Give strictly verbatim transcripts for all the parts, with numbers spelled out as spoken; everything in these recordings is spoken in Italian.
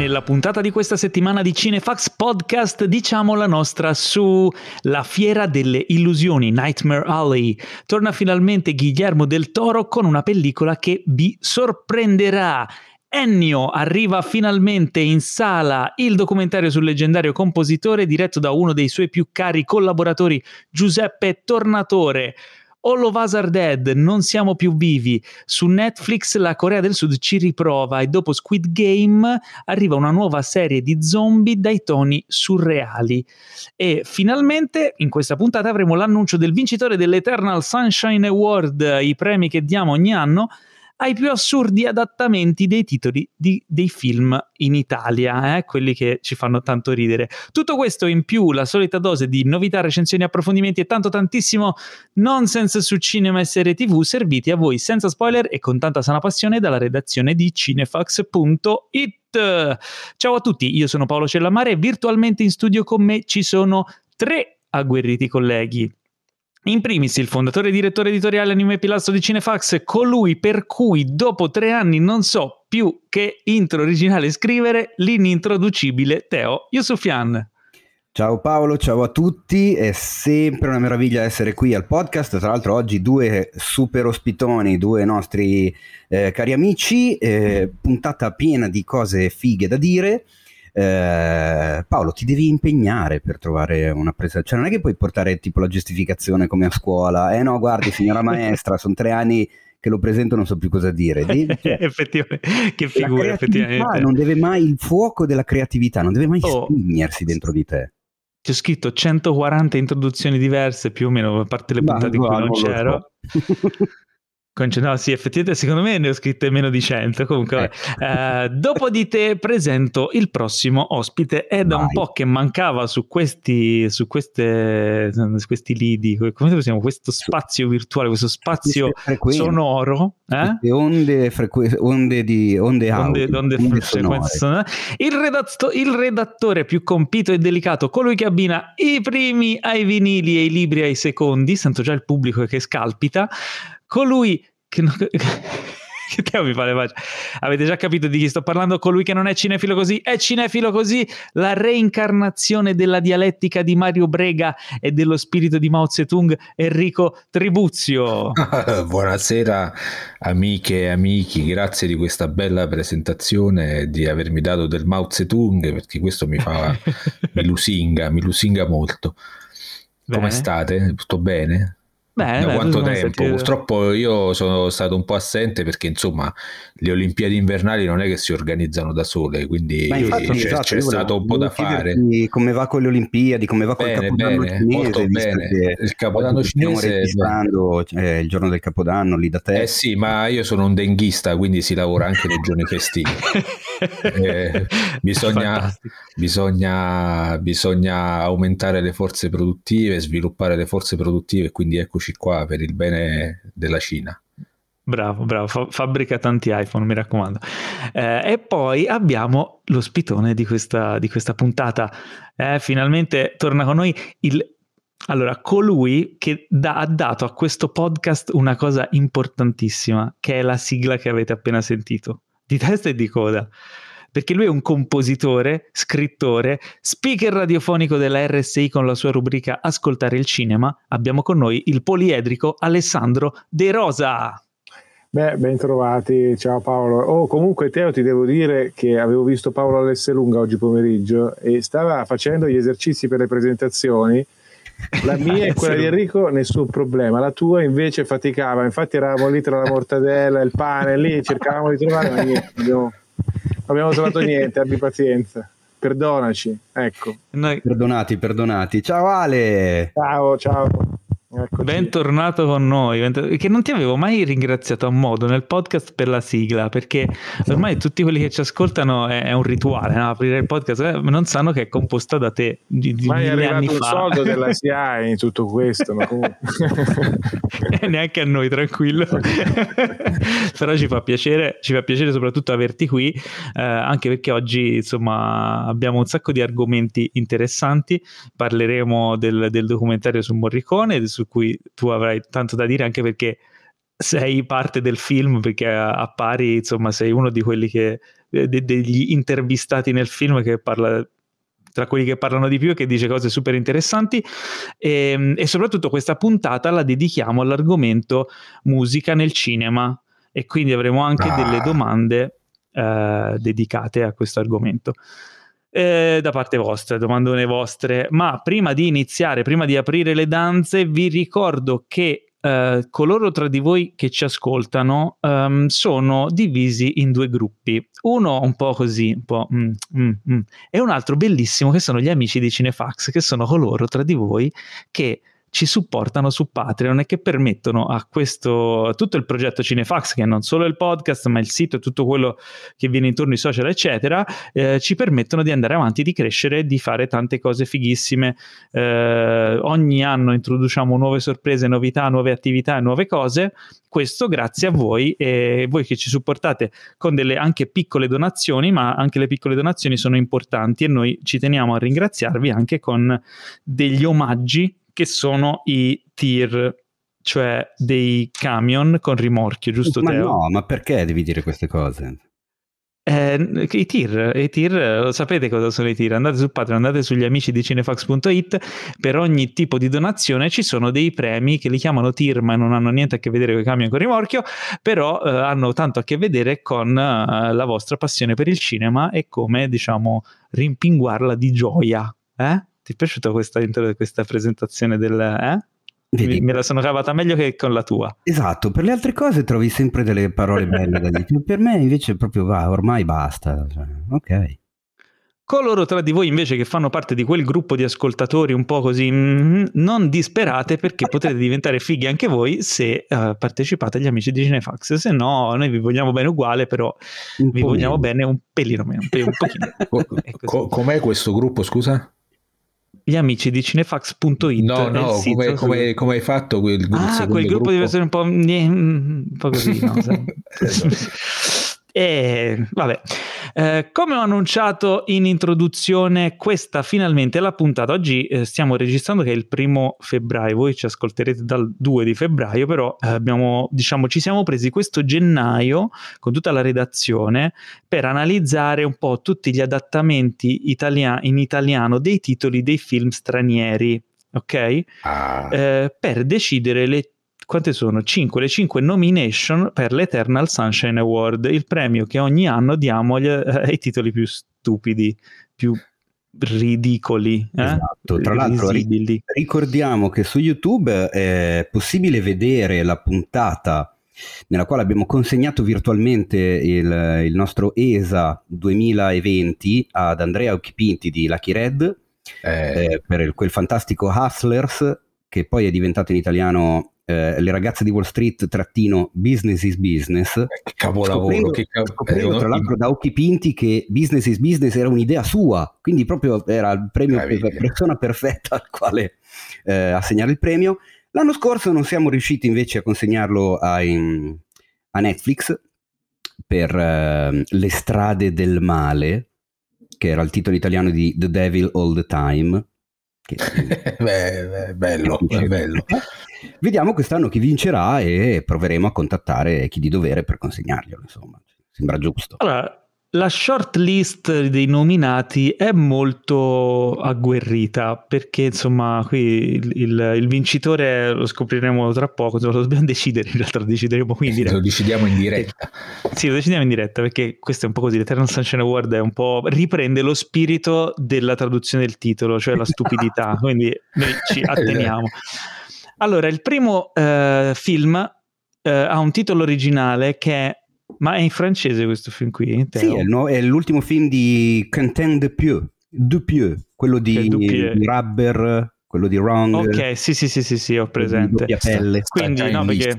nella puntata di questa settimana di Cinefax Podcast diciamo la nostra su La fiera delle illusioni, Nightmare Alley. Torna finalmente Guillermo del Toro con una pellicola che vi sorprenderà. Ennio arriva finalmente in sala, il documentario sul leggendario compositore diretto da uno dei suoi più cari collaboratori, Giuseppe Tornatore. All of Us Are Dead, non siamo più vivi. Su Netflix la Corea del Sud ci riprova e dopo Squid Game arriva una nuova serie di zombie dai toni surreali. E finalmente in questa puntata avremo l'annuncio del vincitore dell'Eternal Sunshine Award, i premi che diamo ogni anno ai più assurdi adattamenti dei titoli di, dei film in Italia, eh? Quelli che ci fanno tanto ridere. Tutto questo in più la solita dose di novità, recensioni, approfondimenti e tanto tantissimo nonsense su cinema e serie tv serviti a voi senza spoiler e con tanta sana passione dalla redazione di cinefax punto it. Ciao a tutti, io sono Paolo Cellamare e virtualmente in studio con me ci sono tre agguerriti colleghi. In primis il fondatore e direttore editoriale anime e pilastro di Cinefax, colui per cui dopo tre anni non so più che intro originale scrivere, l'inintroducibile Teo Yusufian. Ciao Paolo, ciao a tutti, è sempre una meraviglia essere qui al podcast. Tra l'altro oggi due super ospitoni, due nostri eh, cari amici, eh, puntata piena di cose fighe da dire. Eh, Paolo, ti devi impegnare per trovare una presa, cioè non è che puoi portare tipo la giustificazione come a scuola, eh no guardi signora maestra sono tre anni che lo presento, non so più cosa dire. Devi, cioè, effettivamente, che figura, effettivamente non deve mai, il fuoco della creatività non deve mai oh, spegnersi dentro di te. C'ho scritto centoquaranta introduzioni diverse più o meno, a parte le puntate in cui non, non c'ero. No, sì, effettivamente secondo me ne ho scritte meno di cento. Comunque, eh, dopo di te presento il prossimo ospite. È da Vai. un po' che mancava su questi, su queste, su questi lidi, come possiamo, questo spazio virtuale, questo spazio sonoro, eh? onde, frequ- onde di onde audio, onde, onde, onde sonore. Il, redatto, il redattore più compito e delicato, colui che abbina i primi ai vinili e i libri ai secondi, sento già il pubblico che scalpita. Colui che non... che Teo mi fa le facce. Avete già capito di chi sto parlando? Colui che non è cinefilo così è cinefilo così, la reincarnazione della dialettica di Mario Brega e dello spirito di Mao Zedong, Enrico Tribuzio. Buonasera amiche e amici, grazie di questa bella presentazione e di avermi dato del Mao Zedong, perché questo mi fa mi lusinga, mi lusinga molto. Come bene. State? Tutto bene? Beh, da beh, quanto tempo? Stati... Purtroppo io sono stato un po' assente perché insomma le Olimpiadi invernali non è che si organizzano da sole, quindi infatti, c'è, esatto, c'è stato un po' da fare. Come va con le Olimpiadi, come va bene, col Capodanno bene, cinese, molto bene. Il Capodanno cinese stiamo registrando cioè, il giorno del Capodanno lì da te. Eh sì, ma io sono un denghista, quindi si lavora anche nei giorni festivi. eh, bisogna, bisogna, bisogna aumentare le forze produttive, sviluppare le forze produttive, quindi eccoci qua per il bene della Cina. Bravo, bravo, fa- fabbrica tanti iPhone, mi raccomando. Eh, e poi abbiamo l'ospitone di questa, di questa puntata. Eh, finalmente torna con noi il... Allora, colui che da, ha dato a questo podcast una cosa importantissima, che è la sigla che avete appena sentito, di testa e di coda. Perché lui è un compositore, scrittore, speaker radiofonico della R S I con la sua rubrica Ascoltare il cinema. Abbiamo con noi il poliedrico Alessandro De Rosa. Beh, ben trovati, ciao Paolo. Oh, comunque Teo, ti devo dire che avevo visto Paolo Alesselunga oggi pomeriggio e stava facendo gli esercizi per le presentazioni. La mia e quella di Enrico nessun problema, la tua invece faticava, infatti eravamo lì tra la mortadella e il pane, lì cercavamo di trovare, ma niente, abbiamo... non abbiamo trovato niente, abbi pazienza, perdonaci, ecco. Noi... Perdonati, perdonati. Ciao Ale! Ciao, ciao. Eccoci. Bentornato con noi, che non ti avevo mai ringraziato a modo nel podcast per la sigla, perché ormai tutti quelli che ci ascoltano è, è un rituale, no? Aprire il podcast, eh, non sanno che è composta da te di, di ma è arrivato un fa. soldo della S I A I in tutto questo, ma comunque e neanche a noi, tranquillo. Però ci fa piacere, ci fa piacere soprattutto averti qui, eh, anche perché oggi insomma abbiamo un sacco di argomenti interessanti. Parleremo del, del documentario su Morricone, su cui tu avrai tanto da dire, anche perché sei parte del film, perché a, a pari insomma sei uno di quelli che de- degli intervistati nel film, che parla tra quelli che parlano di più e che dice cose super interessanti, e, e soprattutto questa puntata la dedichiamo all'argomento musica nel cinema, e quindi avremo anche ah. delle domande eh, dedicate a questo argomento eh, da parte vostra, domandone vostre. Ma prima di iniziare, prima di aprire le danze, vi ricordo che Uh, coloro tra di voi che ci ascoltano um, sono divisi in due gruppi, uno un po' così, un po' mm, mm, mm, e un altro bellissimo, che sono gli amici di Cinefax, che sono coloro tra di voi che ci supportano su Patreon e che permettono a questo, a tutto il progetto Cinefax, che non solo il podcast ma il sito e tutto quello che viene intorno ai social eccetera, eh, ci permettono di andare avanti, di crescere, di fare tante cose fighissime. Eh, ogni anno introduciamo nuove sorprese, novità, nuove attività e nuove cose. Questo grazie a voi, e voi che ci supportate con delle anche piccole donazioni, ma anche le piccole donazioni sono importanti e noi ci teniamo a ringraziarvi anche con degli omaggi, che sono i tir, cioè dei camion con rimorchio, giusto ma Teo? No, ma perché devi dire queste cose? Eh, i tir, i tir, lo sapete cosa sono i tir? Andate su Patreon, andate sugli amici di cinefax punto it, per ogni tipo di donazione ci sono dei premi che li chiamano tir, ma non hanno niente a che vedere con i camion con rimorchio, però eh, hanno tanto a che vedere con eh, la vostra passione per il cinema e come, diciamo, rimpinguarla di gioia, eh? Ti è piaciuta questa, questa presentazione del... Eh? Vedi, me la sono cavata meglio che con la tua. Esatto, per le altre cose trovi sempre delle parole belle da dire, per me invece proprio va, ormai basta, cioè, ok. Coloro tra di voi invece che fanno parte di quel gruppo di ascoltatori un po' così, mm, non disperate, perché potrete diventare fighi anche voi se uh, partecipate agli amici di Cinefax. Se no, noi vi vogliamo bene uguale, però un vi vogliamo meno. bene un pelino meno, un, un pochino. Co- com'è questo gruppo, scusa? Gli amici di cinefax punto it. No, no, come, come, come hai fatto quel, ah, quel gruppo, gruppo di persone un po', un po' così, no? E vabbè, eh, come ho annunciato in introduzione, questa finalmente è la puntata. Oggi eh, stiamo registrando che è il primo febbraio, voi ci ascolterete dal due di febbraio, però eh, abbiamo, diciamo, ci siamo presi questo gennaio con tutta la redazione per analizzare un po' tutti gli adattamenti italia- in italiano dei titoli dei film stranieri, ok? Ah. Eh, per decidere le quante sono? cinque, le cinque nomination per l'Eternal Sunshine Award, il premio che ogni anno diamo agli, ai titoli più stupidi, più ridicoli. Eh? Esatto, tra l'altro ri- ricordiamo che su YouTube è possibile vedere la puntata nella quale abbiamo consegnato virtualmente il, il nostro E S A duemilaventi ad Andrea Occhipinti di Lucky Red, eh. Eh, per il, quel fantastico Hustlers, che poi è diventato in italiano Eh, le ragazze di Wall Street trattino Business is Business. Che capolavoro, scoprendo, che cav- scoprendo tra l'altro da Occhipinti che Business is Business era un'idea sua, quindi proprio era il premio per la persona perfetta al quale eh, assegnare il premio. L'anno scorso non siamo riusciti invece a consegnarlo a, in, a Netflix per eh, Le strade del male, che era il titolo italiano di The Devil All the Time. Che, beh, bello, è bello. Vediamo quest'anno chi vincerà e proveremo a contattare chi di dovere per consegnarglielo, insomma, sembra giusto. Allora, la short list dei nominati è molto agguerrita, perché insomma qui il, il, il vincitore lo scopriremo tra poco, lo dobbiamo decidere, in realtà lo decideremo qui in diretta. Lo decidiamo in diretta. Sì, lo decidiamo in diretta, perché questo è un po' così, l'Eternal Sunshine Award è un po', riprende lo spirito della traduzione del titolo, cioè la stupidità, quindi noi ci atteniamo. Allora, il primo uh, film uh, ha un titolo originale che è... Ma è in francese questo film qui? Teo? Sì, è, no, è l'ultimo film di Quentin Dupieux, Dupieux quello di, di Rubber, quello di Wrong. Ok, sì, sì, sì, sì, sì, ho presente. Pelle. Quindi, no, perché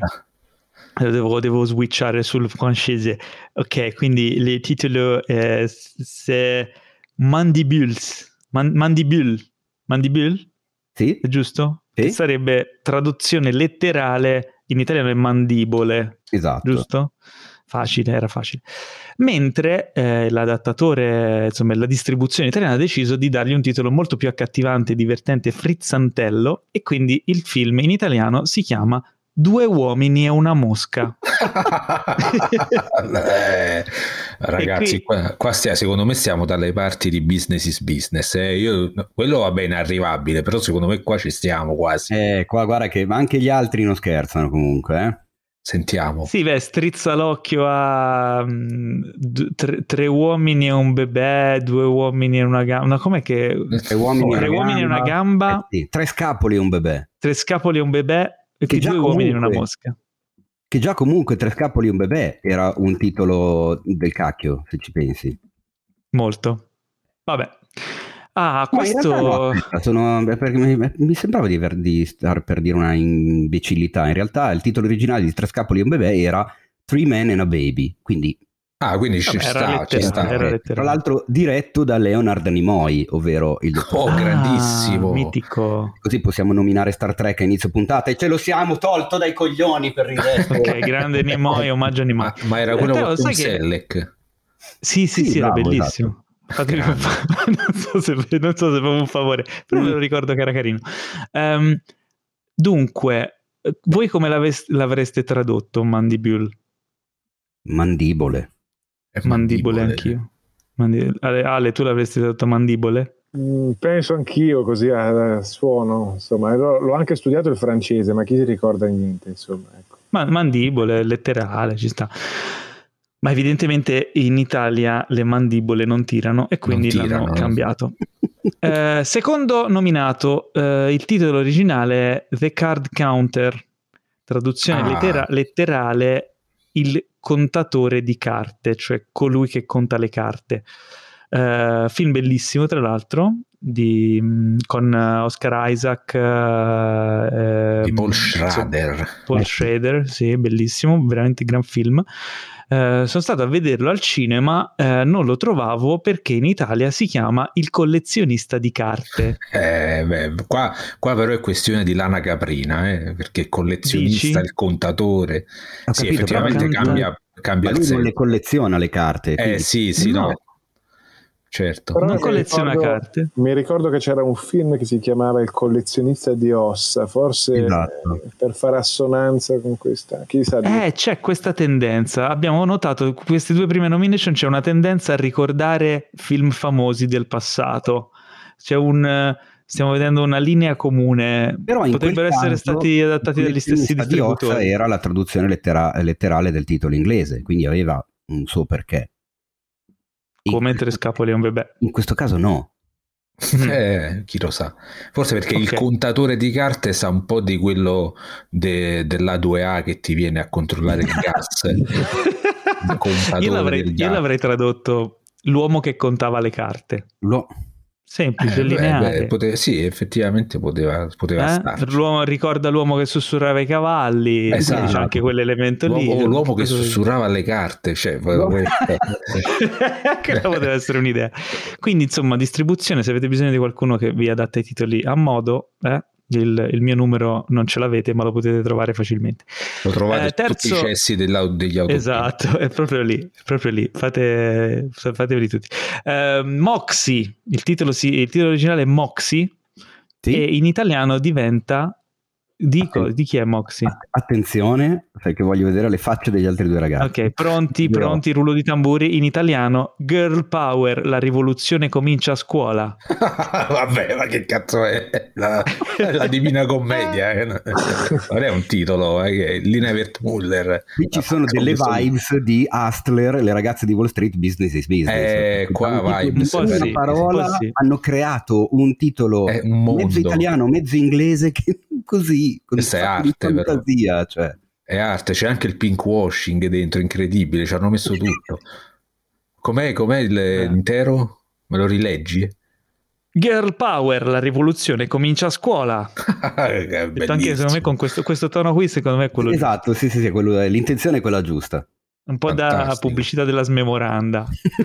devo, devo switchare sul francese. Ok, quindi il titolo è c'est Mandibules. Man, mandibule. Mandibule? Sì. È giusto? Sì. Che sarebbe traduzione letterale in italiano è mandibole. Esatto. Giusto? Facile, era facile. Mentre eh, l'adattatore, insomma, la distribuzione italiana ha deciso di dargli un titolo molto più accattivante, divertente, frizzantello, e quindi il film in italiano si chiama Due uomini e una mosca. eh, ragazzi, qui... qua, qua stia, secondo me stiamo dalle parti di business is business. Eh. Io, quello va bene, arrivabile, però secondo me qua ci stiamo quasi. Eh, qua guarda che anche gli altri non scherzano comunque, eh. Sentiamo. Sì, beh, strizza l'occhio a um, d- tre, tre uomini e un bebè, due uomini e una gamba. Com'è che tre uomini, oh, tre uomini e una gamba, eh sì, tre scapoli e un bebè. Tre scapoli e un bebè e che due comunque, uomini e una mosca. Che già comunque tre scapoli e un bebè era un titolo del cacchio, se ci pensi. Molto. Vabbè. Ah, questo... No, aspetta, sono, perché mi, mi sembrava di, aver, di star per dire una imbecillità. In realtà il titolo originale di Tre scapoli e un bebè era Three Men and a Baby, quindi... Ah, quindi ci Vabbè, sta, ci sta. Era Tra l'altro diretto da Leonard Nimoy, ovvero il Oh, ah, grandissimo. Mitico. Così possiamo nominare Star Trek a inizio puntata e ce lo siamo tolto dai coglioni per il resto. Ok, grande Nimoy, omaggio a Nimoy. Ma, ma era quello con un Selleck. Sì, sì, sì, sì, bravo, era bellissimo. Esatto. Fatemi un fa- non, so se, non so se favo un favore, però mm. me lo ricordo che era carino. Um, dunque, voi come l'avreste tradotto Mandibule? Mandibole. Mandibole, mandibole anch'io. Mandi- Ale, Ale, tu l'avresti tradotto mandibole? Mm, penso anch'io, così a suono. Insomma, l'ho, l'ho anche studiato il francese, ma chi si ricorda niente, insomma. Ecco. Ma, mandibole, letterale, ci sta. Ma evidentemente in Italia le mandibole non tirano e quindi tirano, l'hanno cambiato. eh, secondo nominato, eh, il titolo originale è The Card Counter, traduzione ah. lettera- letterale il contatore di carte, cioè colui che conta le carte. Eh, film bellissimo tra l'altro, di, con Oscar Isaac, eh, di Paul Schrader. Paul Schrader, sì, bellissimo, veramente gran film. Uh, sono stato a vederlo al cinema, uh, non lo trovavo perché in Italia si chiama Il collezionista di carte. Eh, beh, qua, qua però è questione di lana caprina, eh, perché il collezionista, Dici? Il contatore, Ho sì, capito, effettivamente cambia, cambia ma il lui non senso. le colleziona le carte. Eh sì, sì, no. no. Certo. Però non colleziona ricordo, carte. Mi ricordo che c'era un film che si chiamava Il collezionista di ossa, forse esatto. per fare assonanza con questa. Chissà. Eh, c'è questa tendenza. Abbiamo notato queste due prime nomination, c'è una tendenza a ricordare film famosi del passato. C'è un stiamo vedendo una linea comune. Però in potrebbero essere caso, stati adattati dagli stessi distributori. Di era la traduzione lettera- letterale del titolo inglese, quindi aveva un suo perché. Come Tre scapoli e un bebè. In questo caso no. Eh, chi lo sa. Forse perché okay. il contatore di carte sa un po' di quello de, dell'A due A che ti viene a controllare il gas. il io, l'avrei, io l'avrei tradotto l'uomo che contava le carte. Lo... Semplice, eh, lineare. Beh, beh, pote- sì, effettivamente poteva, poteva eh? starci. L'uomo, ricorda l'uomo che sussurrava i cavalli, esatto. C'è anche quell'elemento lì. L'uomo, l'uomo che sussurrava le carte, cioè, quella poteva essere un'idea. Quindi, insomma, distribuzione, se avete bisogno di qualcuno che vi adatta i titoli a modo, eh? Il, il mio numero non ce l'avete, ma lo potete trovare facilmente. Lo trovate eh, terzo... tutti i cessi degli autobus. Esatto, è proprio lì, è proprio lì. Fate, fateveli tutti. Uh, Moxie, il titolo, si, il titolo originale è Moxie, sì? E in italiano diventa Dico, di chi è Moxie? Attenzione, perché voglio vedere le facce degli altri due ragazzi. Ok, pronti, Io... pronti, rullo di tamburi. In italiano, Girl Power, la rivoluzione comincia a scuola. Vabbè, ma che cazzo è? La, la Divina Commedia, eh? Non è un titolo, eh? Lina Wertmuller. Qui ci sono delle vibes di Hustler, le ragazze di Wall Street, Business is Business. Eh, qua vibes. Un po' sì, parola, un po' sì. Hanno creato un titolo un mezzo italiano, mezzo inglese, che così con questa è arte, fantasia, però. Cioè. È arte, c'è anche il pink washing dentro, incredibile, ci hanno messo tutto. Com'è, com'è il, eh. l'intero? Me lo rileggi? Girl Power, la rivoluzione comincia a scuola. Anche secondo me con questo, questo tono qui, secondo me è quello esatto, giusto. Sì, sì, sì, quello, l'intenzione è quella giusta. Un po' Fantastico. Da pubblicità della smemoranda.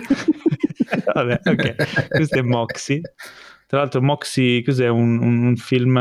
Vabbè, ok, questo è Moxie. Tra l'altro Moxie, cos'è? Un, un, un film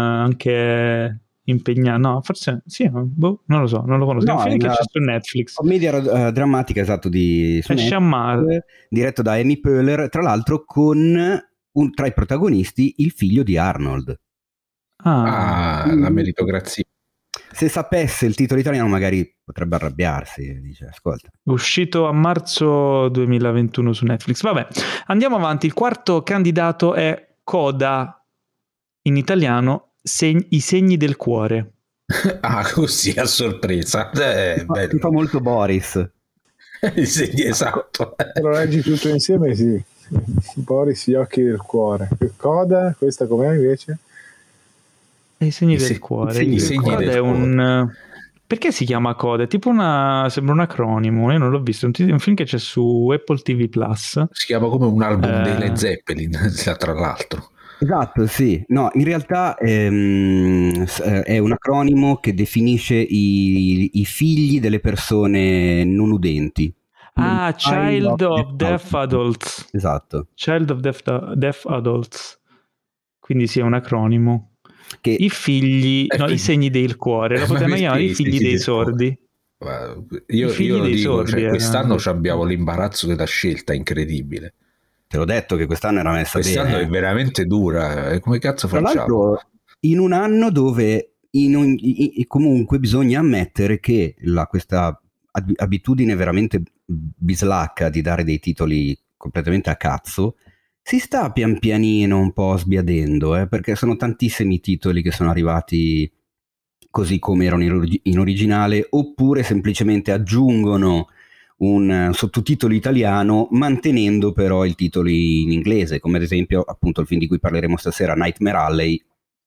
anche impegnato? No, forse sì, boh, non lo so, non lo conosco. No, è un film che c'è su Netflix. Commedia uh, drammatica, esatto, di su Netflix, diretto da Amy Poehler, tra l'altro con un, tra i protagonisti il figlio di Arnold. Ah, ah la meritocrazia. se sapesse il titolo italiano magari potrebbe arrabbiarsi, dice ascolta. Uscito a marzo duemilaventuno su Netflix. Vabbè, andiamo avanti. Il quarto candidato è Coda, in italiano seg- I segni del cuore. Ah, così a sorpresa. Eh, Ma ti fa molto Boris. Sì, esatto. Se lo leggi tutto insieme, sì. Boris, gli occhi del cuore. Coda, questa com'è invece? I segni I del se- cuore. i segni Il del Coda cuore. è un... Perché si chiama Coda? È tipo una... sembra un acronimo, io non l'ho visto. È un, t- un film che c'è su Apple T V Plus. Si chiama come un album Eh. dei Led Zeppelin, tra l'altro. Esatto, sì. No, in realtà ehm, s- eh, è un acronimo che definisce i, i figli delle persone non udenti. Ah, Child of Deaf Adults. Adults. Esatto. Child of Deaf, Deaf Adults. Quindi sì, è un acronimo. Che I figli, Eh, no, per- i segni del cuore, lo Ma potevano perché chiamare i i figli segni dei del cuore? sordi. Ma Io, I figli io lo dei dico, sordi cioè, erano quest'anno detto. abbiamo l'imbarazzo della scelta incredibile. te l'ho detto che quest'anno era messa Quest'anno bene. è veramente dura. eh, Come cazzo Tra facciamo? l'altro, in un anno dove in un- i- i- comunque bisogna ammettere che la- questa ab- abitudine veramente bislacca di dare dei titoli completamente a cazzo si sta pian pianino un po' sbiadendo, eh, perché sono tantissimi titoli che sono arrivati così come erano in, origi- in originale, oppure semplicemente aggiungono un eh, sottotitolo italiano mantenendo però il titolo in inglese, come ad esempio appunto il film di cui parleremo stasera, Nightmare Alley,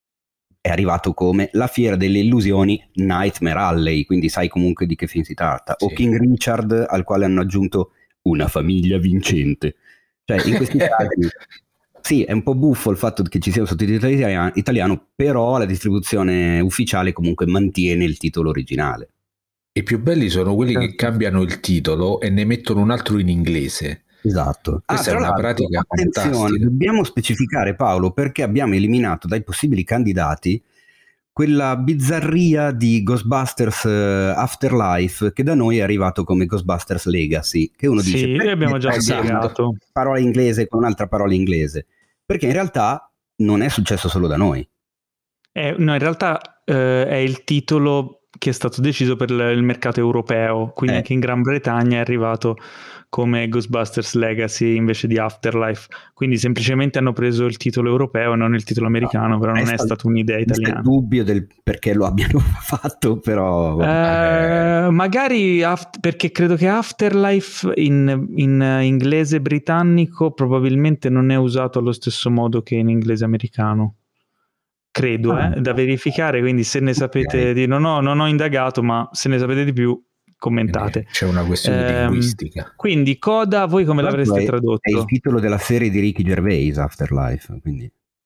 è arrivato come La fiera delle illusioni Nightmare Alley, quindi sai comunque di che film si tratta. Sì. O King Richard, al quale hanno aggiunto Una famiglia vincente. Cioè in questi casi sì, è un po' buffo il fatto che ci sia un sottotitolo italiano, italiano, però la distribuzione ufficiale comunque mantiene il titolo originale. I più belli sono quelli che Certo. cambiano il titolo e ne mettono un altro in inglese. Esatto. Questa Ah, è tra una l'altro, pratica attenzione, fantastica. dobbiamo specificare, Paolo, perché abbiamo eliminato dai possibili candidati quella bizzarria di Ghostbusters eh, Afterlife che da noi è arrivato come Ghostbusters Legacy, che uno Sì, dice noi abbiamo già perché spiegato. parola inglese con un'altra parola inglese, perché in realtà non è successo solo da noi. Eh, no, in realtà eh, è il titolo che è stato deciso per l- il mercato europeo, quindi Eh. anche in Gran Bretagna è arrivato come Ghostbusters Legacy invece di Afterlife, quindi semplicemente hanno preso il titolo europeo e non il titolo americano, però non è Resta- stata un'idea resta il italiana. dubbio del perché lo abbiano fatto, però vabbè. Eh, magari aft- perché credo che Afterlife in, in inglese britannico probabilmente non è usato allo stesso modo che in inglese americano. Credo, Ah. eh, da verificare, quindi se ne sapete di... Non ho, non ho indagato, ma se ne sapete di più commentate. C'è una questione Ehm, linguistica. Quindi Coda, voi come Tra l'altro l'avreste è- tradotto? È il titolo della serie di Ricky Gervais, Afterlife, quindi.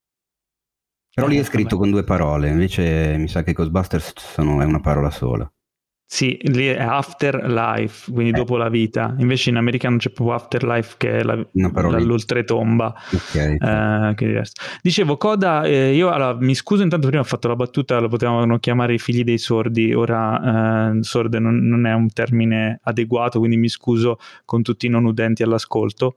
Però lì Eh, è scritto vabbè. con due parole, invece mi sa che Ghostbusters sono, è una parola sola. Sì, lì è Afterlife, quindi Eh. dopo la vita. Invece in americano c'è proprio Afterlife, che è la, Una parola- la- l'oltretomba. Ok. Eh, che è diverso. Dicevo, Coda, eh, io allora, mi scuso intanto, prima ho fatto la battuta, lo potevano chiamare i figli dei sordi, ora eh, sorde non, non è un termine adeguato, quindi mi scuso con tutti i non udenti all'ascolto.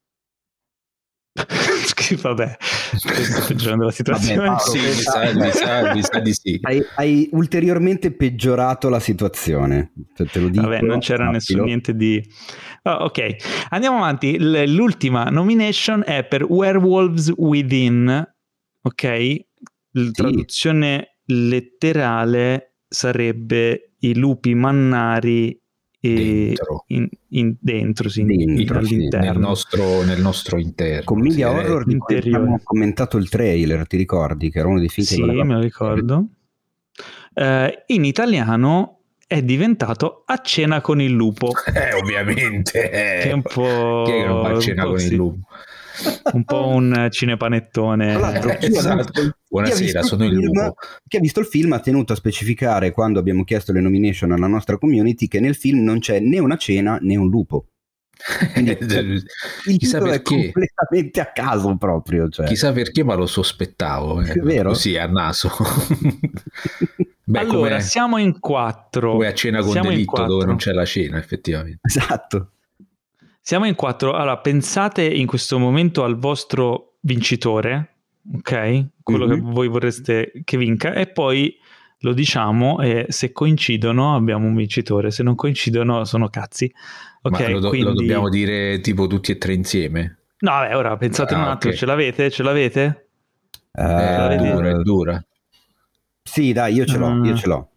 Vabbè, sto peggiorando la situazione. Paolo, Sì, mi questa- sa, mi sa- mi sa di sì. Hai, hai ulteriormente peggiorato la situazione, te, te lo dico. Vabbè, non c'era sappilo. nessun niente di... Oh, ok, andiamo avanti. L- l'ultima nomination è per Werewolves Within, ok? La traduzione letterale sarebbe i lupi mannari e Dentro. in, in- dentro, sì, in- Dentro, sì, all'interno. Nel nostro, nel nostro interno. Commedia sì, eh. horror di cui interiore. abbiamo commentato il trailer, ti ricordi? Che era uno dei film Sì, che volevamo me lo vedere. ricordo. Eh, in italiano è diventato A cena con il lupo. Eh, ovviamente. eh. Che è un po'... Chi è che non va a cena un po' con sì. il lupo? Un po' un cinepanettone. Tra l'altro, chi ha Esatto. visto- chi ha Buonasera, visto sono il film- lupo. Chi ha visto il film ha tenuto a specificare, quando abbiamo chiesto le nomination alla nostra community, che nel film non c'è né una cena né un lupo. Quindi, il Chissà titolo è perché. completamente a caso proprio. Cioè. Chissà perché, ma lo sospettavo. Eh. È vero? Così a naso. Beh, allora, come, siamo in quattro. come a cena con Siamo in delitto dove quattro. non c'è la cena, effettivamente. Esatto. Siamo in quattro. Allora, pensate in questo momento al vostro vincitore, ok? Quello Mhm. che voi vorreste che vinca, e poi lo diciamo e se coincidono abbiamo un vincitore, se non coincidono sono cazzi. Ok, Ma lo, do- quindi... lo dobbiamo dire tipo tutti e tre insieme? No, vabbè, ora pensate Ah, un attimo, ok. ce l'avete? Ce l'avete? Eh, È dura, è dura. Sì, dai, io ce l'ho, Mm. io ce l'ho.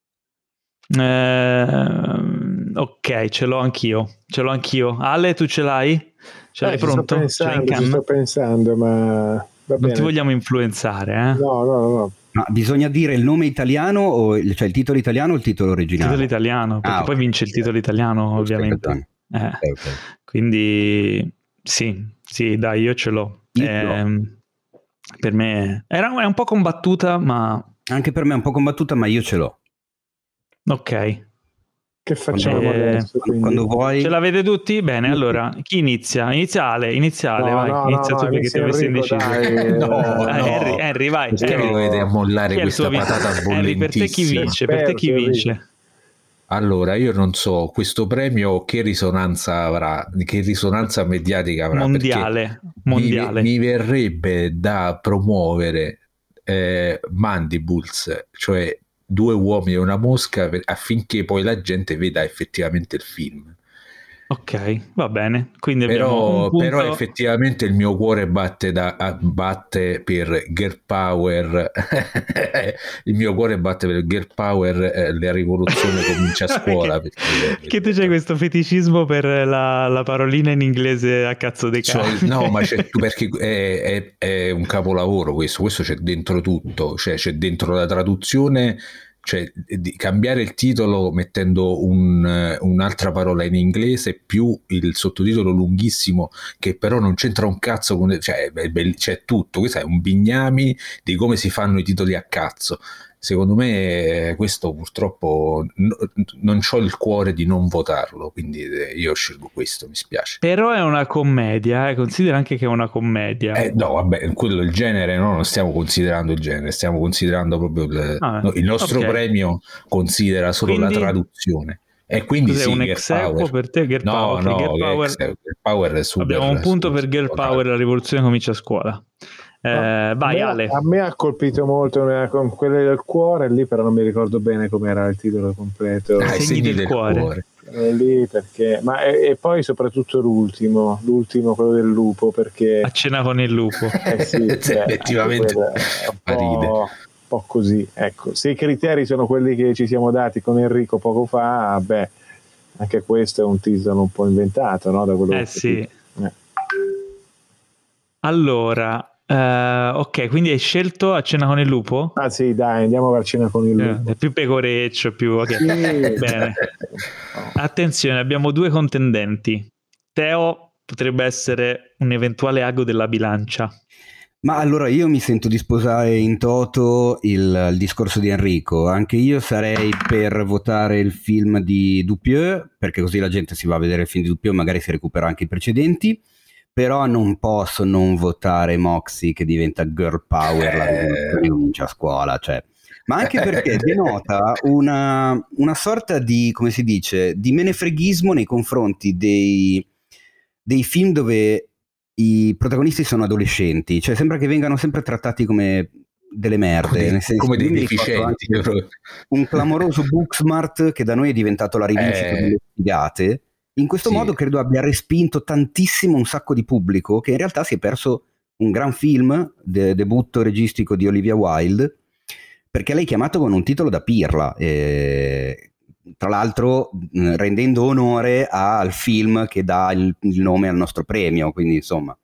Eh, ok, ce l'ho anch'io. Ce l'ho anch'io. Ale, tu ce l'hai? Ce l'hai Eh, ci pronto? sto Ce l'hai in pensando, ci canna? sto pensando, ma va Non bene. ti vogliamo influenzare, eh? No, no, no. Ma bisogna dire il nome italiano, o il, cioè il titolo italiano o il titolo Il originale? titolo italiano, perché Ah, poi ok. vince il titolo italiano, Giusto, hai ovviamente. ragione. Eh, Ok, ok. Quindi sì, sì, dai, io ce l'ho. Io ce l'ho. Ehm, per me era è un po' combattuta, ma Anche per me è un po' combattuta, ma io ce l'ho. ok. Che facciamo Eh, adesso? Quando, Quindi? quando vuoi. Ce l'avete tutti? Bene, Sì. allora chi inizia? Iniziale, iniziale, No, vai. no, no, Inizia no, tu perché ti inizia avessi Enrico, indeciso. dai. No, Ah, no. Henry, Henry, vai. Perché Henry. mi dovete ammollare Chi è il questa tuo vi- patata Henry, per te chi bollentissima? vince? Per te chi Esperto, vince? Allora, io non so questo premio che risonanza avrà, che risonanza mediatica avrà, Mondiale, perché mondiale. Mi, mi verrebbe da promuovere eh, Mandibles, cioè due uomini e una mosca, per- affinché poi la gente veda effettivamente il film. Ok, va bene. Quindi abbiamo un Però, punto. però effettivamente il mio cuore batte, da, batte per Girl Power. Il mio cuore batte per Girl Power. Eh, la rivoluzione comincia a scuola. Che, perché, che tu c'hai questo feticismo per la, la parolina in inglese a cazzo dei cioè, cani. no, ma c'è, perché è, è, è un capolavoro questo. Questo c'è dentro tutto. Cioè, c'è dentro la traduzione. Cioè, di cambiare il titolo mettendo un, un'altra parola in inglese più il sottotitolo lunghissimo che però non c'entra un cazzo con, cioè, c'è tutto. Questo è un bignami di come si fanno i titoli a cazzo. Secondo me questo purtroppo no, non c'ho il cuore di non votarlo, quindi io scelgo questo, mi spiace. Però è una commedia, eh? Considera anche che è una commedia. Eh, no, vabbè, quello il genere, no? Non stiamo considerando il genere, stiamo considerando proprio il, Ah, no, il nostro ok. premio considera solo Quindi, la traduzione. E quindi cos'è sì, un Girl ex aequo Power. per te? Girl No, Power. no, Girl Power. ex, Girl Power è super. Abbiamo un punto super, per Girl super Power, la rivoluzione comincia a scuola. Eh, No, vai a me, Ale. a me ha colpito molto eh, con quelle del cuore lì, però non mi ricordo bene com'era il titolo completo. Ah, i Segni segni del del cuore. cuore. Eh, lì perché ma e, e poi soprattutto l'ultimo l'ultimo quello del lupo, perché A cena con il lupo. eh sì, Sì, cioè, effettivamente anche quello è un fa ride. po', un po' così, ecco. Se i criteri sono quelli che ci siamo dati con Enrico poco fa, beh, anche questo è un titolo un po' inventato, no? Da quello Eh che ho sì. capito. Eh. Allora, eh, ok, quindi hai scelto A cena con il lupo? Ah sì, dai, andiamo a cena con il Eh, lupo. è più pecoreccio, più... ok. Sì. Bene. Attenzione, abbiamo due contendenti. Teo potrebbe essere un eventuale ago della bilancia. Ma allora io mi sento di sposare in toto il, il discorso di Enrico. Anche io sarei per votare il film di Dupieux, perché così la gente si va a vedere il film di Dupieux, magari si recupera anche i precedenti. Però non posso non votare Moxie che diventa Girl Power, la rivoluzione comincia a scuola, cioè. Ma anche perché denota una, una sorta di, come si dice, di menefreghismo nei confronti dei, dei film dove i protagonisti sono adolescenti, cioè sembra che vengano sempre trattati come delle merde, come, nel senso, come dei io mi ricordo deficienti. anche un clamoroso Booksmart che da noi è diventato la rivincita Eh. delle figate. In questo Sì. modo credo abbia respinto tantissimo un sacco di pubblico che in realtà si è perso un gran film, de- debutto registico di Olivia Wilde, perché l'hai chiamato con un titolo da pirla, e, tra l'altro mh, rendendo onore al film che dà il, il nome al nostro premio, quindi insomma.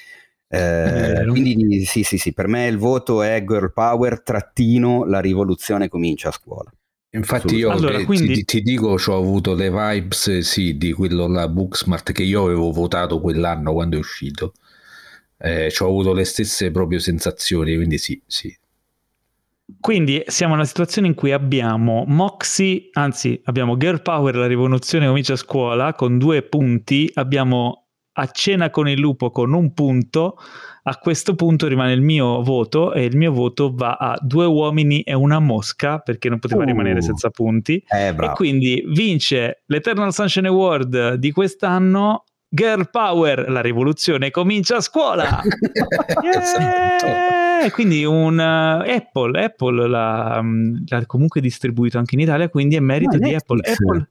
Eh, quindi sì sì sì, per me il voto è Girl Power trattino la rivoluzione comincia a scuola. Infatti io allora, ti, quindi... ti dico, ho avuto le vibes sì, di quello là Booksmart che io avevo votato quell'anno quando è uscito, eh, ho avuto le stesse proprio sensazioni, quindi sì, sì. Quindi siamo in una situazione in cui abbiamo Moxie, anzi abbiamo Girl Power, la rivoluzione comincia a scuola con due punti, abbiamo A cena con il lupo con un punto. A questo punto rimane il mio voto e il mio voto va a Due uomini e una mosca, perché non poteva Uh, rimanere senza punti, eh, e quindi vince l'Eternal Sunshine Award di quest'anno Girl Power, la rivoluzione comincia a scuola. Esatto. Eh, quindi un uh, Apple, Apple l'ha, l'ha comunque distribuito anche in Italia, quindi è merito no, di Apple. Netflix. Apple.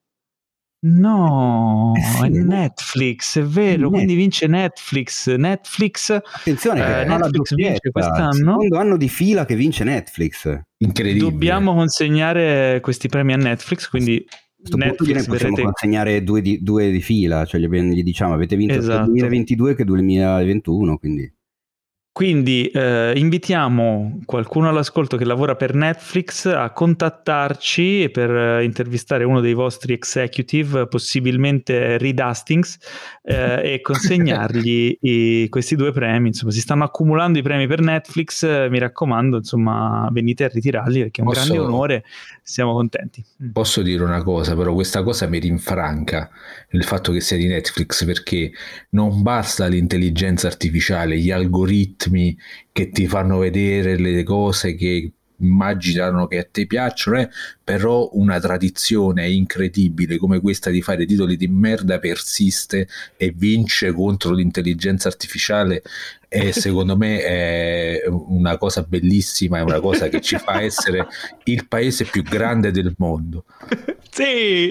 No, eh sì, è Netflix, è vero, Net- quindi vince Netflix. Netflix, Attenzione che eh, è la Netflix vince doppietta, quest'anno. secondo anno di fila che vince Netflix. Incredibile. Dobbiamo consegnare questi premi a Netflix, quindi A questo punto gliene Netflix possiamo verrete... consegnare due di, due di fila, cioè gli, abbiamo- gli diciamo avete vinto sia Esatto. duemilaventidue che duemilaventuno, quindi Quindi eh, invitiamo qualcuno all'ascolto che lavora per Netflix a contattarci per eh, intervistare uno dei vostri executive, possibilmente Reed Hastings, eh, e consegnargli i, questi due premi. Insomma, si stanno accumulando i premi per Netflix, eh, mi raccomando, insomma, venite a ritirarli perché è un Posso- grande onore, siamo contenti. Mm. Posso dire una cosa, però questa cosa mi rinfranca il fatto che sia di Netflix, perché non basta l'intelligenza artificiale, gli algoritmi che ti fanno vedere le cose che immaginano che a te piacciono, eh? Però una tradizione incredibile come questa di fare titoli di merda persiste e vince contro l'intelligenza artificiale, e secondo me è una cosa bellissima, è una cosa che ci fa essere il paese più grande del mondo. Sì,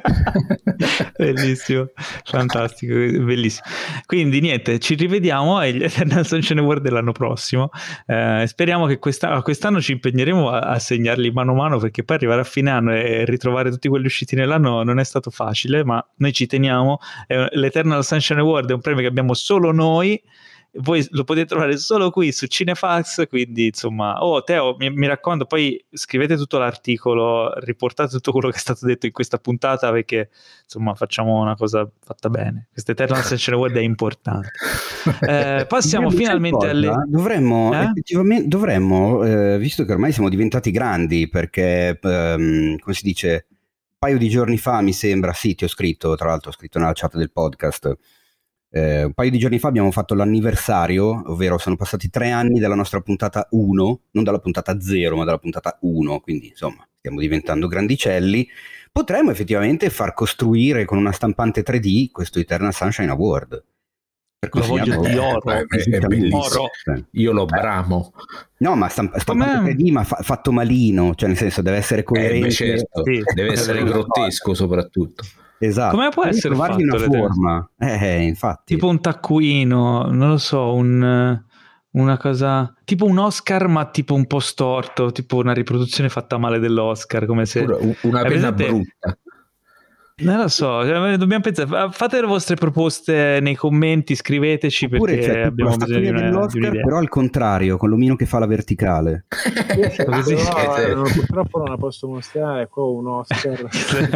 bellissimo, fantastico, bellissimo. Quindi niente, ci rivediamo agli Eternal Sunshine Award dell'anno prossimo. Eh, speriamo che questa, quest'anno ci impegneremo a, a segnarli mano a mano, perché poi arrivare a fine anno e ritrovare tutti quelli usciti nell'anno non è stato facile, ma noi ci teniamo. Eh, L'Eternal Sunshine Award è un premio che abbiamo solo noi. Voi lo potete trovare solo qui su Cinefax, quindi insomma, oh Teo, mi, mi raccomando, poi scrivete tutto l'articolo, riportate tutto quello che è stato detto in questa puntata, perché insomma facciamo una cosa fatta bene. Questo Eternal Sunshine Award è importante. Eh, passiamo Dovremmo, finalmente sai alle... cosa? Dovremmo, Eh? effettivamente, dovremmo eh, visto che ormai siamo diventati grandi, perché ehm, come si dice, un paio di giorni fa mi sembra, sì, ti ho scritto, tra l'altro ho scritto nella chat del podcast. Eh, un paio di giorni fa abbiamo fatto l'anniversario, ovvero sono passati tre anni dalla nostra puntata uno, non dalla puntata zero ma dalla puntata uno, quindi insomma stiamo diventando grandicelli. Potremmo effettivamente far costruire con una stampante tre D questo Eternal Sunshine Award. Per Lo voglio consegnarlo- di oro. È, è bellissimo. Oro. Io lo bramo. No, ma stamp- stampante Com'è? tre D ma fa- fatto malino, cioè nel senso deve essere Eh, coerente. beh, certo, Sì, deve è essere vero. grottesco soprattutto. Esatto. Come può Devi essere trovargli fatto una l'Eternal- forma. Eh, infatti. Tipo un taccuino, non lo so, un, una cosa tipo un Oscar, ma tipo un po' storto, tipo una riproduzione fatta male dell'Oscar, come se... Pure una Hai penna presente? brutta. Non lo so, cioè, dobbiamo pensare, fate le vostre proposte nei commenti, scriveteci, Oppure perché c'è tipo abbiamo la bisogno di, statuina una, di dell'Oscar, un'idea. però al contrario, con l'omino che fa la verticale. Così. No, eh, non- purtroppo non la posso mostrare, qua ho un Oscar.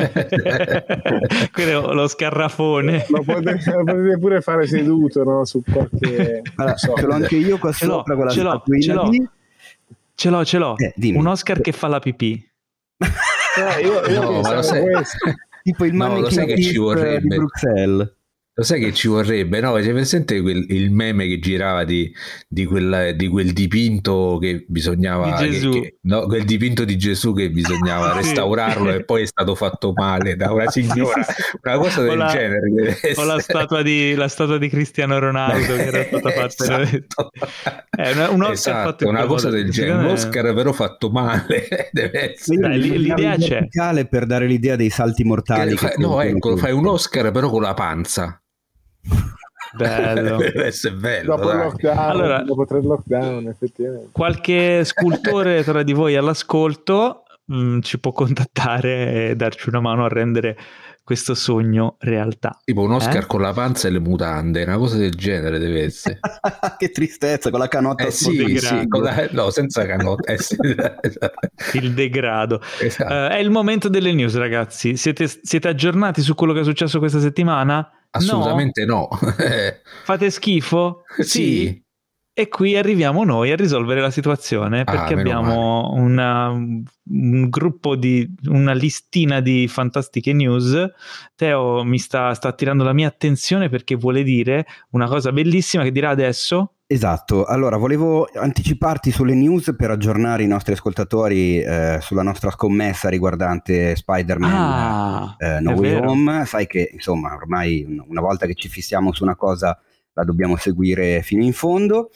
Quello è lo scarrafone. Lo potete, lo potete pure fare seduto, no? Su qualche... Allora, non so. ce l'ho anche io qua Ce l'ho, sopra con la ce l'ho, statuina ce l'ho. di... Ce l'ho, ce l'ho. Eh, dimmi. Un Oscar che fa la pipì. Eh, io, io No, ma pensavo lo sai- questo. Tipo il No, lo mannequin sai che ci tip vorrebbe? di Bruxelles. Lo sai che ci vorrebbe? No, c'è presente quel, il meme che girava di, di, quel, di quel dipinto che bisognava... Di Gesù. Che, che- no, quel dipinto di Gesù che bisognava Sì. restaurarlo e poi è stato fatto male da una signora. Una cosa O del la- genere. deve O la essere. statua di, la statua di Cristiano Ronaldo che era stata fatta. Esatto. È una- un Oscar Esatto, fatto in una quel cosa modo. del genere. Un Oscar però fatto male. Deve essere. Dai, Io l'idea immaginavo il c'è. verticale per dare l'idea dei salti mortali. Che che fa- no, compiono ecco, tutti. fai un Oscar però con la panza. Bello. Deve essere bello. Dopo il dai. lockdown, Allora- dopo tre lockdown, effettivamente. Qualche scultore tra di voi all'ascolto mh, ci può contattare e darci una mano a rendere questo sogno realtà. Tipo un Oscar Eh? con la panza e le mutande, una cosa del genere deve essere. Che tristezza, con la canotta Eh sì, degrado. sì, con la- no, senza canotta. Eh sì. Il degrado. Esatto. Eh, è il momento delle news, ragazzi. Siete, siete aggiornati su quello che è successo questa settimana? Assolutamente no. No? Fate schifo? Sì. E qui arriviamo noi a risolvere la situazione, perché Ah, meno abbiamo una, un gruppo di una listina di fantastiche news. Teo mi sta, sta attirando la mia attenzione perché vuole dire una cosa bellissima che dirà adesso. Esatto, allora volevo anticiparti sulle news per aggiornare i nostri ascoltatori eh, sulla nostra scommessa riguardante Spider-Man Ah, eh, No è Way vero. Home. Sai che insomma ormai un- una volta che ci fissiamo su una cosa la dobbiamo seguire fino in fondo.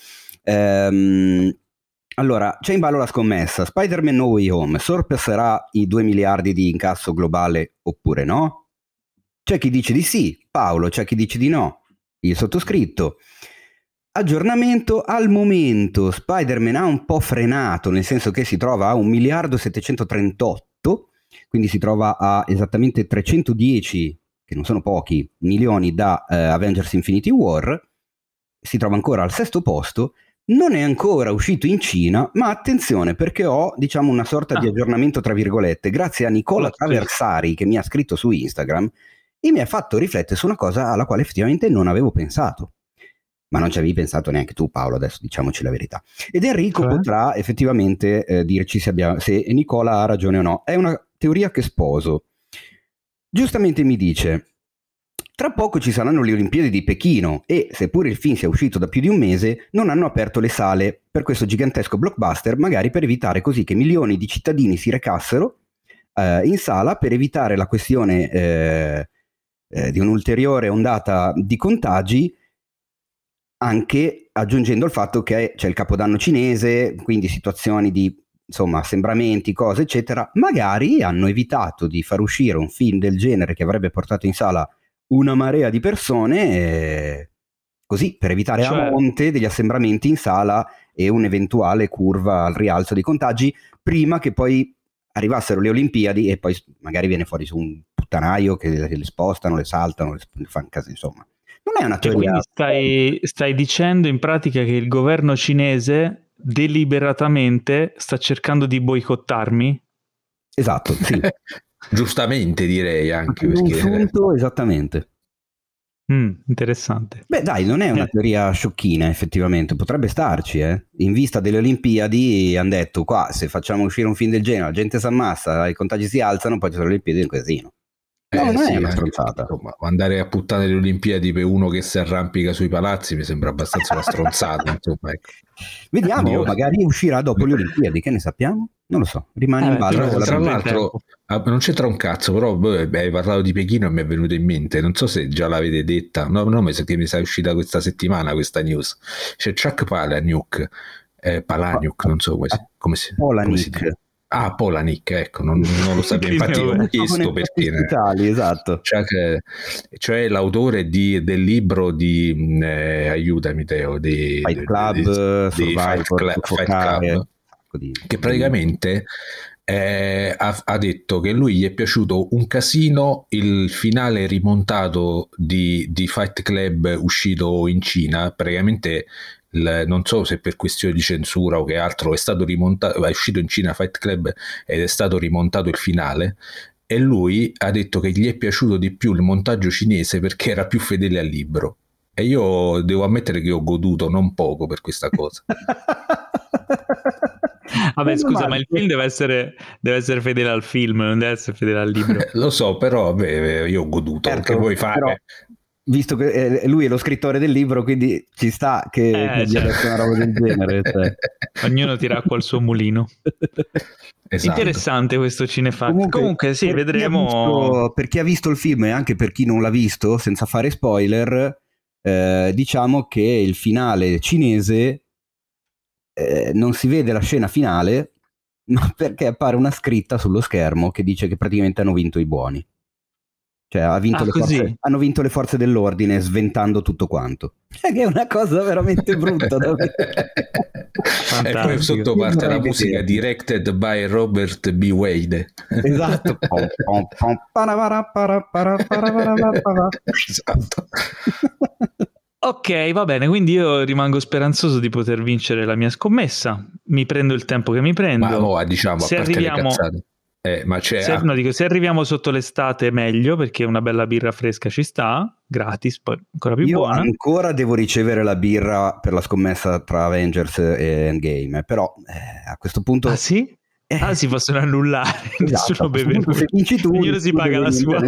Ehm, allora, c'è in ballo la scommessa. Spider-Man No Way Home sorpasserà i due miliardi di incasso globale oppure no? C'è chi dice di sì, Paolo, c'è chi dice di no, il sottoscritto. Aggiornamento: al momento Spider-Man ha un po' frenato, nel senso che si trova a un miliardo settecentotrentotto, quindi si trova a esattamente trecentodieci, che non sono pochi, milioni da eh, Avengers Infinity War. Si trova ancora al sesto posto, non è ancora uscito in Cina, ma attenzione, perché ho, diciamo, una sorta ah. di aggiornamento tra virgolette, grazie a Nicola Traversari, che mi ha scritto su Instagram e mi ha fatto riflettere su una cosa alla quale effettivamente non avevo pensato. Ma non ci avevi pensato neanche tu, Paolo, adesso diciamoci la verità. Ed Enrico eh? potrà effettivamente eh, dirci se, abbia, se Nicola ha ragione o no. È una teoria che sposo. Giustamente mi dice: tra poco ci saranno le Olimpiadi di Pechino e, seppure il film sia uscito da più di un mese, non hanno aperto le sale per questo gigantesco blockbuster, magari per evitare così che milioni di cittadini si recassero eh, in sala, per evitare la questione eh, eh, di un'ulteriore ondata di contagi, anche aggiungendo il fatto che c'è il Capodanno cinese, quindi situazioni di, insomma, assembramenti, cose eccetera. Magari hanno evitato di far uscire un film del genere che avrebbe portato in sala una marea di persone, eh, così, per evitare cioè... a monte degli assembramenti in sala e un'eventuale curva al rialzo dei contagi, prima che poi arrivassero le Olimpiadi e poi magari viene fuori su un puttanaio che le, le spostano, le saltano, le, le fanno casino, insomma. Non è una teoria. Quindi stai, stai dicendo in pratica che il governo cinese deliberatamente sta cercando di boicottarmi? Esatto, sì. Giustamente direi anche. Un perché... punto, esattamente. Mm, interessante. Beh dai, non è una eh. teoria sciocchina effettivamente, potrebbe starci, eh. In vista delle Olimpiadi hanno detto: qua se facciamo uscire un film del genere la gente si ammassa, i contagi si alzano, poi ci sono le Olimpiadi, è un casino. No, eh, non sì, è una stronzata. Insomma, andare a puttane le Olimpiadi per uno che si arrampica sui palazzi mi sembra abbastanza una stronzata. Insomma, ecco. Vediamo, Dio. Magari uscirà dopo le Olimpiadi, che ne sappiamo? Non lo so, rimane eh, in ballo. Tra, tra l'altro, non c'entra un cazzo, però beh, hai parlato di Pechino e mi è venuto in mente, non so se già l'avete detta, no, no, che mi sa uscita questa settimana questa news. C'è Chuck Palahniuk, eh, Palahniuk, non so come si, come si, come si dice. Ah, Palahniuk, ecco, non, non lo sapevo, infatti ho chiesto perché. Italia, esatto. Cioè, che, cioè l'autore di, del libro di, eh, aiutami Teo, di Fight Club, di, di, Survivor, Fight Club, Fight Club che praticamente eh, ha, ha detto che lui gli è piaciuto un casino il finale rimontato di, di Fight Club uscito in Cina, praticamente il, non so se per questione di censura o che altro, è stato rimontato, è uscito in Cina Fight Club ed è stato rimontato il finale, e lui ha detto che gli è piaciuto di più il montaggio cinese perché era più fedele al libro, e io devo ammettere che ho goduto non poco per questa cosa. Vabbè, scusa, male. Ma il film deve essere, deve essere fedele al film, non deve essere fedele al libro. Lo so, però beh, io ho goduto, certo, che vuoi fare? Però, visto che eh, lui è lo scrittore del libro, quindi ci sta che, eh, che certo. una roba del genere. Cioè. Ognuno tira acqua al suo mulino. Esatto. Interessante questo cinefax. Comunque, Comunque sì, per vedremo. Chi visto, per chi ha visto il film e anche per chi non l'ha visto, senza fare spoiler, eh, diciamo che il finale cinese eh, non si vede la scena finale, ma perché appare una scritta sullo schermo che dice che praticamente hanno vinto i buoni. Cioè ha vinto ah, le forze, hanno vinto le forze dell'ordine sventando tutto quanto. Che è una cosa veramente brutta. E poi sotto parte la musica directed by Robert B. Wade. Esatto. Esatto. Ok, va bene, quindi io rimango speranzoso di poter vincere la mia scommessa. Mi prendo il tempo che mi prendo. Ma no, diciamo, se a parte arriviamo... le cazzate. Eh, ma c'è se, no, dico, se arriviamo sotto l'estate meglio, perché una bella birra fresca ci sta, gratis, poi ancora più io buona. Ancora devo ricevere la birra per la scommessa tra Avengers e Endgame, però eh, a questo punto... Ah sì? Eh. Ah, si possono annullare, esatto, nessuno beve nulla. Se vinci tu, ognuno si paga la sua.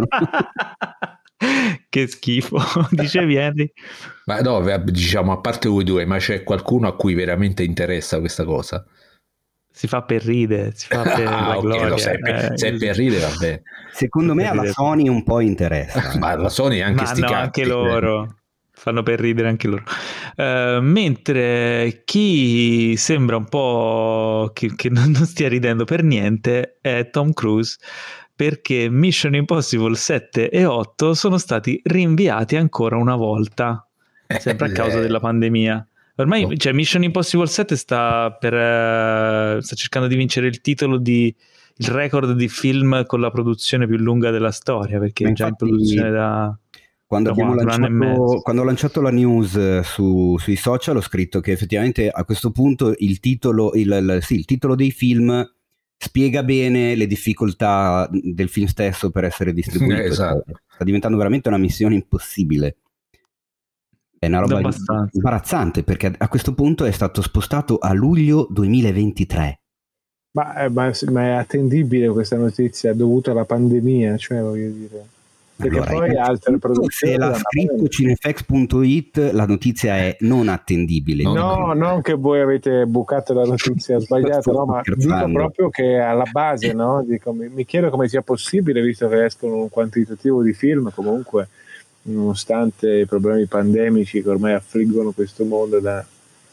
Che schifo, dicevi Henry? Ma no, diciamo, a parte voi due, ma c'è qualcuno a cui veramente interessa questa cosa? Si fa per ridere, si fa per ah, la okay, gloria. Lo sai, per, eh, se è per ridere, va bene. Secondo me alla Sony un po' interessa. Ma la Sony anche ma sti no, cazzi, anche loro. fanno per ridere anche loro. Uh, mentre chi sembra un po' che, che non stia ridendo per niente è Tom Cruise, perché Mission Impossible sette e otto sono stati rinviati ancora una volta, sempre a causa della pandemia. Ormai, cioè, Mission Impossible sette sta per uh, sta cercando di vincere il titolo di il record di film con la produzione più lunga della storia, perché è già in produzione da quando, da abbiamo quattro anni e lanciato, mezzo. quando ho lanciato la news su, sui social ho scritto che effettivamente a questo punto il titolo, il, il, sì, il titolo dei film spiega bene le difficoltà del film stesso per essere distribuito. Eh, esatto. Sta diventando veramente una missione impossibile. È una roba imbarazzante, perché a questo punto è stato spostato a luglio duemilaventitré. Ma, ma, ma è attendibile questa notizia dovuta alla pandemia, cioè voglio dire. Perché Allora, poi altre produzioni. Se l'ha scritto Cinefx punto it, la notizia è non attendibile. No, no, non che voi avete bucato la notizia sbagliata, no, ma dico proprio che alla base, no? Dico, mi, mi chiedo come sia possibile, visto che escono un quantitativo di film, comunque, nonostante i problemi pandemici che ormai affliggono questo mondo da.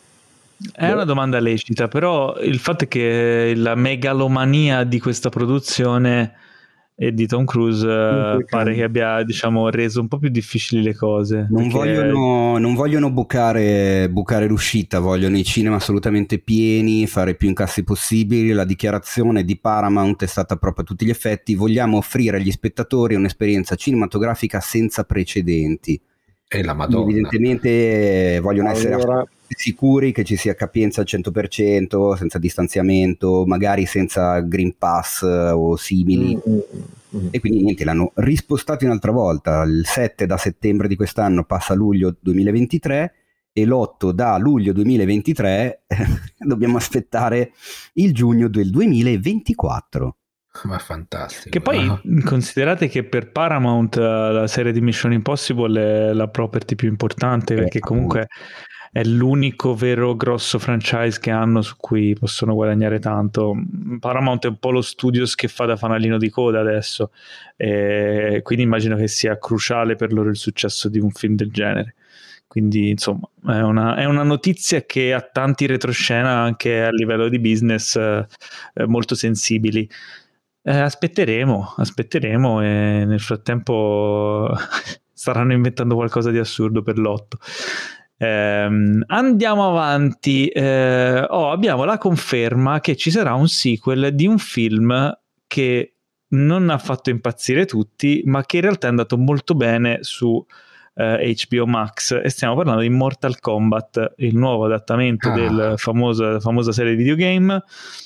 È una domanda lecita, però il fatto è che la megalomania di questa produzione e di Tom Cruise uh, pare che abbia, diciamo, reso un po' più difficili le cose. Non perché... vogliono, non vogliono bucare, bucare l'uscita, vogliono i cinema assolutamente pieni, fare più incassi possibili. La dichiarazione di Paramount è stata proprio a tutti gli effetti: vogliamo offrire agli spettatori un'esperienza cinematografica senza precedenti. E la Madonna. Evidentemente vogliono essere allora... sicuri che ci sia capienza al cento per cento, senza distanziamento, magari senza Green Pass o simili. Mm-hmm. E quindi niente, l'hanno rispostato un'altra volta. Il sette da settembre di quest'anno passa a luglio duemilaventitré e l'otto da luglio duemilaventitré dobbiamo aspettare il giugno del duemilaventiquattro. Ma fantastico. Che poi ah. considerate che per Paramount la serie di Mission Impossible è la property più importante, perché comunque è l'unico vero grosso franchise che hanno su cui possono guadagnare tanto. Paramount è un po' lo studios che fa da fanalino di coda adesso, e quindi immagino che sia cruciale per loro il successo di un film del genere. Quindi insomma è una, è una notizia che ha tanti retroscena anche a livello di business eh, molto sensibili. Eh, aspetteremo, aspetteremo e nel frattempo staranno inventando qualcosa di assurdo per l'otto. Eh, andiamo avanti. Eh, oh, abbiamo la conferma che ci sarà un sequel di un film che non ha fatto impazzire tutti, ma che in realtà è andato molto bene su eh, H B O Max, e stiamo parlando di Mortal Kombat, il nuovo adattamento ah. del famosa, famosa serie di videogame.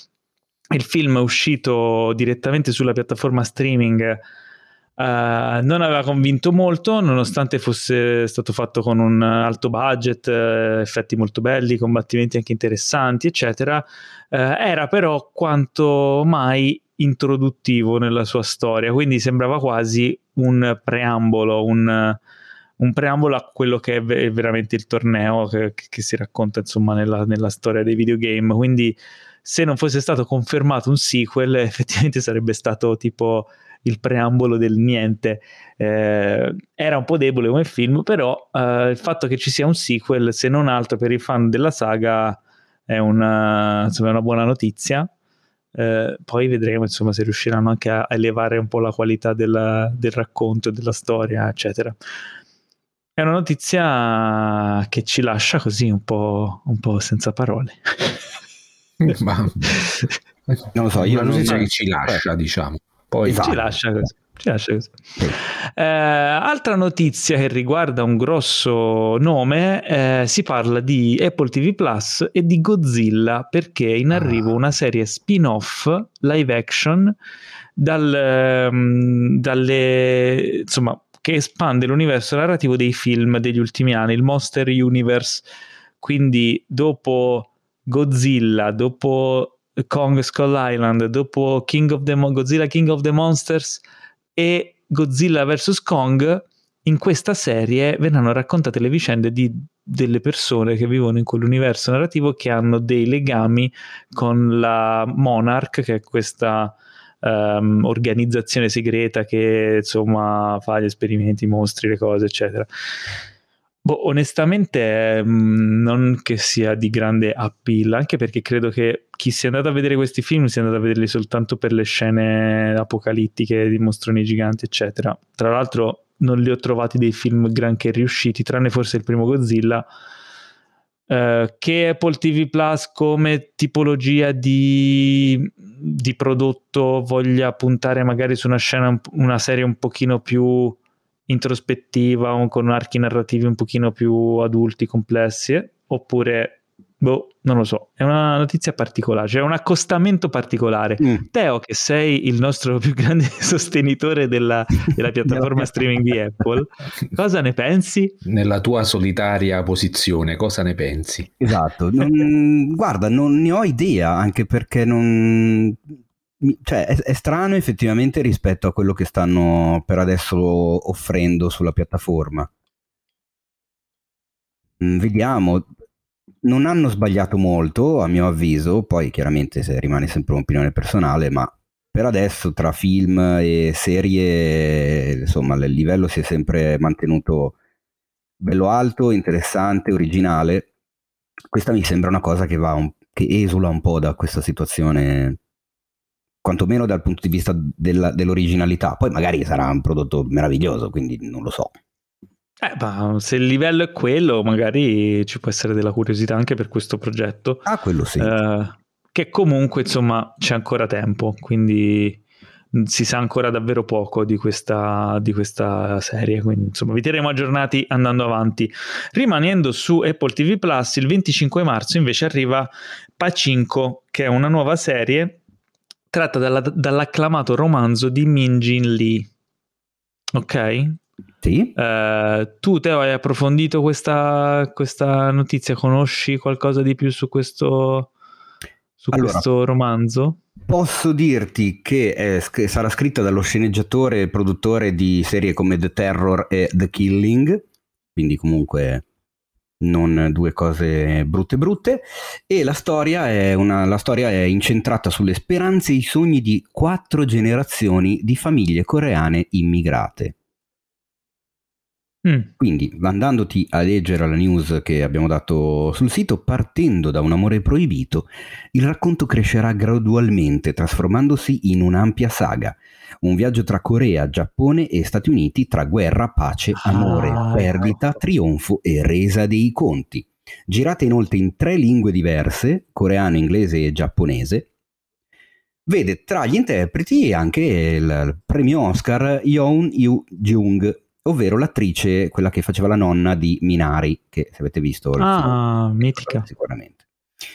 Il film è uscito direttamente sulla piattaforma streaming, uh, non aveva convinto molto, nonostante fosse stato fatto con un alto budget, uh, effetti molto belli, combattimenti anche interessanti, eccetera. Uh, era però quanto mai introduttivo nella sua storia, quindi sembrava quasi un preambolo, un, un preambolo a quello che è veramente il torneo che, che si racconta insomma nella, nella storia dei videogame. Quindi se non fosse stato confermato un sequel, effettivamente sarebbe stato tipo il preambolo del niente. Eh, era un po' debole come film, però eh, il fatto che ci sia un sequel, se non altro per i fan della saga, è una, insomma, una buona notizia. Eh, poi vedremo insomma se riusciranno anche a elevare un po' la qualità della, del racconto, della storia, eccetera. È una notizia che ci lascia così un po', un po' senza parole. Ma non lo so, io una notizia non... che ci lascia, diciamo. Poi esatto. ci lascia così. Ci lascia così. Eh, altra notizia che riguarda un grosso nome, eh, si parla di Apple T V Plus e di Godzilla, perché è in arrivo una serie spin-off live action dal, um, dalle insomma che espande l'universo narrativo dei film degli ultimi anni, il Monster Universe. Quindi dopo Godzilla, dopo Kong Skull Island, dopo King of the Mo- Godzilla King of the Monsters e Godzilla versus Kong, in questa serie verranno raccontate le vicende di delle persone che vivono in quell'universo narrativo, che hanno dei legami con la Monarch, che è questa um, organizzazione segreta che insomma fa gli esperimenti, i mostri, le cose eccetera. Boh, onestamente mh, non che sia di grande appeal, anche perché credo che chi sia andato a vedere questi film sia andato a vederli soltanto per le scene apocalittiche di mostroni giganti, eccetera. Tra l'altro non li ho trovati dei film granché riusciti, tranne forse il primo Godzilla, eh, che Apple T V Plus come tipologia di, di prodotto voglia puntare magari su una scena, una serie un pochino più introspettiva, con archi narrativi un pochino più adulti, complessi, oppure boh, non lo so, è una notizia particolare, cioè un accostamento particolare. mm. Teo, che sei il nostro più grande sostenitore della, della piattaforma streaming di Apple, cosa ne pensi? Nella tua solitaria posizione, cosa ne pensi? Esatto, non, guarda, non ne ho idea, anche perché non... Cioè, è, è strano effettivamente rispetto a quello che stanno per adesso offrendo sulla piattaforma. Mm, vediamo, non hanno sbagliato molto a mio avviso, poi chiaramente se rimane sempre un'opinione personale, ma per adesso tra film e serie, insomma, il livello si è sempre mantenuto bello alto, interessante, originale. Questa mi sembra una cosa che va un, che esula un po' da questa situazione, quantomeno dal punto di vista della, dell'originalità. Poi magari sarà un prodotto meraviglioso, quindi non lo so. Eh, ma se il livello è quello, magari ci può essere della curiosità anche per questo progetto. Ah, quello sì. Eh, che comunque, insomma, c'è ancora tempo, quindi si sa ancora davvero poco di questa, di questa serie, quindi insomma vi terremo aggiornati andando avanti. Rimanendo su Apple T V Plus, il venticinque marzo invece arriva Pachinko, che è una nuova serie tratta dalla, dall'acclamato romanzo di Min Jin Lee. Ok? Sì. Uh, tu Teo hai approfondito questa, questa notizia? Conosci qualcosa di più su questo, su allora, questo romanzo? Posso dirti che, è, che sarà scritta dallo sceneggiatore e produttore di serie come The Terror e The Killing, quindi comunque non due cose brutte brutte, e la storia è, una, la storia è incentrata sulle speranze e i sogni di quattro generazioni di famiglie coreane immigrate. Mm. Quindi, andandoti a leggere la news che abbiamo dato sul sito, partendo da un amore proibito, il racconto crescerà gradualmente, trasformandosi in un'ampia saga. Un viaggio tra Corea, Giappone e Stati Uniti, tra guerra, pace, amore, ah, perdita, ecco. trionfo e resa dei conti. Girata inoltre in tre lingue diverse, coreano, inglese e giapponese, vede tra gli interpreti anche il premio Oscar Yeon Yoo-jung, ovvero l'attrice, quella che faceva la nonna di Minari, che se avete visto ah, film, mitica sicuramente.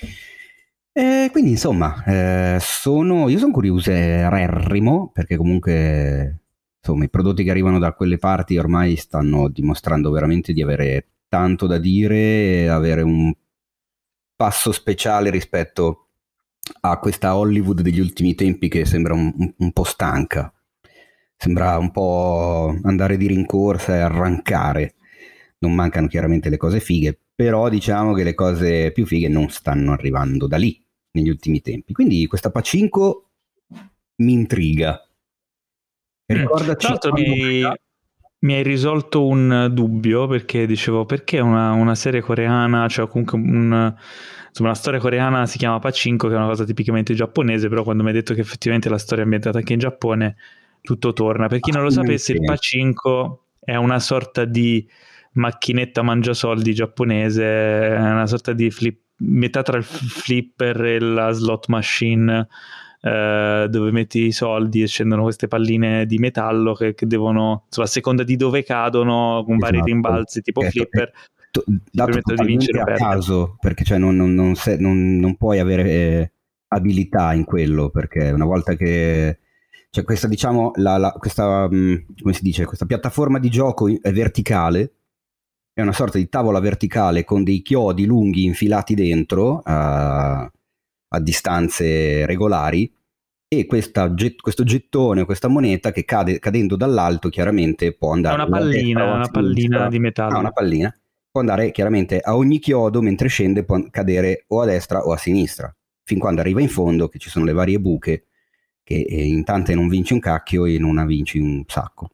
E quindi insomma, eh, sono io sono curioserrimo, perché comunque insomma i prodotti che arrivano da quelle parti ormai stanno dimostrando veramente di avere tanto da dire e avere un passo speciale rispetto a questa Hollywood degli ultimi tempi che sembra un, un, un po' stanca. Sembra un po' andare di rincorsa e arrancare. Non mancano chiaramente le cose fighe, però diciamo che le cose più fighe non stanno arrivando da lì negli ultimi tempi. Quindi questa Pachinko mi intriga. Ricordaci. Tra l'altro mi, mi hai risolto un dubbio, perché dicevo perché una, una serie coreana, cioè comunque un, insomma la storia coreana si chiama Pachinko, che è una cosa tipicamente giapponese, però quando mi hai detto che effettivamente la storia è ambientata anche in Giappone, tutto torna. Per chi non lo sapesse, il Pachinko è una sorta di macchinetta mangiasoldi giapponese, è una sorta di flip, metà tra il flipper e la slot machine, eh, dove metti i soldi e scendono queste palline di metallo che, che devono, insomma, a seconda di dove cadono, con esatto. vari rimbalzi tipo certo. flipper, to- dato di vincere a caso, perché cioè non, non, non, se, non, non puoi avere eh, abilità in quello, perché una volta che cioè questa diciamo la, la, questa mh, come si dice, questa piattaforma di gioco è verticale, è una sorta di tavola verticale con dei chiodi lunghi infilati dentro a, a distanze regolari, e questa, get, questo gettone o questa moneta che cade cadendo dall'alto chiaramente può andare, è una pallina, una pallina di metallo, ah, una pallina può andare chiaramente a ogni chiodo, mentre scende può cadere o a destra o a sinistra, fin quando arriva in fondo, che ci sono le varie buche, che in tante non vinci un cacchio e in una vinci un sacco.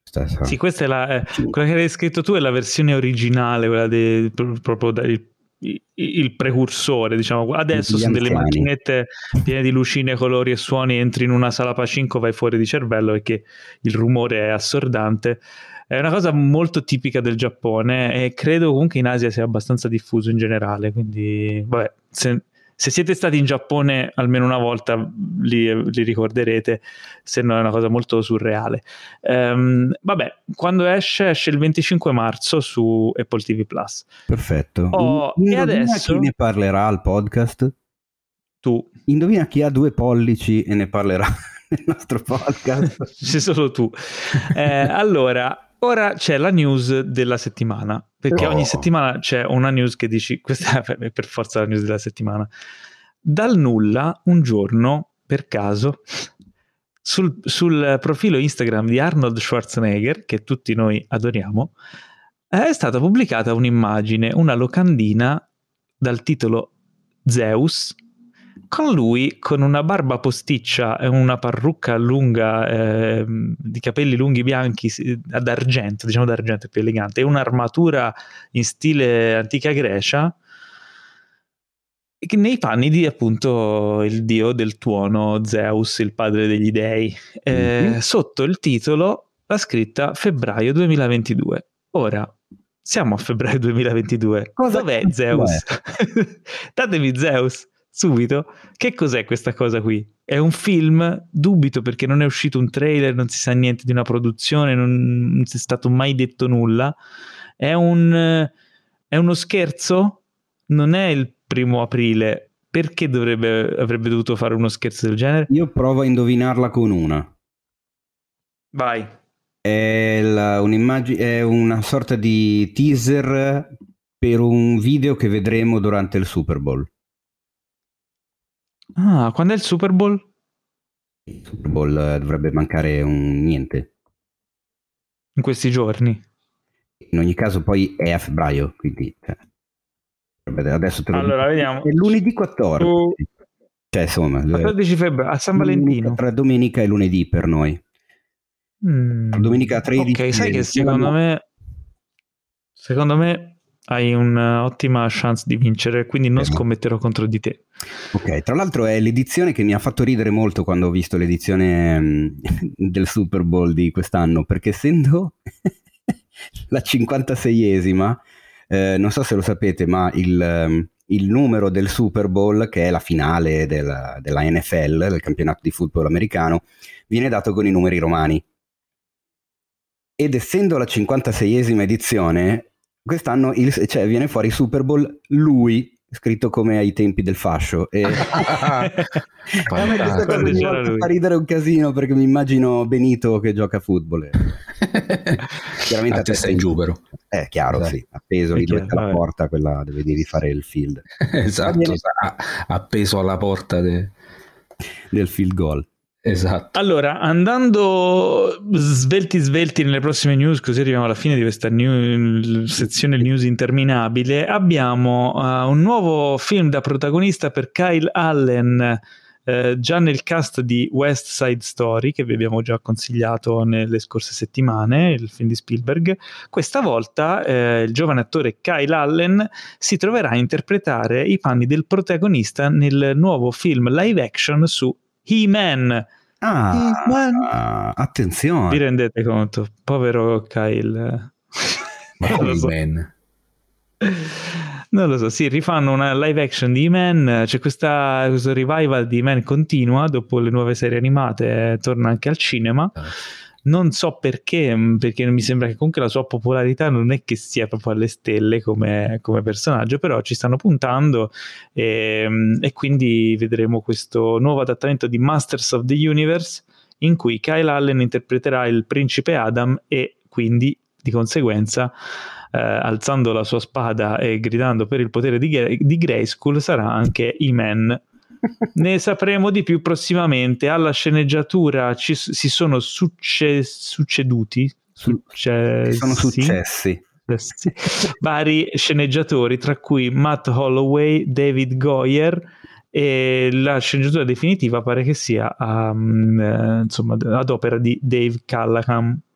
Sì, questa è la, eh, quella che hai scritto tu è la versione originale, quella de, proprio da, il, il precursore, diciamo. Adesso sono delle macchinette piene di lucine, colori e suoni, entri in una sala Pacinco, vai fuori di cervello perché il rumore è assordante. È una cosa molto tipica del Giappone e credo comunque in Asia sia abbastanza diffuso in generale, quindi vabbè, se, se siete stati in Giappone almeno una volta li, li ricorderete, se no è una cosa molto surreale. Um, vabbè, quando esce esce il venticinque marzo su Apple T V Plus. Perfetto. Oh, Indovina e adesso chi ne parlerà al podcast? Tu. Indovina chi ha due pollici e ne parlerà nel nostro podcast? C'è solo tu. Eh, allora, ora c'è la news della settimana, perché oh. ogni settimana c'è una news che dici, questa è per forza la news della settimana. Dal nulla, un giorno, per caso, sul, sul profilo Instagram di Arnold Schwarzenegger, che tutti noi adoriamo, è stata pubblicata un'immagine, una locandina dal titolo Zeus, con lui con una barba posticcia e una parrucca lunga, eh, di capelli lunghi bianchi d'argento, diciamo d'argento, è più elegante, e un'armatura in stile antica Grecia, nei panni di appunto il dio del tuono Zeus, il padre degli dei. Eh, mm-hmm. Sotto il titolo la scritta febbraio duemilaventidue. Ora siamo a febbraio duemilaventidue. Cosa Dov'è Zeus? Datemi Zeus subito. Che cos'è questa cosa qui? È un film? Dubito, perché non è uscito un trailer, non si sa niente di una produzione, non, non si è stato mai detto nulla. È un è uno scherzo? Non è il primo aprile. Perché dovrebbe avrebbe dovuto fare uno scherzo del genere? Io provo a indovinarla con una. Vai. È, la, un'immagine, è una sorta di teaser per un video che vedremo durante il Super Bowl. Ah, quando è il Super Bowl? Il Super Bowl dovrebbe mancare un niente. In questi giorni? In ogni caso poi è a febbraio, quindi cioè, adesso te lo allora, dico. Vediamo. È lunedì quattordici. Uh, cioè insomma, quattordici febbraio, a San Valentino. Tra domenica e lunedì per noi. Mm, domenica tredici. Ok, sai che secondo me secondo me hai un'ottima chance di vincere, quindi non eh. scommetterò contro di te. Ok, tra l'altro è l'edizione che mi ha fatto ridere molto quando ho visto l'edizione um, del Super Bowl di quest'anno, perché essendo la cinquantaseiesima, eh, non so se lo sapete, ma il, um, il numero del Super Bowl, che è la finale della, della N F L, del campionato di football americano, viene dato con i numeri romani. Ed essendo la cinquantaseiesima edizione, quest'anno il, cioè, viene fuori Super Bowl lui, scritto come ai tempi del fascio. E a me questa cosa mi fa ridere un casino, perché mi immagino Benito che gioca a football. Chiaramente a, a testa in giù, però. È chiaro, eh. sì, appeso lì dove la porta, quella dove devi fare il field. Esatto, viene... appeso alla porta de... del field goal. Esatto. Allora, andando svelti svelti nelle prossime news, così arriviamo alla fine di questa new, sezione news interminabile, abbiamo uh, un nuovo film da protagonista per Kyle Allen, uh, già nel cast di West Side Story, che vi abbiamo già consigliato nelle scorse settimane, il film di Spielberg. Questa volta uh, il giovane attore Kyle Allen si troverà a interpretare i panni del protagonista nel nuovo film live action su He-Man. Ah, He-Man. Attenzione. Vi rendete conto? Povero Kyle. Non lo so. Man. Non lo so, sì, rifanno una live action di He-Man, c'è questa, questo revival di He-Man continua, dopo le nuove serie animate, eh, torna anche al cinema. Ah. Non so perché, perché mi sembra che comunque la sua popolarità non è che sia proprio alle stelle come, come personaggio, però ci stanno puntando e, e quindi vedremo questo nuovo adattamento di Masters of the Universe in cui Kyle Allen interpreterà il principe Adam e quindi di conseguenza eh, alzando la sua spada e gridando per il potere di, di Grayskull sarà anche He-Man. Ne sapremo di più prossimamente. Alla sceneggiatura ci, si sono succe, succeduti successi, sono successi sì, vari sceneggiatori, tra cui Matt Holloway, David Goyer, e la sceneggiatura definitiva pare che sia um, eh, insomma ad opera di Dave Callaghan.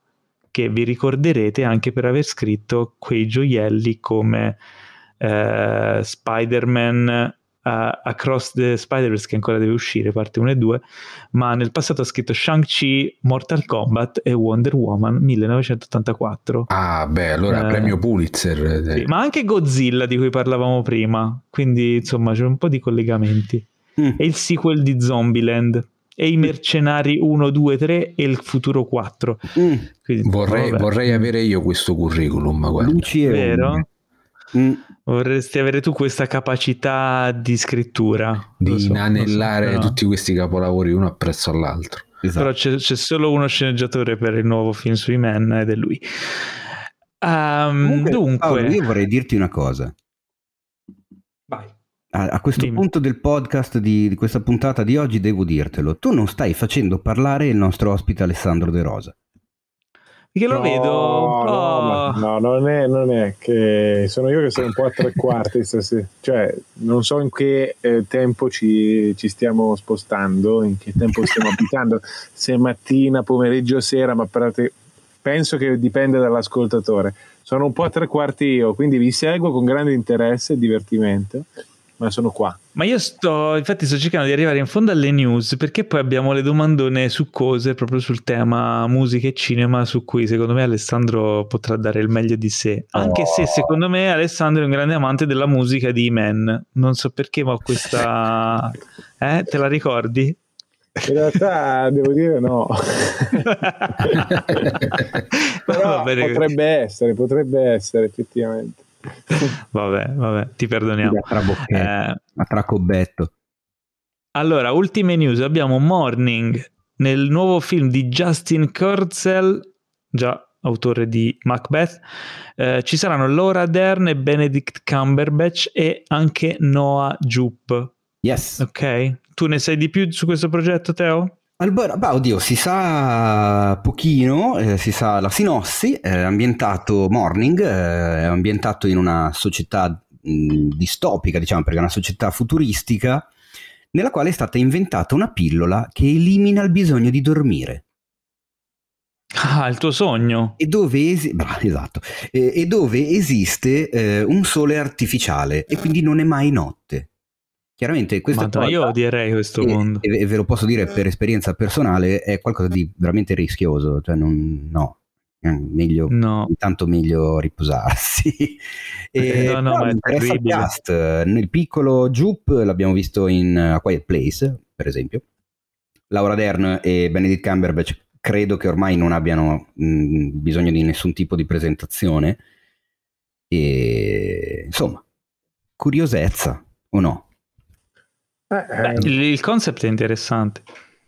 che vi ricorderete anche per aver scritto quei gioielli come eh, Spider-Man Uh, Across the Spider-Verse, che ancora deve uscire, parte uno e due, ma nel passato ha scritto Shang-Chi, Mortal Kombat e Wonder Woman millenovecentottantaquattro. Ah beh, allora eh, premio Pulitzer. Sì, ma anche Godzilla di cui parlavamo prima, quindi insomma c'è un po' di collegamenti. Mm. E il sequel di Zombieland e i Mercenari uno, due, tre e il futuro quattro. Mm. Quindi, vorrei, vorrei avere io questo curriculum, guarda. Luci e vero? Mm. Vorresti avere tu questa capacità di scrittura di so, inanellare so, tutti questi capolavori uno appresso all'altro. Esatto. Però c'è, c'è solo uno sceneggiatore per il nuovo film sui Men ed è lui. Um, Comunque, dunque Paolo, io vorrei dirti una cosa. Vai. A, a questo Dimmi. punto del podcast di, di questa puntata di oggi devo dirtelo, tu non stai facendo parlare il nostro ospite Alessandro De Rosa. Perché lo no, vedo un po'... no, no, non è, non è che sono io che sono un po' a tre quarti stasera. Cioè non so in che eh, tempo ci, ci stiamo spostando, in che tempo stiamo abitando, se mattina, pomeriggio, sera, ma per, penso che dipende dall'ascoltatore. Sono un po' a tre quarti io, quindi vi seguo con grande interesse e divertimento, ma sono qua. Ma io sto, infatti sto cercando di arrivare in fondo alle news, perché poi abbiamo le domandone succose proprio sul tema musica e cinema, su cui secondo me Alessandro potrà dare il meglio di sé, anche oh. se secondo me Alessandro è un grande amante della musica di Men, non so perché, ma ho questa eh, te la ricordi? In realtà devo dire no. Però potrebbe essere, potrebbe essere effettivamente. Vabbè, vabbè, ti perdoniamo. Eh, a tracobetto. Allora, ultime news. Abbiamo Morning nel nuovo film di Justin Kurzel, già autore di Macbeth. Eh, ci saranno Laura Dern e Benedict Cumberbatch e anche Noah Jupe. Yes. Ok. Tu ne sai di più su questo progetto, Teo? Allora, beh, oddio, si sa pochino, eh, si sa la sinossi, è ambientato Morning, eh, è ambientato in una società mh, distopica, diciamo, perché è una società futuristica, nella quale è stata inventata una pillola che elimina il bisogno di dormire. Ah, il tuo sogno. E dove, esi- bah, esatto. e, e dove esiste eh, un sole artificiale e quindi non è mai notte. Chiaramente questa Madonna, cosa, io odierei questo e, mondo. E, e ve lo posso dire per esperienza personale, è qualcosa di veramente rischioso, cioè non, no, meglio, no. intanto meglio riposarsi. E, no, no, ma è interessa il cast. Nel piccolo Jupe l'abbiamo visto in A Quiet Place, per esempio. Laura Dern e Benedict Cumberbatch credo che ormai non abbiano mh, bisogno di nessun tipo di presentazione. E insomma, curiosezza, o no? Beh, il, il concept è interessante.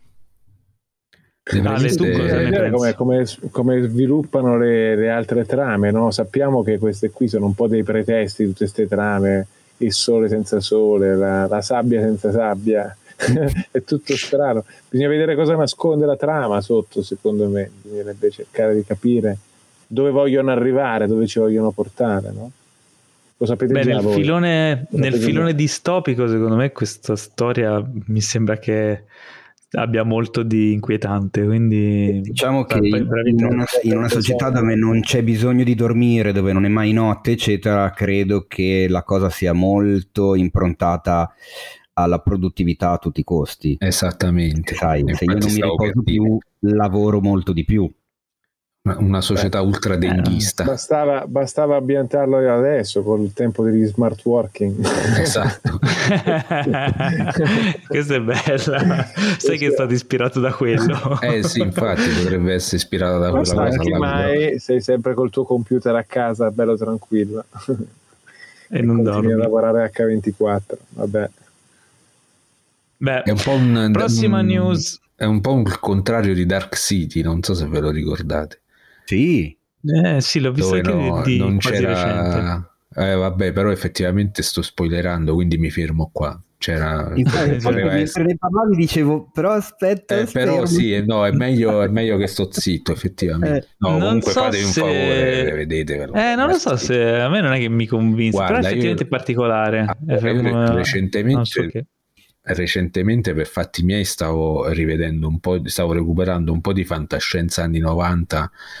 Ale, tu cosa ne pensi? Come, come, come sviluppano le, le altre trame, no? Sappiamo che queste qui sono un po' dei pretesti, tutte queste trame, il sole senza sole, la, la sabbia senza sabbia, è tutto strano. Bisogna vedere cosa nasconde la trama sotto, secondo me. Bisognerebbe cercare di capire dove vogliono arrivare, dove ci vogliono portare, no? Lo sapete Beh, già nel voi. filone, Lo nel filone già. distopico, secondo me questa storia mi sembra che abbia molto di inquietante, quindi diciamo che in una, in una società dove non c'è bisogno di dormire, dove non è mai notte eccetera, credo che la cosa sia molto improntata alla produttività a tutti i costi. Esattamente. Sai, se io non mi riposo più, lavoro molto di più. Una società Beh, ultra denghista. Bastava, bastava ambientarlo adesso con il tempo degli smart working. Esatto. Questa è bella. Sai che è stato ispirato da quello. Eh sì, infatti potrebbe essere ispirato da quella Ma cosa. Anche mai sei sempre col tuo computer a casa, bello tranquillo. E, e non continui a lavorare acca ventiquattro. Vabbè. Beh, è un po' un, prossima un, news. È un po' il contrario di Dark City, non so se ve lo ricordate. Sì, eh, sì, l'ho visto anche no, di non quasi c'era... recente. Eh, vabbè, però effettivamente sto spoilerando, quindi mi fermo qua. C'era, infatti, mentre essere... ne parlavi dicevo, però aspetta, eh, però sì, no, è meglio, è meglio che sto zitto, effettivamente. No, comunque so fatevi se... un favore, vedetevelo. Eh, non lo so se a me non è che mi convince, però effettivamente io... è particolare. Ah, è io recentemente, so che... recentemente per fatti miei stavo rivedendo un po', stavo recuperando un po' di fantascienza anni novanta.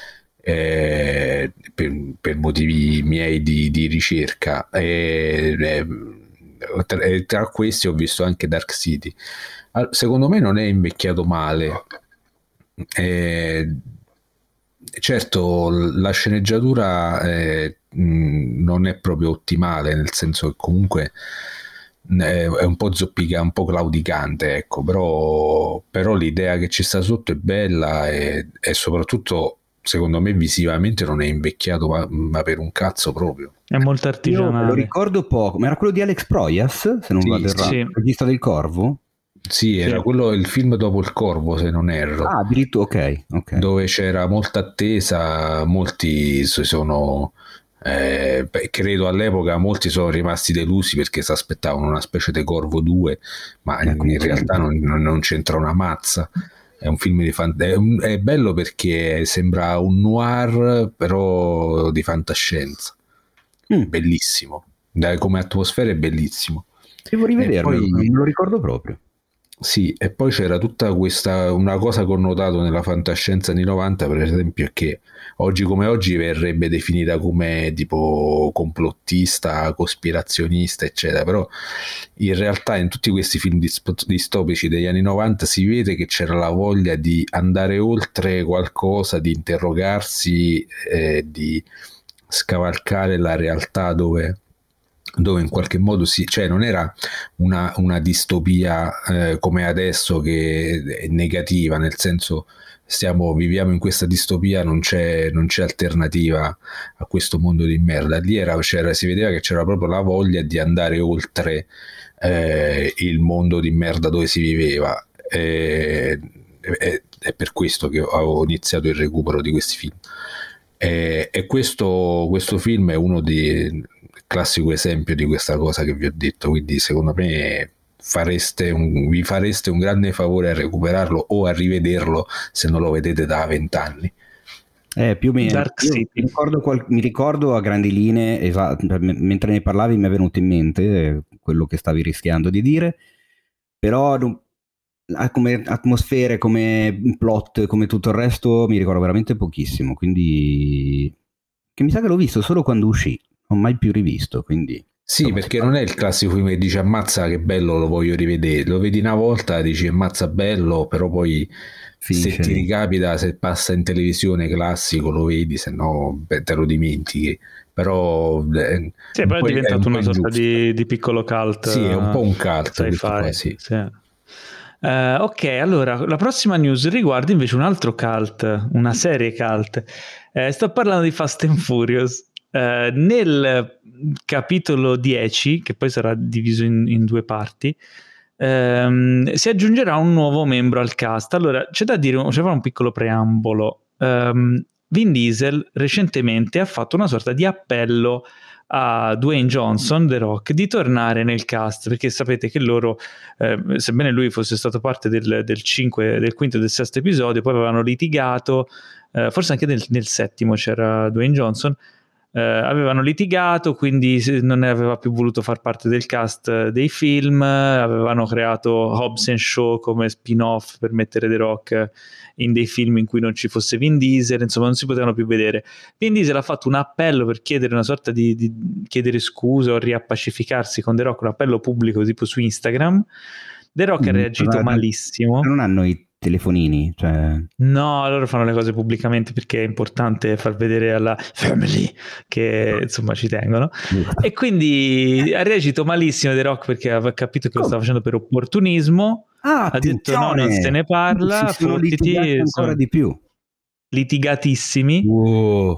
eh, per, per motivi miei di, di ricerca, e, e, tra, e tra questi ho visto anche Dark City. Secondo me non è invecchiato male. Eh, certo, la sceneggiatura eh, mh, non è proprio ottimale, nel senso che comunque è, è un po' zoppica, un po' claudicante, ecco, però, però l'idea che ci sta sotto è bella, e, e soprattutto secondo me visivamente non è invecchiato ma, ma per un cazzo proprio. È molto artigianale. Io lo ricordo poco, ma era quello di Alex Proyas, se non Sì, vado errato, sì. il regista del Corvo? Sì, era Sì. quello, il film dopo il Corvo, se non erro. Ah, addirittura, ok, ok. Dove c'era molta attesa, molti si sono, eh, beh, credo all'epoca molti sono rimasti delusi perché si aspettavano una specie di Corvo due, ma in, in realtà non, non c'entra una mazza. È un film di fan- è, un, è bello perché sembra un noir però di fantascienza. Mm. Bellissimo, come atmosfera è bellissimo. Devo rivederlo, poi, non me lo ricordo proprio. Sì, e poi c'era tutta questa, una cosa connotato nella fantascienza anni novanta, per esempio, che oggi come oggi verrebbe definita come tipo complottista, cospirazionista, eccetera, però in realtà in tutti questi film distopici degli anni novanta si vede che c'era la voglia di andare oltre qualcosa, di interrogarsi, eh, di scavalcare la realtà dove dove in qualche modo si, cioè non era una, una distopia eh, come adesso che è negativa, nel senso stiamo, viviamo in questa distopia, non c'è, non c'è alternativa a questo mondo di merda. Lì era, c'era, si vedeva che c'era proprio la voglia di andare oltre eh, il mondo di merda dove si viveva, e, e, è per questo che avevo iniziato il recupero di questi film. E, e questo, questo film è uno di classico esempio di questa cosa che vi ho detto, quindi secondo me fareste un, vi fareste un grande favore a recuperarlo o a rivederlo se non lo vedete da vent'anni. Eh, più o meno. Dark Io City. Mi, ricordo qual- mi ricordo a grandi linee, esatto, m- mentre ne parlavi mi è venuto in mente eh, quello che stavi rischiando di dire, però non- ah, come atmosfere, come plot, come tutto il resto mi ricordo veramente pochissimo, quindi che mi sa che l'ho visto solo quando uscì, non ho mai più rivisto, quindi sì, insomma, perché non è il classico film che dici ammazza che bello, lo voglio rivedere, lo vedi una volta dici ammazza bello, però poi finisce se ti lì. Ricapita, se passa in televisione classico lo vedi, se no beh, te lo dimentichi, però eh, sì, poi è diventato è un una sorta di, di piccolo cult. Sì, è un po' un cult sci-fi, qua, sì. Sì. Uh, ok, allora la prossima news riguarda invece un altro cult, una serie cult. Uh, sto parlando di Fast and Furious. Uh, nel capitolo dieci, che poi sarà diviso in, in due parti, um, si aggiungerà un nuovo membro al cast. Allora c'è da dire, c'è un piccolo preambolo. Um, Vin Diesel recentemente ha fatto una sorta di appello a Dwayne Johnson, The Rock, di tornare nel cast, perché sapete che loro, eh, sebbene lui fosse stato parte del, del, cinque, del quinto e del sesto episodio, poi avevano litigato, eh, forse anche nel, nel settimo c'era Dwayne Johnson, eh, avevano litigato, quindi non ne aveva più voluto far parte del cast dei film, avevano creato Hobbs and Shaw come spin-off per mettere The Rock in dei film in cui non ci fosse Vin Diesel, insomma non si potevano più vedere. Vin Diesel ha fatto un appello per chiedere una sorta di, di chiedere scusa o riappacificarsi con The Rock, un appello pubblico tipo su Instagram. The Rock mm, ha reagito non, malissimo. Non hanno i telefonini, cioè... No, loro fanno le cose pubblicamente perché è importante far vedere alla family che insomma ci tengono, e quindi ha reagito malissimo The Rock perché aveva capito che lo stava facendo per opportunismo. Ah, ha detto no, non se ne parla, si sono litigati ancora di più, litigatissimi. Wow.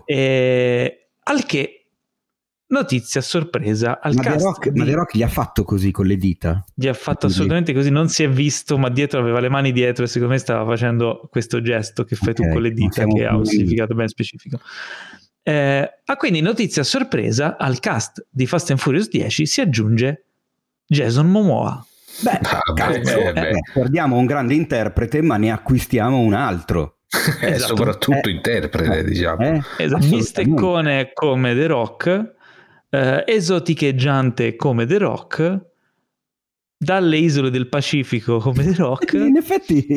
E al che notizia sorpresa al ma cast The Rock, di... ma The Rock gli ha fatto così con le dita? Gli ha fatto assolutamente così, non si è visto, ma dietro aveva le mani dietro e secondo me stava facendo questo gesto che fai okay, tu con le dita, che ha un significato ben specifico. Eh, ah, quindi notizia sorpresa, al cast di Fast and Furious dieci si aggiunge Jason Momoa. Beh, ah, cazzo, beh, beh. Eh, perdiamo un grande interprete, ma ne acquistiamo un altro. Esatto. Soprattutto eh, interprete, eh, diciamo. Eh, esatto. Bisteccone come The Rock, eh, esoticheggiante come The Rock, dalle isole del Pacifico come The Rock. In effetti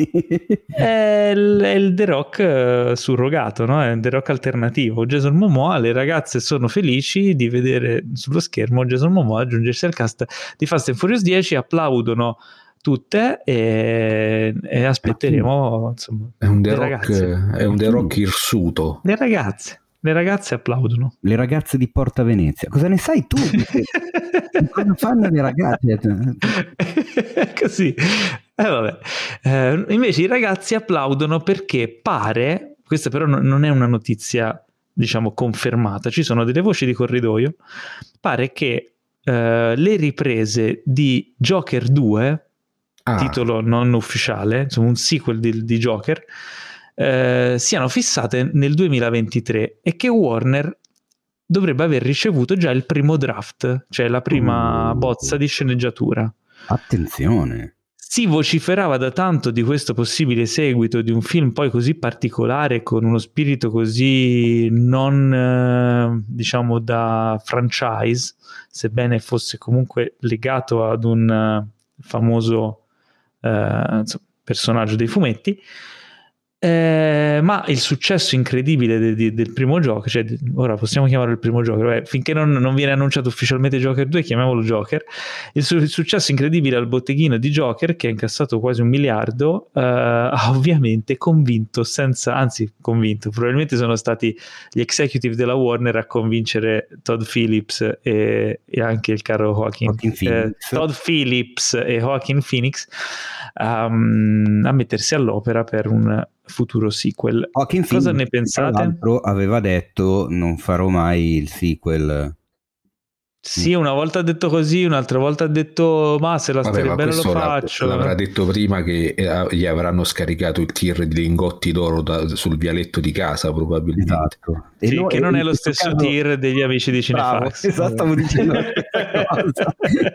è il, è il The Rock surrogato, no? È il The Rock alternativo. Jason Momoa, le ragazze sono felici di vedere sullo schermo Jason Momoa aggiungersi al cast di Fast and Furious dieci, applaudono tutte e, e aspetteremo, insomma, è un The le Rock, ragazze. è un The Rock irsuto. Le ragazze, le ragazze applaudono. Le ragazze di Porta Venezia. Cosa ne sai tu? Cosa fanno le ragazze? Così. Eh, vabbè. Eh, invece i ragazzi applaudono perché pare, questa però non è una notizia, diciamo, confermata, ci sono delle voci di corridoio, pare che eh, le riprese di Joker due, ah. titolo non ufficiale, insomma un sequel di, di Joker, eh, siano fissate nel duemilaventitré e che Warner dovrebbe aver ricevuto già il primo draft, cioè la prima uh. bozza di sceneggiatura. Attenzione! Si vociferava da tanto di questo possibile seguito di un film poi così particolare, con uno spirito così non, eh, diciamo, da franchise, sebbene fosse comunque legato ad un uh, famoso uh, insomma, personaggio dei fumetti. Eh, ma il successo incredibile de, de, del primo Joker, cioè ora possiamo chiamarlo il primo Joker, beh, finché non, non viene annunciato ufficialmente Joker due, chiamiamolo Joker. Il, su, il successo incredibile al botteghino di Joker, che ha incassato quasi un miliardo, eh, ha ovviamente convinto, senza, anzi convinto, probabilmente sono stati gli executive della Warner a convincere Todd Phillips e, e anche il caro Joaquin, eh, Todd Phillips e Joaquin Phoenix um, a mettersi all'opera per un futuro sequel. Joaquin Cosa Phoenix, ne pensate? Tra l'altro aveva detto non farò mai il sequel. Sì, una volta ha detto così, un'altra volta ha detto ma se la Vabbè, storia è bella lo faccio. L'avrà detto prima che gli avranno scaricato il tir di lingotti d'oro da, sul vialetto di casa probabilmente. Esatto. Sì, no, che non è lo stesso caso... tir degli amici di Cinefax. Esatto, stavo dicendo la stessa cosa.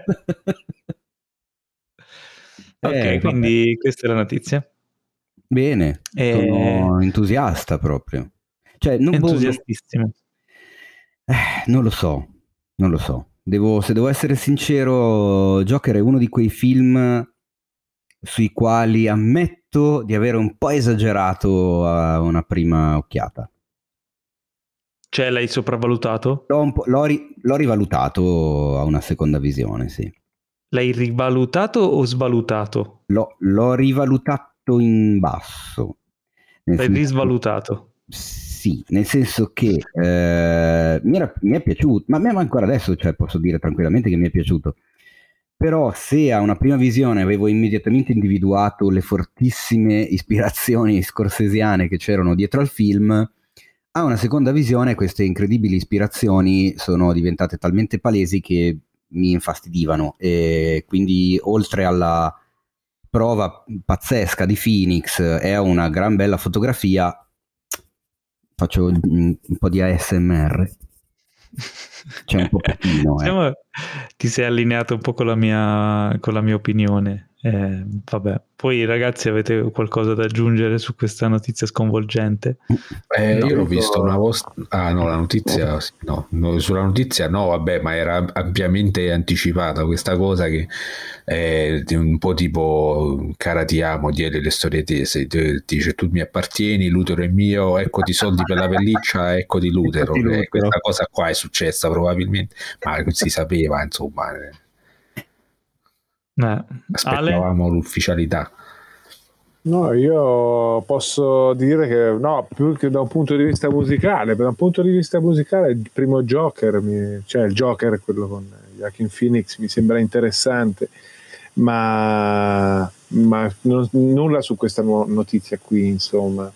Ok, eh, quindi vabbè. questa è la notizia. Bene, e... sono entusiasta proprio. Cioè, non entusiastissimo. Eh, non lo so, non lo so. Devo, se devo essere sincero, Joker è uno di quei film sui quali ammetto di avere un po' esagerato a una prima occhiata. Cioè, l'hai sopravvalutato? L'ho, un po', l'ho, ri, l'ho rivalutato a una seconda visione, sì. L'hai rivalutato o svalutato? L'ho, l'ho rivalutato in basso. L'hai senso, risvalutato? Sì, nel senso che eh, mi, era, mi è piaciuto, ma a me ancora adesso, cioè, posso dire tranquillamente che mi è piaciuto. Però se a una prima visione avevo immediatamente individuato le fortissime ispirazioni scorsesiane che c'erano dietro al film, a una seconda visione queste incredibili ispirazioni sono diventate talmente palesi che mi infastidivano, e quindi oltre alla prova pazzesca di Phoenix e a una gran bella fotografia, faccio un, un po' di A S M R. C'è un po' pochino, eh. Diciamo, ti sei allineato un po' con la mia, con la mia opinione. Eh, vabbè, poi ragazzi, avete qualcosa da aggiungere su questa notizia sconvolgente? Eh, no, io l'ho visto una vostra. Ah, no, la notizia no, no, sulla notizia no, vabbè, ma era ampiamente anticipata questa cosa che è un po' tipo cara ti amo, diedi le storie tese, dice tu mi appartieni, l'utero è mio, eccoti i soldi per la pelliccia, eccoti l'utero. Eh, questa cosa qua è successa probabilmente, ma si sapeva, insomma. Eh, aspettavamo Ale? l'ufficialità. No, io posso dire che no, più che da un punto di vista musicale, da un punto di vista musicale il primo Joker, mi, cioè il Joker, quello con Joaquin Phoenix, mi sembra interessante, ma, ma non, nulla su questa notizia qui, insomma.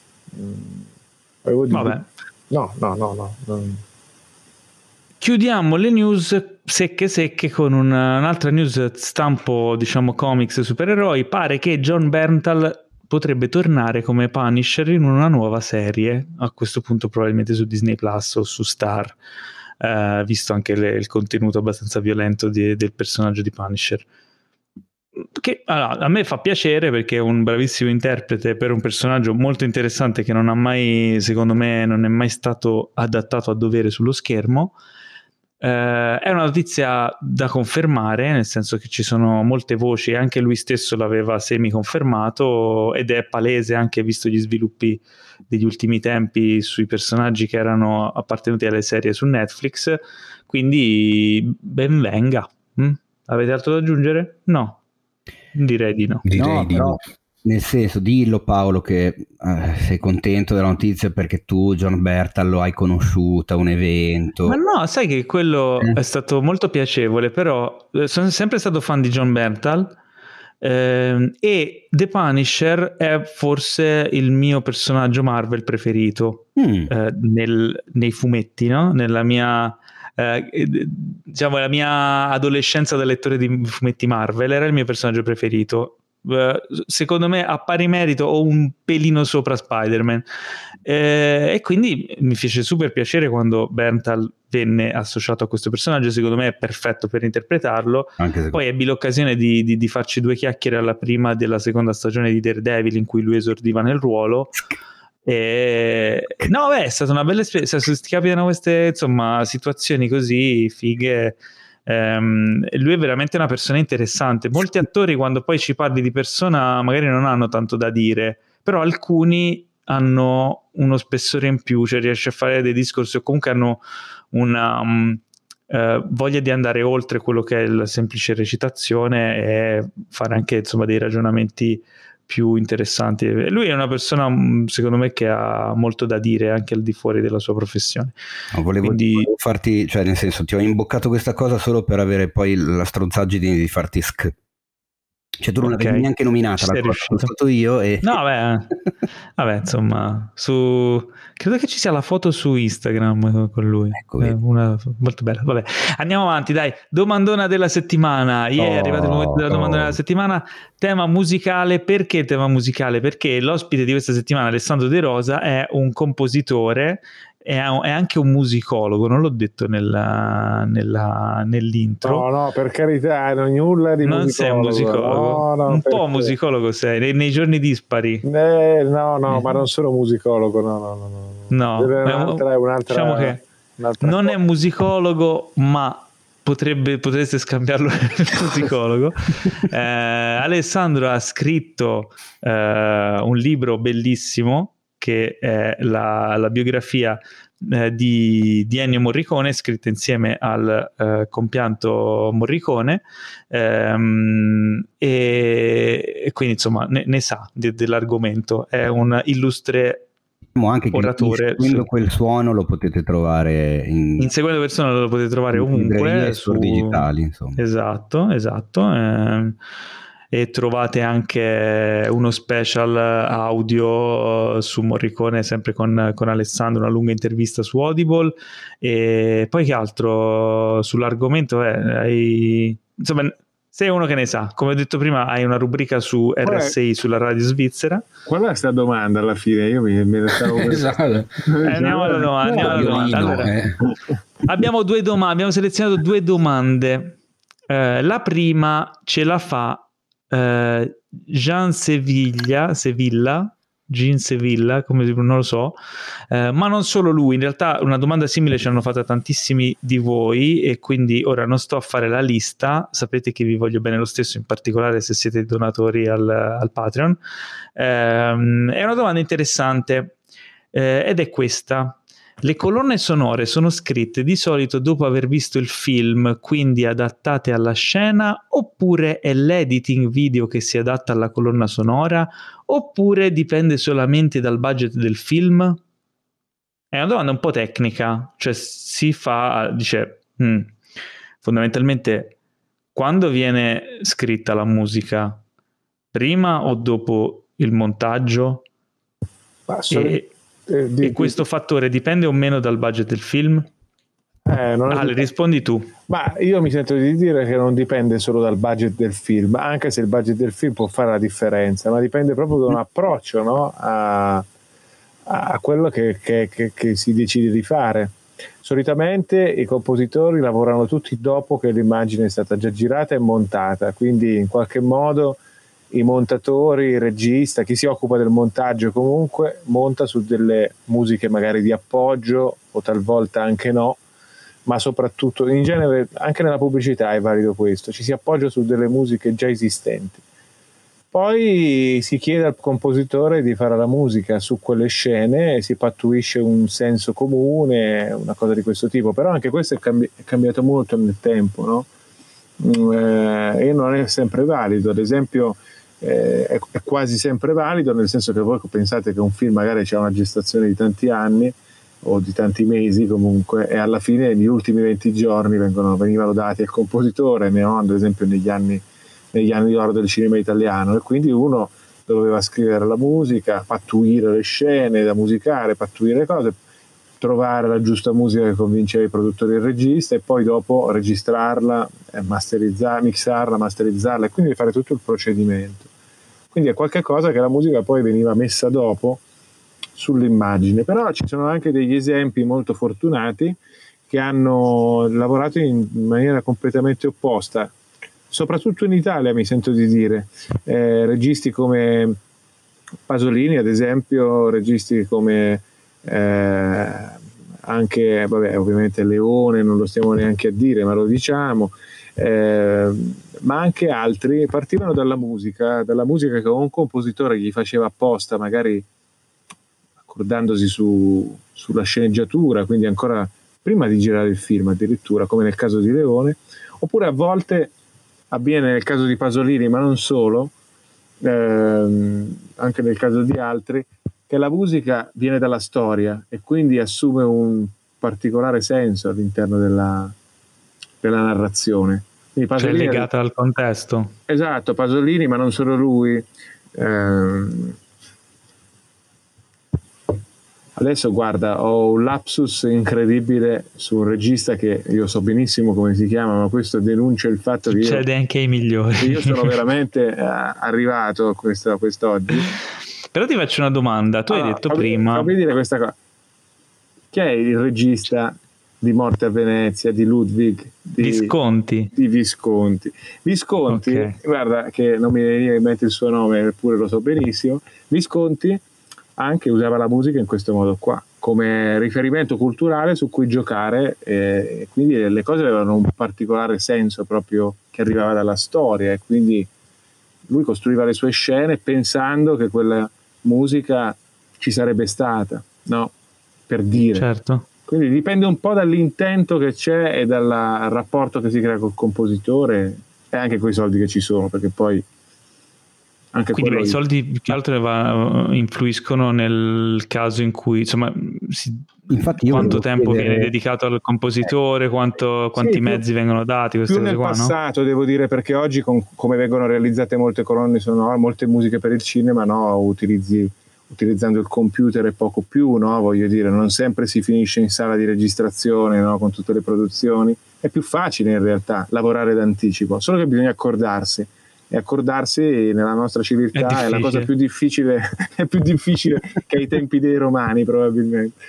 Avevo Vabbè. No, no, no, no. Non... Chiudiamo le news secche secche con una, un'altra news stampo, diciamo, comics supereroi. Pare che Jon Bernthal potrebbe tornare come Punisher in una nuova serie, a questo punto probabilmente su Disney Plus o su Star, eh, visto anche le, il contenuto abbastanza violento di, del personaggio di Punisher. Che allora, a me fa piacere perché è un bravissimo interprete per un personaggio molto interessante che non ha mai, secondo me, non è mai stato adattato a dovere sullo schermo. Eh, è una notizia da confermare, nel senso che ci sono molte voci, anche lui stesso l'aveva semi confermato, ed è palese anche visto gli sviluppi degli ultimi tempi sui personaggi che erano appartenuti alle serie su Netflix, quindi ben venga. Mm? Avete altro da aggiungere? No, direi di no. Direi no, di però, no. nel senso, dillo Paolo che eh, sei contento della notizia perché tu John Bertal lo hai conosciuto a un evento. Ma no, sai che quello Eh. è stato molto piacevole, però eh, sono sempre stato fan di John Bernthal, ehm, e The Punisher è forse il mio personaggio Marvel preferito Mm. eh, nel- nei fumetti, no? Nella mia eh, diciamo la mia adolescenza da lettore di fumetti Marvel era il mio personaggio preferito. Eh, secondo me a pari merito o un pelino sopra Spider-Man, eh, e quindi mi fece super piacere quando Bernthal venne associato a questo personaggio. Secondo me è perfetto per interpretarlo. Anche se... Poi ebbi l'occasione di, di, di farci due chiacchiere alla prima della seconda stagione di Daredevil in cui lui esordiva nel ruolo. E... no, beh, è stata una bella esperienza. Se ti capitano queste insomma situazioni così fighe, ehm, lui è veramente una persona interessante. Molti attori quando poi ci parli di persona magari non hanno tanto da dire, però alcuni hanno uno spessore in più, cioè riesce a fare dei discorsi o comunque hanno una um, uh, voglia di andare oltre quello che è la semplice recitazione e fare anche insomma dei ragionamenti più interessanti. E lui è una persona secondo me che ha molto da dire anche al di fuori della sua professione. No, volevo, Quindi... volevo farti, cioè nel senso ti ho imboccato questa cosa solo per avere poi la stronzaggine di farti sk. Cioè tu non okay. l'avevi neanche nominata, la cosa, sono stato io e... no beh, vabbè insomma su... credo che ci sia la foto su Instagram con lui, ecco, eh, una molto bella. Vabbè, andiamo avanti, dai. Domandona della settimana. Ieri yeah, oh, è arrivato il momento della domandona oh. della settimana. Tema musicale. Perché tema musicale? Perché l'ospite di questa settimana, Alessandro De Rosa, è un compositore, è anche un musicologo. Non l'ho detto nella, nella, nell'intro. No, no, per carità, non nulla di non musicologo. sei un musicologo, no, no, un perché? po' musicologo sei nei, nei giorni dispari. Eh, no, no, eh. ma non sono musicologo, no, no, no. No, no. È un'altra, è un'altra, diciamo che un'altra non cosa. è musicologo, ma potrebbe, potreste scambiarlo per musicologo. eh, Alessandro ha scritto eh, un libro bellissimo che è la, la biografia eh, di, di Ennio Morricone, scritta insieme al eh, compianto Morricone, ehm, e, e quindi insomma ne, ne sa de, dell'argomento. È un illustre anche oratore. Seguendo quel suono lo potete trovare in, Inseguendo persona lo potete trovare ovunque su digitali, insomma. Esatto, esatto. Eh, e trovate anche uno special audio su Morricone sempre con, con Alessandro, una lunga intervista su Audible. E poi che altro sull'argomento è, hai, insomma, sei uno che ne sa, come ho detto prima hai una rubrica su R S I sulla radio svizzera. Qual è questa domanda alla fine? Io mi, mi stavo esatto. eh, andiamo alla domanda, andiamo alla domanda. Allora, eh. abbiamo due domande, abbiamo selezionato due domande. Eh, la prima ce la fa eh, Jean Sevilla, Sevilla, Jean Sevilla, come non lo so, eh, ma non solo lui. In realtà una domanda simile ci hanno fatta tantissimi di voi e quindi ora non sto a fare la lista. Sapete che vi voglio bene lo stesso, in particolare se siete donatori al, al Patreon. Eh, è una domanda interessante eh, ed è questa: le colonne sonore sono scritte di solito dopo aver visto il film, quindi adattate alla scena, oppure è l'editing video che si adatta alla colonna sonora, oppure dipende solamente dal budget del film? È una domanda un po' tecnica, cioè si fa, dice, hmm, fondamentalmente quando viene scritta la musica, prima o dopo il montaggio? E, Eh, di, e questo di... fattore dipende o meno dal budget del film? Eh, non Ale, rispondi tu. Ma io mi sento di dire che non dipende solo dal budget del film, anche se il budget del film può fare la differenza, ma dipende proprio da un approccio, no? a, a quello che, che, che, che si decide di fare. Solitamente i compositori lavorano tutti dopo che l'immagine è stata già girata e montata, quindi in qualche modo i montatori, il regista, chi si occupa del montaggio comunque monta su delle musiche magari di appoggio o talvolta anche no, ma soprattutto in genere anche nella pubblicità è valido questo, ci si appoggia su delle musiche già esistenti. Poi si chiede al compositore di fare la musica su quelle scene e si pattuisce un senso comune, una cosa di questo tipo, però anche questo è, cambi- è cambiato molto nel tempo, no? Eh, e non è sempre valido. Ad esempio eh, è, è quasi sempre valido, nel senso che voi pensate che un film magari c'ha una gestazione di tanti anni o di tanti mesi comunque, e alla fine gli ultimi venti giorni vengono, venivano dati al compositore, no? Ad esempio negli anni negli anni d'oro del cinema italiano, e quindi uno doveva scrivere la musica, pattuire le scene da musicare, pattuire le cose, trovare la giusta musica che convinceva i produttori e il regista, e poi dopo registrarla, masterizzarla, mixarla, masterizzarla, e quindi fare tutto il procedimento. Quindi è qualcosa che la musica poi veniva messa dopo sull'immagine. Però ci sono anche degli esempi molto fortunati che hanno lavorato in maniera completamente opposta, soprattutto in Italia, mi sento di dire. Eh, registi come Pasolini, ad esempio, registi come eh, anche, vabbè, ovviamente Leone, non lo stiamo neanche a dire, ma lo diciamo, eh, ma anche altri partivano dalla musica, dalla musica che un compositore gli faceva apposta, magari accordandosi su, sulla sceneggiatura, quindi ancora prima di girare il film addirittura, come nel caso di Leone, oppure a volte avviene nel caso di Pasolini, ma non solo, ehm, anche nel caso di altri, che la musica viene dalla storia e quindi assume un particolare senso all'interno della, della narrazione. Quindi Pasolini, cioè legata è al contesto. Esatto, Pasolini, ma non solo lui. Ehm, Adesso guarda, ho un lapsus incredibile su un regista che io so benissimo come si chiama, ma questo denuncia il fatto che succede io, anche ai migliori. Che io sono veramente eh, arrivato a questo, a quest'oggi. Però ti faccio una domanda, tu allora, hai detto fammi, prima... Fammi dire questa cosa. Chi è il regista di Morte a Venezia, di Ludwig? Di Visconti. Di Visconti. Visconti, okay. Guarda che non mi viene in mente il suo nome, eppure lo so benissimo. Visconti anche usava la musica in questo modo qua, come riferimento culturale su cui giocare, e quindi le cose avevano un particolare senso proprio che arrivava dalla storia, e quindi lui costruiva le sue scene pensando che quella musica ci sarebbe stata, no? Per dire. Certo. Quindi dipende un po' dall'intento che c'è e dal rapporto che si crea col compositore e anche coi soldi che ci sono, perché poi anche quindi beh, i soldi più che altro va, influiscono nel caso in cui, insomma, si, infatti io quanto tempo chiedere... viene dedicato al compositore, quanto, quanti sì, mezzi più, vengono dati, queste più cose nel qua, passato, no? Devo dire, perché oggi con, come vengono realizzate molte colonne sonore, molte musiche per il cinema, no, utilizzi utilizzando il computer e poco più, no? Voglio dire, non sempre si finisce in sala di registrazione, no? Con tutte le produzioni. È più facile in realtà lavorare d'anticipo, solo che bisogna accordarsi. E accordarsi nella nostra civiltà è, è la cosa più difficile, è più difficile che ai tempi dei romani, probabilmente.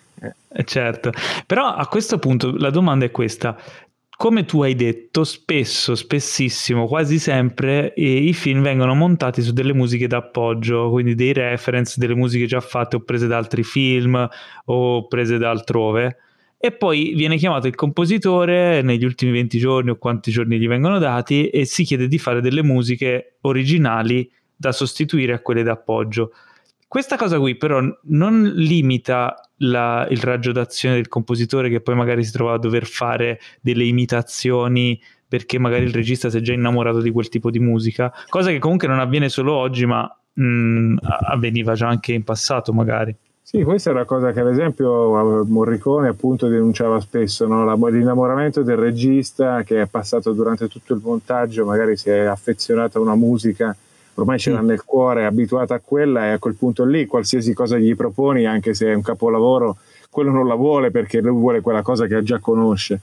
Eh. Certo, però a questo punto la domanda è questa: come tu hai detto, spesso, spessissimo, quasi sempre eh, i film vengono montati su delle musiche d'appoggio, quindi dei reference, delle musiche già fatte o prese da altri film o prese da altrove, e poi viene chiamato il compositore negli ultimi venti giorni o quanti giorni gli vengono dati e si chiede di fare delle musiche originali da sostituire a quelle d'appoggio. Questa cosa qui però non limita la, il raggio d'azione del compositore, che poi magari si trova a dover fare delle imitazioni perché magari il regista si è già innamorato di quel tipo di musica, cosa che comunque non avviene solo oggi, ma mh, avveniva già anche in passato magari. Sì, questa è una cosa che ad esempio Morricone appunto denunciava spesso, no? L'innamoramento del regista che è passato durante tutto il montaggio, magari si è affezionato a una musica, ormai ce l'ha nel cuore, è abituata a quella, e a quel punto lì qualsiasi cosa gli proponi, anche se è un capolavoro, quello non la vuole perché lui vuole quella cosa che già conosce.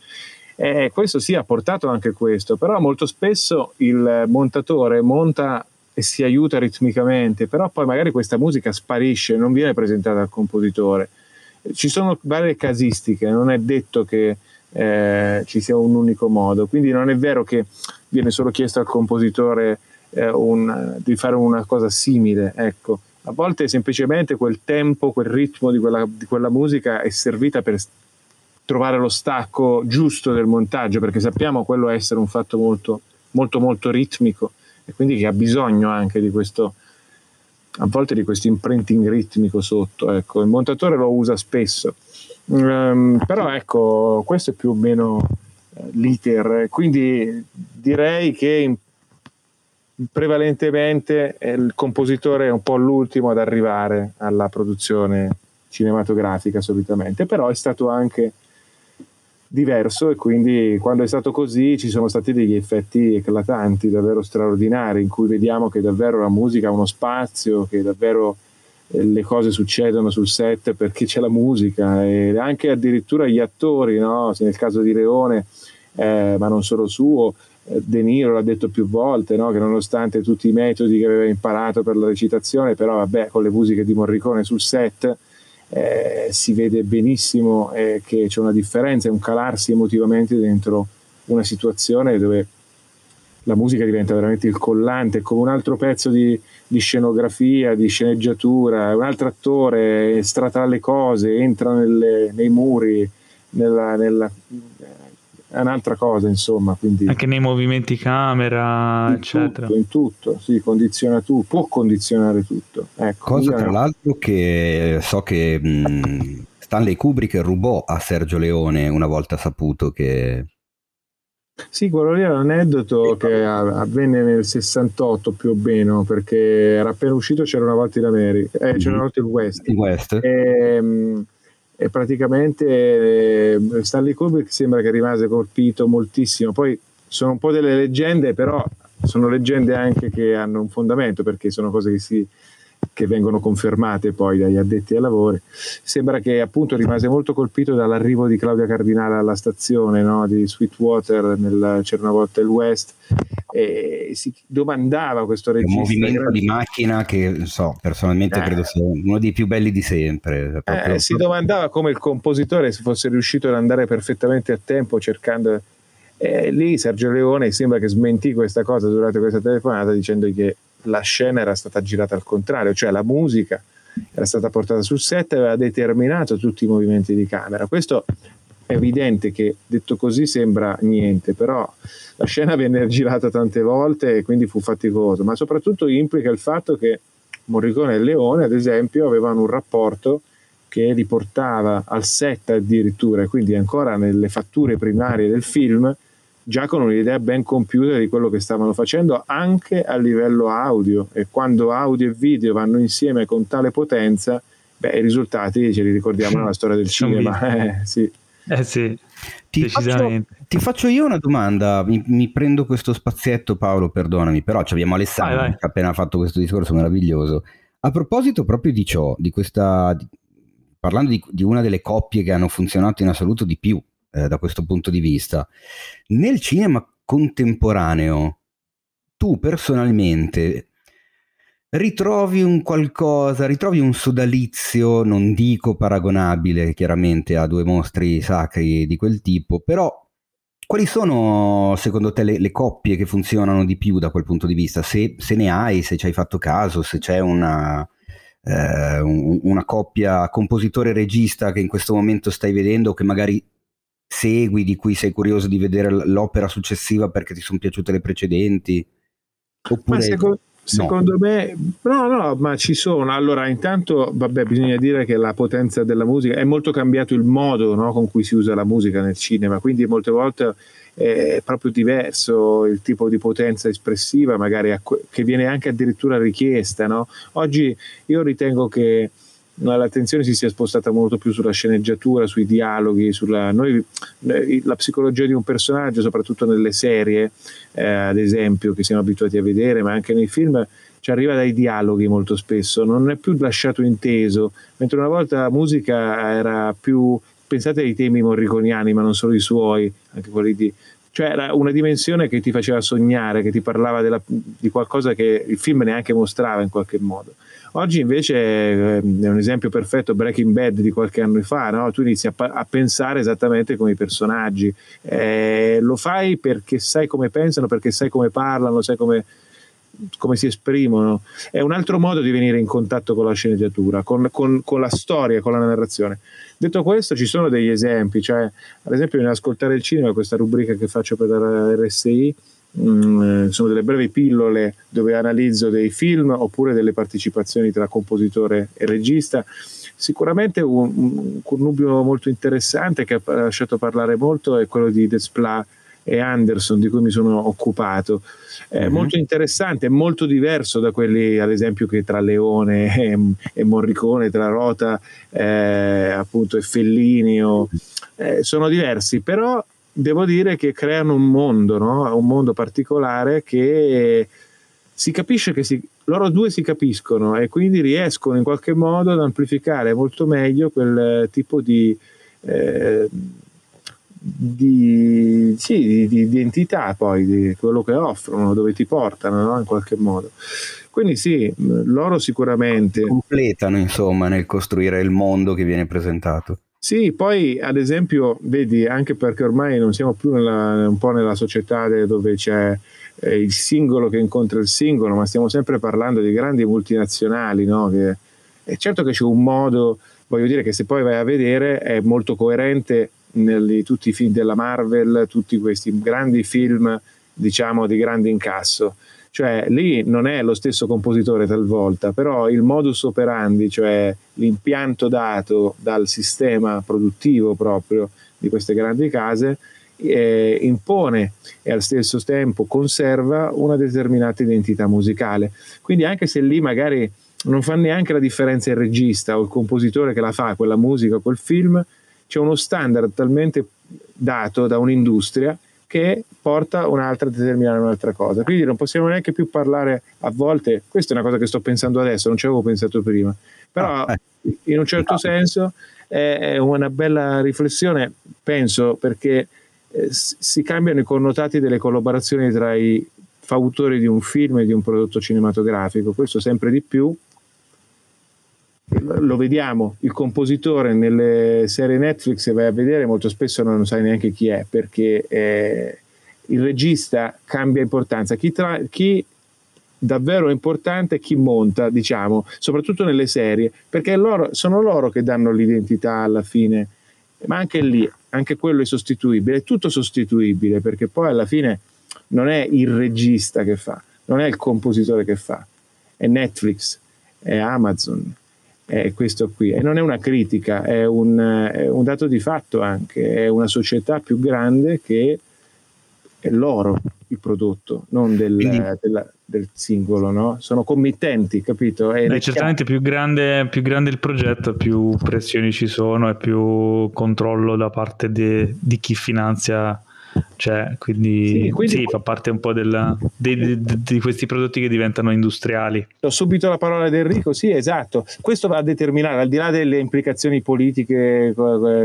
E questo sì, ha portato anche questo, però molto spesso il montatore monta e si aiuta ritmicamente, però poi magari questa musica sparisce, non viene presentata al compositore. Ci sono varie casistiche, non è detto che eh, ci sia un unico modo, quindi non è vero che viene solo chiesto al compositore eh, un, di fare una cosa simile, ecco. A volte semplicemente quel tempo, quel ritmo di quella, di quella musica è servita per trovare lo stacco giusto del montaggio, perché sappiamo quello essere un fatto molto molto molto ritmico, e quindi che ha bisogno anche di questo, a volte di questo imprinting ritmico sotto, ecco. Il montatore lo usa spesso, um, però ecco, questo è più o meno uh, l'iter, quindi direi che in, prevalentemente il compositore è un po' l'ultimo ad arrivare alla produzione cinematografica solitamente, però è stato anche diverso, e quindi quando è stato così ci sono stati degli effetti eclatanti, davvero straordinari, in cui vediamo che davvero la musica ha uno spazio, che davvero eh, le cose succedono sul set perché c'è la musica, e anche addirittura gli attori, no? Nel caso di Leone, eh, ma non solo suo, eh, De Niro l'ha detto più volte, no? Che nonostante tutti i metodi che aveva imparato per la recitazione, però vabbè, con le musiche di Morricone sul set Eh, si vede benissimo eh, che c'è una differenza, un calarsi emotivamente dentro una situazione dove la musica diventa veramente il collante, come un altro pezzo di, di scenografia, di sceneggiatura, un altro attore strata le cose, entra nelle, nei muri, nella, nella, è un'altra cosa, insomma. Quindi anche nei movimenti camera, in eccetera. Tutto, in tutto, sì, condiziona tutto, può condizionare tutto. Ecco, cosa tra no. l'altro che so che mh, Stanley Kubrick rubò a Sergio Leone una volta saputo che... Sì, quello lì è un aneddoto che avvenne nel sessantotto più o meno, perché era appena uscito C'era una volta in America, eh, c'era una volta in West. In West. E, e praticamente eh, Stanley Kubrick sembra che rimase colpito moltissimo. Poi sono un po' delle leggende, però sono leggende anche che hanno un fondamento, perché sono cose che si che vengono confermate poi dagli addetti ai lavori. Sembra che appunto rimase molto colpito dall'arrivo di Claudia Cardinale alla stazione, no, di Sweetwater nel C'era una volta il West, e si domandava questo regista, un movimento grande... di macchina che so personalmente eh. credo sia uno dei più belli di sempre. Proprio, eh, si proprio... domandava come il compositore fosse riuscito ad andare perfettamente a tempo cercando, e lì Sergio Leone sembra che smentì questa cosa durante questa telefonata, dicendo che la scena era stata girata al contrario, cioè la musica era stata portata sul set e aveva determinato tutti i movimenti di camera. Questo è evidente che detto così sembra niente, però la scena venne girata tante volte e quindi fu faticoso, ma soprattutto implica il fatto che Morricone e Leone, ad esempio, avevano un rapporto che li portava al set addirittura, e quindi ancora nelle fatture primarie del film, già con un'idea ben compiuta di quello che stavano facendo anche a livello audio, e quando audio e video vanno insieme con tale potenza, beh, i risultati ce li ricordiamo nella storia del cinema. Eh, sì. Eh sì, ti decisamente. Faccio, ti faccio io una domanda, mi, mi prendo questo spazietto, Paolo, perdonami, però abbiamo Alessandro vai, vai. che ha appena fatto questo discorso meraviglioso. A proposito proprio di ciò, di questa, di, parlando di, di una delle coppie che hanno funzionato in assoluto di più, Eh, da questo punto di vista, nel cinema contemporaneo tu personalmente ritrovi un qualcosa, ritrovi un sodalizio, non dico paragonabile chiaramente a due mostri sacri di quel tipo, però quali sono secondo te le, le coppie che funzionano di più da quel punto di vista, se, se ne hai, se ci hai fatto caso, se c'è una eh, un, una coppia compositore-regista che in questo momento stai vedendo, che magari segui, di cui sei curioso di vedere l'opera successiva perché ti sono piaciute le precedenti? Oppure ma secondo, no. secondo me no no ma ci sono. Allora, intanto vabbè, bisogna dire che la potenza della musica è molto cambiato, il modo, no, con cui si usa la musica nel cinema, quindi molte volte è proprio diverso il tipo di potenza espressiva magari che viene anche addirittura richiesta, no? Oggi io ritengo che l'attenzione si sia spostata molto più sulla sceneggiatura, sui dialoghi, sulla noi, la psicologia di un personaggio, soprattutto nelle serie, eh, ad esempio, che siamo abituati a vedere, ma anche nei film, ci arriva dai dialoghi molto spesso, non è più lasciato inteso, mentre una volta la musica era più, pensate ai temi morriconiani, ma non solo i suoi, anche quelli di, cioè era una dimensione che ti faceva sognare, che ti parlava della, di qualcosa che il film neanche mostrava in qualche modo. Oggi invece eh, è un esempio perfetto Breaking Bad di qualche anno fa, no? Tu inizi a, a pensare esattamente come i personaggi, eh, lo fai perché sai come pensano, perché sai come parlano, sai come come si esprimono, è un altro modo di venire in contatto con la sceneggiatura, con, con, con la storia, con la narrazione. Detto questo, ci sono degli esempi, cioè ad esempio nell'Ascoltare il cinema, questa rubrica che faccio per la R S I, mh, sono delle brevi pillole dove analizzo dei film oppure delle partecipazioni tra compositore e regista. Sicuramente un, un connubio molto interessante che ha lasciato parlare molto è quello di Desplat e Anderson, di cui mi sono occupato. È mm-hmm. molto interessante, è molto diverso da quelli ad esempio che tra Leone e, e Morricone, tra Rota eh, appunto e Fellini o, eh, sono diversi, però devo dire che creano un mondo, no? Un mondo particolare che si capisce che si, loro due si capiscono e quindi riescono in qualche modo ad amplificare molto meglio quel tipo di eh, Di, sì, di, di identità, poi di quello che offrono, dove ti portano, no? In qualche modo. Quindi sì, loro sicuramente completano, insomma, nel costruire il mondo che viene presentato. Sì, poi ad esempio, vedi, anche perché ormai non siamo più nella, un po' nella società dove c'è eh, il singolo che incontra il singolo, ma stiamo sempre parlando di grandi multinazionali, no? Che, è certo che c'è un modo, voglio dire che se poi vai a vedere è molto coerente Nelli, tutti i film della Marvel, tutti questi grandi film diciamo di grande incasso, cioè lì non è lo stesso compositore talvolta, però il modus operandi, cioè l'impianto dato dal sistema produttivo proprio di queste grandi case eh, impone e allo stesso tempo conserva una determinata identità musicale. Quindi anche se lì magari non fa neanche la differenza il regista o il compositore che la fa quella musica o quel film, c'è uno standard talmente dato da un'industria che porta un'altra a determinare un'altra cosa. Quindi non possiamo neanche più parlare a volte, questa è una cosa che sto pensando adesso, non ci avevo pensato prima, però in un certo senso è una bella riflessione, penso, perché eh, si cambiano i connotati delle collaborazioni tra i fautori di un film e di un prodotto cinematografico, questo sempre di più. Lo vediamo, il compositore nelle serie Netflix, vai a vedere, molto spesso non sai neanche chi è, perché eh, il regista cambia importanza, chi, tra, chi davvero è importante è chi monta, diciamo, soprattutto nelle serie, perché loro, sono loro che danno l'identità alla fine, ma anche lì, anche quello è sostituibile, è tutto sostituibile, perché poi alla fine non è il regista che fa, non è il compositore che fa, è Netflix, è Amazon, è questo qui, e non è una critica, è un, è un dato di fatto anche, è una società più grande che è loro il prodotto, non del, Quindi, della, del singolo, no? Sono committenti, capito? È beh, certamente più grande, più grande il progetto, più pressioni ci sono e più controllo da parte de, di chi finanzia. Cioè, quindi, sì, quindi sì, fa parte un po' della, di, di, di questi prodotti che diventano industriali. Ho subito la parola di Enrico, sì, esatto. Questo va a determinare, al di là delle implicazioni politiche,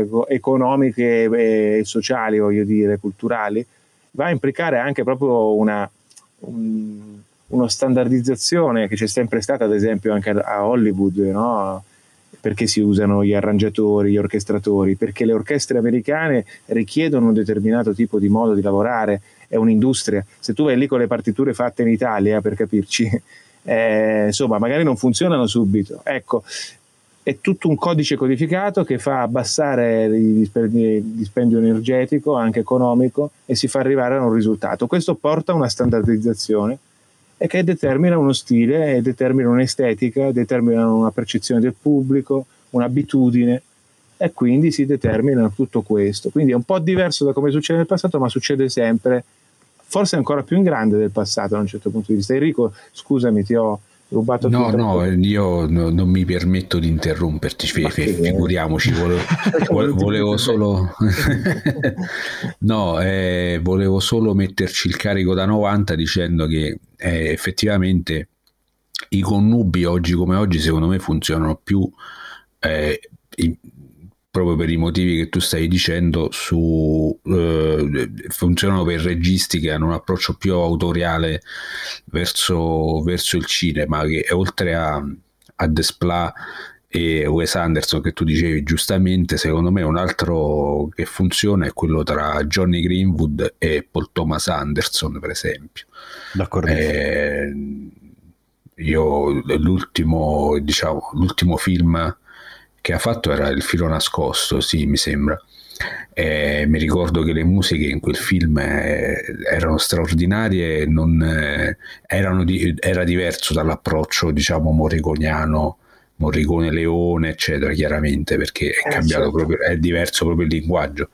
economiche e sociali, voglio dire, culturali, va a implicare anche proprio una, un, una standardizzazione che c'è sempre stata, ad esempio, anche a Hollywood, no? Perché si usano gli arrangiatori, gli orchestratori, perché le orchestre americane richiedono un determinato tipo di modo di lavorare, è un'industria. Se tu vai lì con le partiture fatte in Italia, per capirci, eh, insomma, magari non funzionano subito. Ecco, è tutto un codice codificato che fa abbassare il dispendio energetico, anche economico, e si fa arrivare a un risultato. Questo porta a una standardizzazione e che determina uno stile, e determina un'estetica, determina una percezione del pubblico, un'abitudine, e quindi si determina tutto questo. Quindi è un po' diverso da come succede nel passato, ma succede sempre, forse ancora più in grande del passato da un certo punto di vista. Enrico, scusami, ti ho rubato no tutto. No, io no, non mi permetto di interromperti, f- f- figuriamoci, volevo, volevo solo no, eh, volevo solo metterci il carico da novanta dicendo che eh, effettivamente i connubi oggi come oggi secondo me funzionano più eh, in, proprio per i motivi che tu stai dicendo, su eh, funzionano per registi che hanno un approccio più autoriale verso, verso il cinema, che oltre a, a Desplat e Wes Anderson che tu dicevi giustamente. Secondo me un altro che funziona è quello tra Johnny Greenwood e Paul Thomas Anderson, per esempio. D'accordo. Eh, io l'ultimo, diciamo, l'ultimo film che ha fatto era Il filo nascosto, sì, mi sembra. Eh, mi ricordo che le musiche in quel film eh, erano straordinarie, non, eh, erano di, era diverso dall'approccio, diciamo, morriconiano, Morricone Leone, eccetera, chiaramente, perché è Eh, cambiato certo. proprio, è diverso proprio il linguaggio.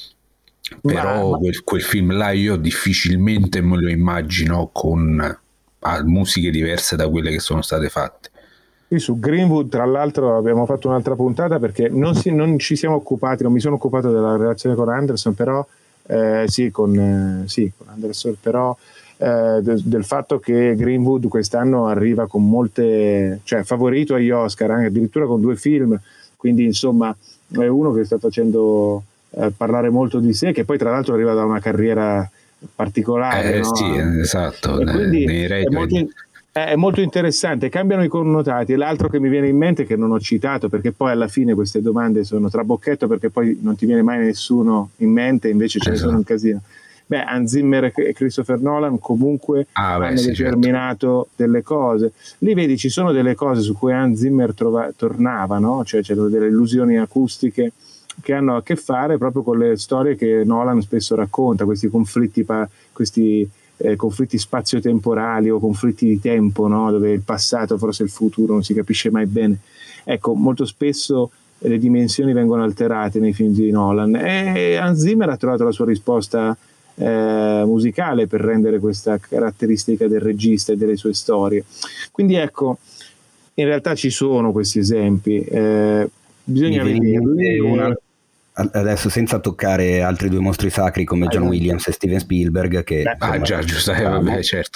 Però Ma- ma- quel, quel film là io difficilmente me lo immagino con ah, musiche diverse da quelle che sono state fatte. Sì, su Greenwood, tra l'altro, abbiamo fatto un'altra puntata perché non, si- non ci siamo occupati, non mi sono occupato della relazione con Anderson, però eh, sì, con, eh, sì, con Anderson, però eh, de- del fatto che Greenwood quest'anno arriva con molte, cioè favorito agli Oscar, anche addirittura con due film, quindi insomma è uno che sta facendo eh, parlare molto di sé, che poi tra l'altro arriva da una carriera particolare, Eh no? sì, esatto, E ne- quindi nei è molto, Radiohead. è molto interessante, cambiano i connotati. E l'altro che mi viene in mente, che non ho citato, perché poi alla fine queste domande sono trabocchetto, perché poi non ti viene mai nessuno in mente, invece ce ne Esatto. sono un casino. Beh, Hans Zimmer e Christopher Nolan comunque Ah, beh, hanno sì, certo. determinato delle cose. Lì vedi, ci sono delle cose su cui Hans Zimmer trova, tornava, no? Cioè c'erano delle illusioni acustiche che hanno a che fare proprio con le storie che Nolan spesso racconta, questi conflitti, pa- questi eh, conflitti spazio-temporali o conflitti di tempo, no? Dove il passato forse il futuro non si capisce mai bene. Ecco, molto spesso le dimensioni vengono alterate nei film di Nolan e Hans Zimmer ha trovato la sua risposta eh, musicale per rendere questa caratteristica del regista e delle sue storie. Quindi ecco, in realtà ci sono questi esempi, eh, bisogna Mi viene in mente vederli. una- adesso senza toccare altri due mostri sacri come John Ah, Williams e Steven Spielberg, che Beh, Ah insomma, già, giusto, eh, vabbè, certo.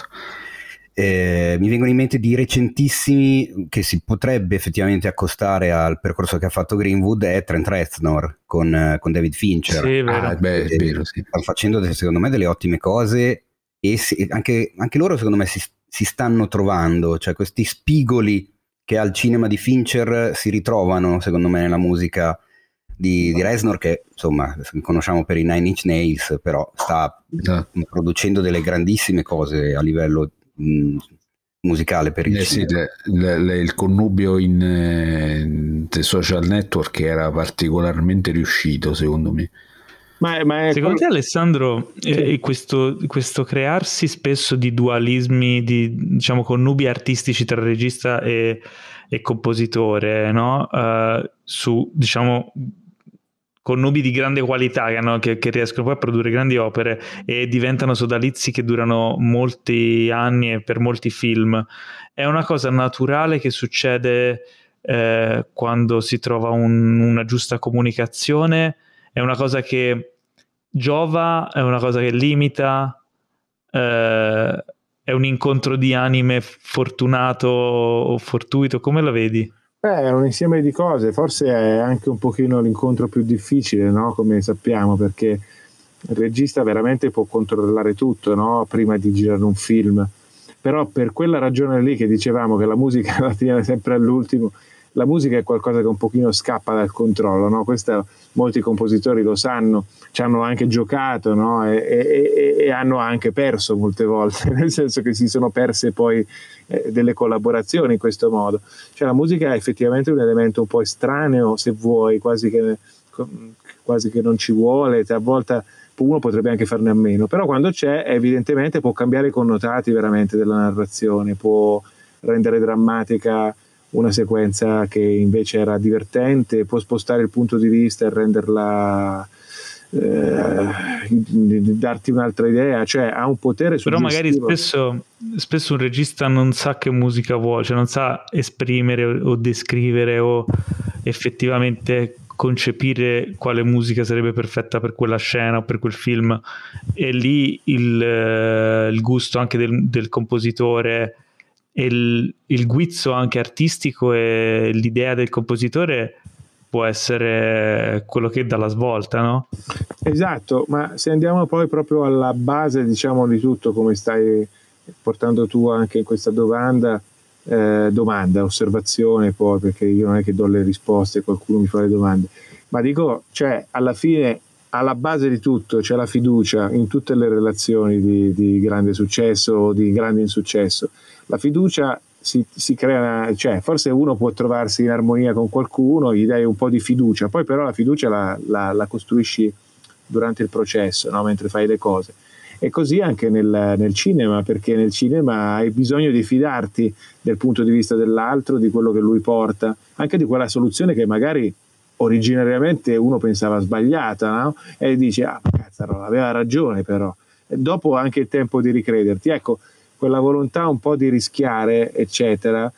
eh, mi vengono in mente di recentissimi che si potrebbe effettivamente accostare al percorso che ha fatto Greenwood, è Trent Reznor con, eh, con David Fincher. Sì, è vero. Ah, beh, è Eh, vero, sì. stanno facendo de- secondo me delle ottime cose e si- anche, anche loro secondo me si, si stanno trovando, cioè questi spigoli che al cinema di Fincher si ritrovano secondo me nella musica di, di Reznor, che insomma conosciamo per i Nine Inch Nails, però sta Ah. producendo delle grandissime cose a livello mh, musicale per il Eh sì, cinema. le- le- il connubio in eh, The Social Network era particolarmente riuscito, secondo me. Ma, ma è Secondo te, quello- Alessandro, eh, Sì. questo, questo crearsi spesso di dualismi, di diciamo connubi artistici tra regista e, e compositore, no? Eh, su diciamo connubi di grande qualità che, hanno- che- che riescono poi a produrre grandi opere e diventano sodalizi che durano molti anni e per molti film, è una cosa naturale che succede eh, quando si trova un- una giusta comunicazione? È una cosa che giova, è una cosa che limita, eh, è un incontro di anime fortunato o fortuito, come la vedi? Beh, è un insieme di cose, forse è anche un pochino l'incontro più difficile, no? Come sappiamo, perché il regista veramente può controllare tutto, no? Prima di girare un film, però per quella ragione lì che dicevamo che la musica la tiene sempre all'ultimo, la musica è qualcosa che un pochino scappa dal controllo, no? Questo molti compositori lo sanno, ci hanno anche giocato, no? e, e, e hanno anche perso molte volte, nel senso che si sono perse poi eh, delle collaborazioni in questo modo. Cioè la musica è effettivamente un elemento un po' estraneo, se vuoi, quasi che, quasi che non ci vuole, a volte uno potrebbe anche farne a meno, però quando c'è evidentemente può cambiare i connotati veramente della narrazione, può rendere drammatica una sequenza che invece era divertente, può spostare il punto di vista e renderla eh, darti un'altra idea, cioè ha un potere però magari suggestivo. spesso, spesso un regista non sa che musica vuole, cioè non sa esprimere o, o descrivere o effettivamente concepire quale musica sarebbe perfetta per quella scena o per quel film, e lì il, eh, il gusto anche del, del compositore e il, il guizzo anche artistico e l'idea del compositore può essere quello che dà la svolta, no? Esatto, ma se andiamo poi proprio alla base, diciamo, di tutto, come stai portando tu anche in questa domanda, eh, domanda, osservazione poi, perché io non è che do le risposte, qualcuno mi fa le domande, ma dico, cioè alla fine alla base di tutto c'è la fiducia in tutte le relazioni di, di grande successo o di grande insuccesso. La fiducia si, si crea, cioè forse uno può trovarsi in armonia con qualcuno, gli dai un po' di fiducia, poi però la fiducia la, la, la costruisci durante il processo, no? Mentre fai le cose. E così anche nel, nel cinema, perché nel cinema hai bisogno di fidarti del punto di vista dell'altro, di quello che lui porta, anche di quella soluzione che magari originariamente uno pensava sbagliata, no? E dici, ah, cazzo, aveva ragione però. E dopo anche il tempo di ricrederti. Ecco, quella volontà un po' di rischiare, eccetera,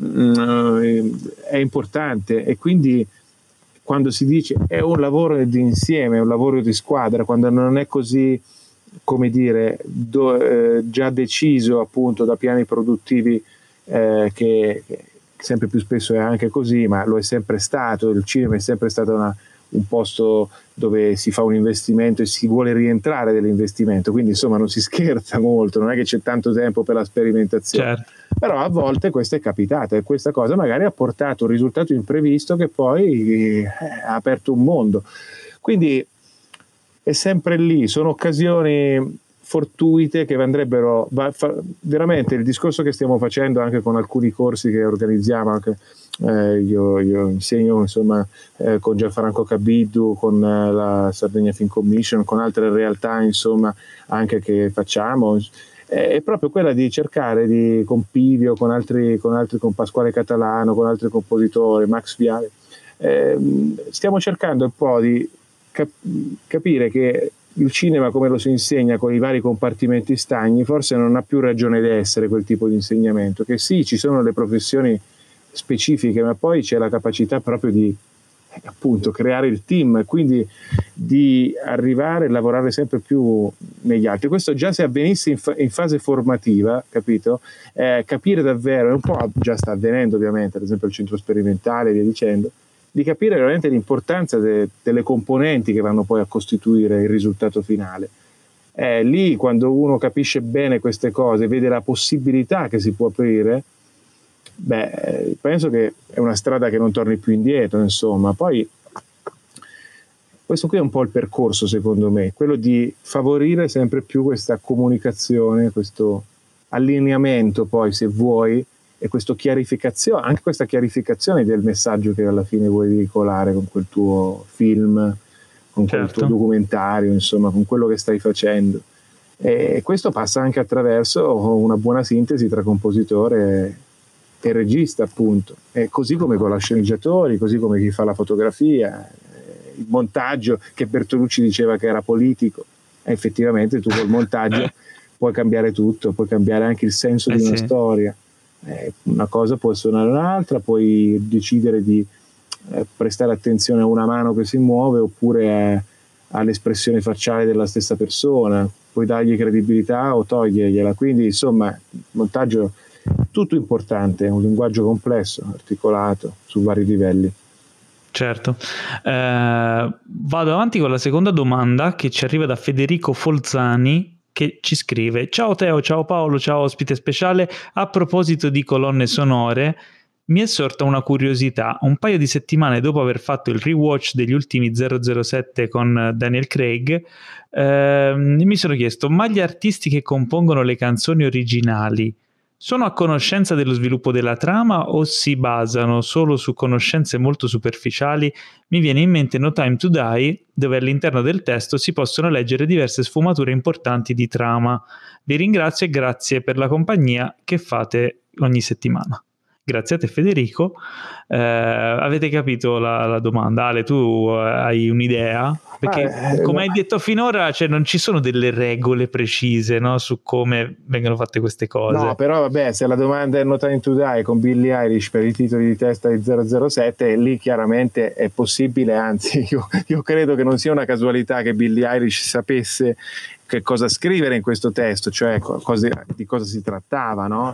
mh, è importante. E quindi quando si dice è un lavoro di insieme, è un lavoro di squadra, quando non è così, come dire, do, eh, già deciso appunto da piani produttivi eh, che, che sempre più spesso è anche così, ma lo è sempre stato, il cinema è sempre stato una, un posto dove si fa un investimento e si vuole rientrare dell'investimento, quindi insomma non si scherza molto, non è che c'è tanto tempo per la sperimentazione. Certo. Però a volte questo è capitato e questa cosa magari ha portato un risultato imprevisto che poi eh, ha aperto un mondo. Quindi è sempre lì, sono occasioni fortuite che andrebbero va, fa, veramente il discorso che stiamo facendo anche con alcuni corsi che organizziamo, anche eh, io, io insegno insomma eh, con Gianfranco Cabiddu, con eh, la Sardegna Film Commission, con altre realtà insomma anche che facciamo, è proprio quella di cercare di con Pivio, con altri, con altri con Pasquale Catalano, con altri compositori, Max Viale, eh, stiamo cercando un po' di cap- capire che il cinema, come lo si insegna con i vari compartimenti stagni, forse non ha più ragione di essere quel tipo di insegnamento, che sì, ci sono le professioni specifiche, ma poi c'è la capacità proprio di appunto creare il team, quindi di arrivare a lavorare sempre più negli altri. Questo già se avvenisse in, fa- in fase formativa, capito? Eh, capire davvero, un po' già sta avvenendo ovviamente, ad esempio il centro sperimentale e via dicendo, di capire veramente l'importanza de- delle componenti che vanno poi a costituire il risultato finale. Eh, lì quando uno capisce bene queste cose, vede la possibilità che si può aprire, beh, penso che è una strada che non torni più indietro, insomma. Poi questo qui è un po' il percorso, secondo me, quello di favorire sempre più questa comunicazione, questo allineamento poi, se vuoi, e questa chiarificazione, anche questa chiarificazione del messaggio che alla fine vuoi veicolare con quel tuo film, con quel certo. tuo documentario, insomma, con quello che stai facendo. E questo passa anche attraverso una buona sintesi tra compositore e il regista, appunto, e così come con la sceneggiatori, così come chi fa la fotografia, il montaggio, che Bertolucci diceva che era politico, e effettivamente tu col montaggio puoi cambiare tutto, puoi cambiare anche il senso eh di una sì. storia. Eh, una cosa può suonare un'altra, puoi decidere di eh, prestare attenzione a una mano che si muove oppure eh, all'espressione facciale della stessa persona, puoi dargli credibilità o togliergliela, quindi insomma il montaggio tutto importante, è un linguaggio complesso, articolato su vari livelli. Certo. Eh, vado avanti con la seconda domanda che ci arriva da Federico Folzani, che ci scrive: ciao Teo, ciao Paolo, ciao ospite speciale, a proposito di colonne sonore mi è sorta una curiosità. Un paio di settimane dopo aver fatto il rewatch degli ultimi zero zero sette con Daniel Craig, eh, mi sono chiesto, ma gli artisti che compongono le canzoni originali sono a conoscenza dello sviluppo della trama o si basano solo su conoscenze molto superficiali? Mi viene in mente No Time to Die, dove all'interno del testo si possono leggere diverse sfumature importanti di trama. Vi ringrazio e grazie per la compagnia che fate ogni settimana. Grazie a te Federico. Eh, avete capito la, la domanda? Ale, tu hai un'idea? Perché ah, eh, come no. hai detto finora, cioè, non ci sono delle regole precise, no, su come vengono fatte queste cose. No, però vabbè, se la domanda è No Time to Die con Billie Eilish per i titoli di testa di zero zero sette, lì chiaramente è possibile, anzi io, io credo che non sia una casualità che Billie Eilish sapesse che cosa scrivere in questo testo, cioè cosa, di cosa si trattava, no?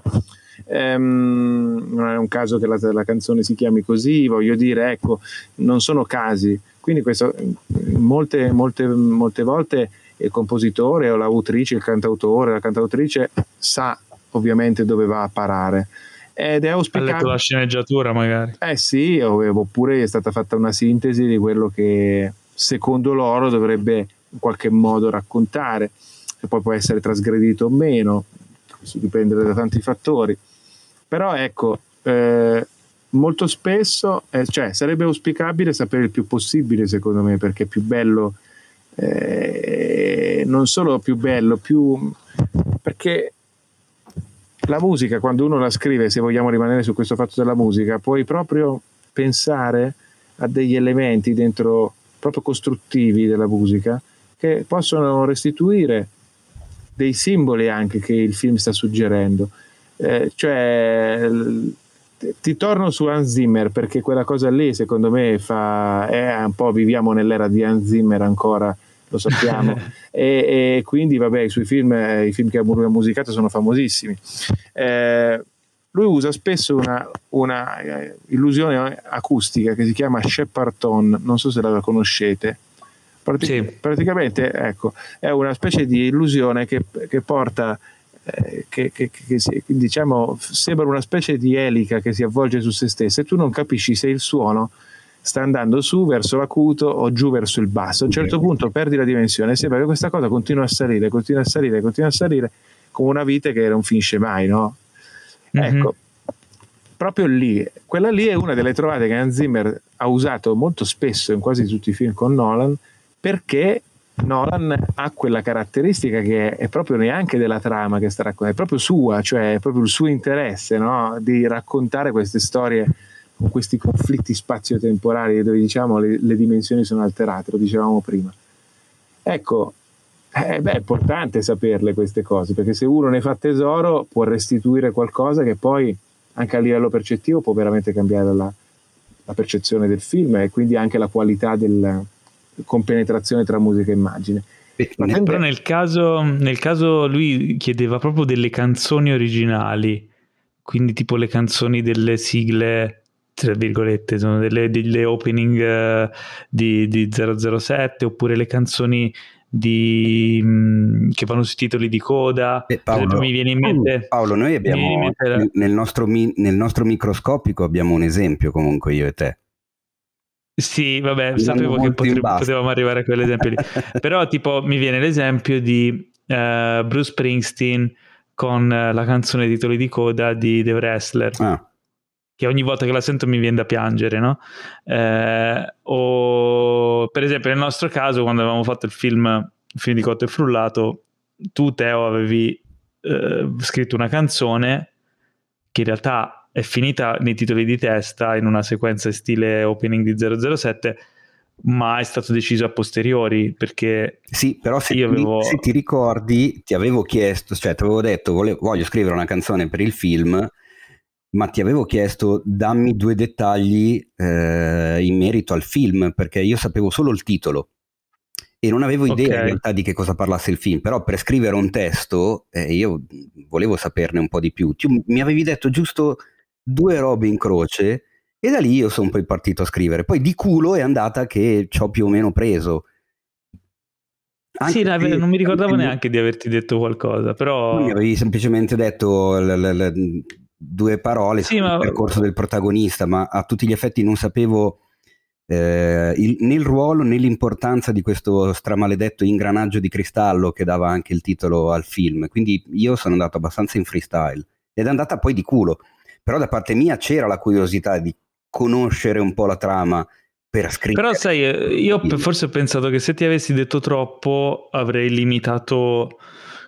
Um, non è un caso che la, la canzone si chiami così, voglio dire, ecco, non sono casi, quindi questo molte, molte, molte volte il compositore o l'autrice, il cantautore, la cantautrice sa ovviamente dove va a parare, ed è auspicabile. Ha letto la sceneggiatura magari. Eh sì, oppure è stata fatta una sintesi di quello che secondo loro dovrebbe in qualche modo raccontare, e poi può essere trasgredito o meno, questo dipende da tanti fattori, però ecco, eh, molto spesso eh, cioè sarebbe auspicabile sapere il più possibile, secondo me, perché è più bello, eh, non solo più bello, più perché la musica, quando uno la scrive, se vogliamo rimanere su questo fatto della musica, puoi proprio pensare a degli elementi dentro, proprio costruttivi della musica, che possono restituire dei simboli anche che il film sta suggerendo. Eh, cioè, ti torno su Hans Zimmer, perché quella cosa lì, secondo me, fa, è un po', viviamo nell'era di Hans Zimmer ancora, lo sappiamo, e, e quindi vabbè, i suoi film, i film che ha musicato sono famosissimi. Eh, lui usa spesso una, una eh, illusione acustica che si chiama Shepperton, non so se la conoscete. Pratic- sì. Praticamente, ecco, è una specie di illusione che, che porta, eh, che, che, che si, diciamo, sembra una specie di elica che si avvolge su se stessa, e tu non capisci se il suono sta andando su verso l'acuto o giù verso il basso. A un certo punto perdi la dimensione, sembra che questa cosa continua a salire, continua a salire, continua a salire, come una vite che non finisce mai, no? Mm-hmm. Ecco, proprio lì, quella lì è una delle trovate che Hans Zimmer ha usato molto spesso in quasi tutti i film con Nolan, perché Nolan ha quella caratteristica che è proprio neanche della trama che sta raccontando, è proprio sua, cioè è proprio il suo interesse, no? Di raccontare queste storie con questi conflitti spazio-temporali dove, diciamo, le, le dimensioni sono alterate, lo dicevamo prima. Ecco, eh, beh, è importante saperle queste cose, perché se uno ne fa tesoro può restituire qualcosa che poi anche a livello percettivo può veramente cambiare la, la percezione del film, e quindi anche la qualità del compenetrazione tra musica e immagine. Ma tende... però nel caso, nel caso lui chiedeva proprio delle canzoni originali, quindi tipo le canzoni delle sigle, tra virgolette, sono delle, delle opening uh, di, di zero zero sette, oppure le canzoni di, mh, che vanno sui titoli di coda. Eh, Paolo, mi viene in mente, Paolo, noi abbiamo mente la... nel, nostro mi, nel nostro microscopico abbiamo un esempio, comunque, io e te. Sì, vabbè, mi sapevo che potre, potevamo arrivare a quell'esempio lì. Però tipo mi viene l'esempio di uh, Bruce Springsteen con uh, la canzone titoli di coda di The Wrestler, ah. che ogni volta che la sento mi viene da piangere, no? Eh, o per esempio nel nostro caso, quando avevamo fatto il film, il film di Cotto e Frullato, tu, Teo, avevi eh, scritto una canzone che in realtà è finita nei titoli di testa in una sequenza in stile opening di zero zero sette, ma è stato deciso a posteriori, perché sì, però se, io ti, avevo... se ti ricordi, ti avevo chiesto, cioè ti avevo detto volevo, voglio scrivere una canzone per il film, ma ti avevo chiesto dammi due dettagli eh, in merito al film, perché io sapevo solo il titolo e non avevo idea okay. in realtà di che cosa parlasse il film, però per scrivere un testo eh, io volevo saperne un po' di più. Tu mi avevi detto giusto due robe in croce e da lì io sono poi partito a scrivere, poi di culo è andata che ci ho più o meno preso. Anche sì, la, non mi ricordavo anche neanche di averti detto qualcosa, però mi avevi semplicemente detto l- l- l- due parole sì, sul ma... percorso del protagonista, ma a tutti gli effetti non sapevo eh, il, né il ruolo né l'importanza di questo stramaledetto ingranaggio di cristallo che dava anche il titolo al film, quindi io sono andato abbastanza in freestyle ed è andata poi di culo. Però da parte mia c'era la curiosità di conoscere un po' la trama per scrivere. Però sai, io forse ho pensato che se ti avessi detto troppo avrei limitato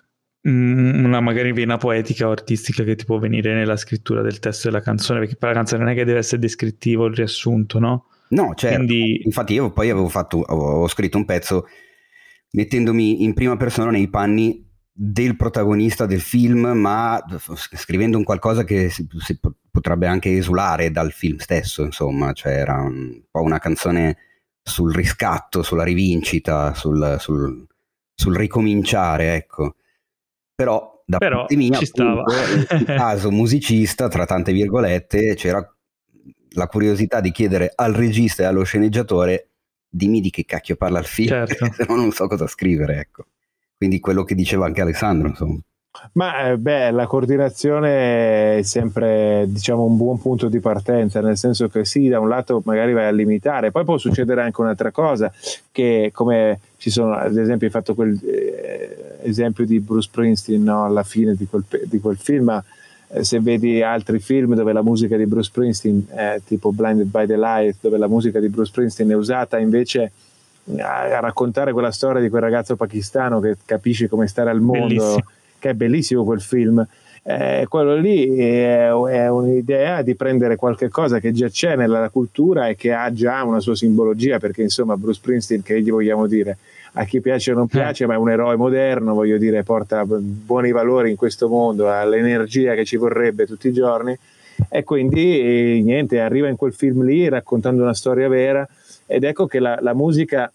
una magari vena poetica o artistica che ti può venire nella scrittura del testo della canzone, perché poi la canzone non è che deve essere descrittivo il riassunto, no? No, certo. Quindi... infatti io poi avevo fatto, ho scritto un pezzo mettendomi in prima persona nei panni del protagonista del film, ma scrivendo un qualcosa che si, si potrebbe anche esulare dal film stesso, insomma, cioè era un po' una canzone sul riscatto, sulla rivincita, sul, sul, sul ricominciare, ecco. Però da Però parte mia, ci stava. appunto, in caso musicista, tra tante virgolette, c'era la curiosità di chiedere al regista e allo sceneggiatore dimmi di che cacchio parla il film, certo. se no non so cosa scrivere, ecco. Quindi quello che diceva anche Alessandro, insomma. Ma beh, la coordinazione è sempre, diciamo, un buon punto di partenza, nel senso che sì, da un lato magari vai a limitare, poi può succedere anche un'altra cosa, che come ci sono, ad esempio, hai fatto quel eh, esempio di Bruce Springsteen, no? Alla fine di quel, di quel film, ma eh, se vedi altri film dove la musica di Bruce Springsteen, eh, tipo Blinded by the Light, dove la musica di Bruce Springsteen è usata invece a, a raccontare quella storia di quel ragazzo pakistano che capisce come stare al mondo. Bellissimo. Che è bellissimo quel film, eh, quello lì è, è un'idea di prendere qualche cosa che già c'è nella cultura e che ha già una sua simbologia, perché insomma Bruce Springsteen, che gli vogliamo dire, a chi piace o non piace, eh. ma è un eroe moderno, voglio dire, porta buoni valori in questo mondo, ha l'energia che ci vorrebbe tutti i giorni, e quindi eh, niente, arriva in quel film lì raccontando una storia vera, ed ecco che la, la musica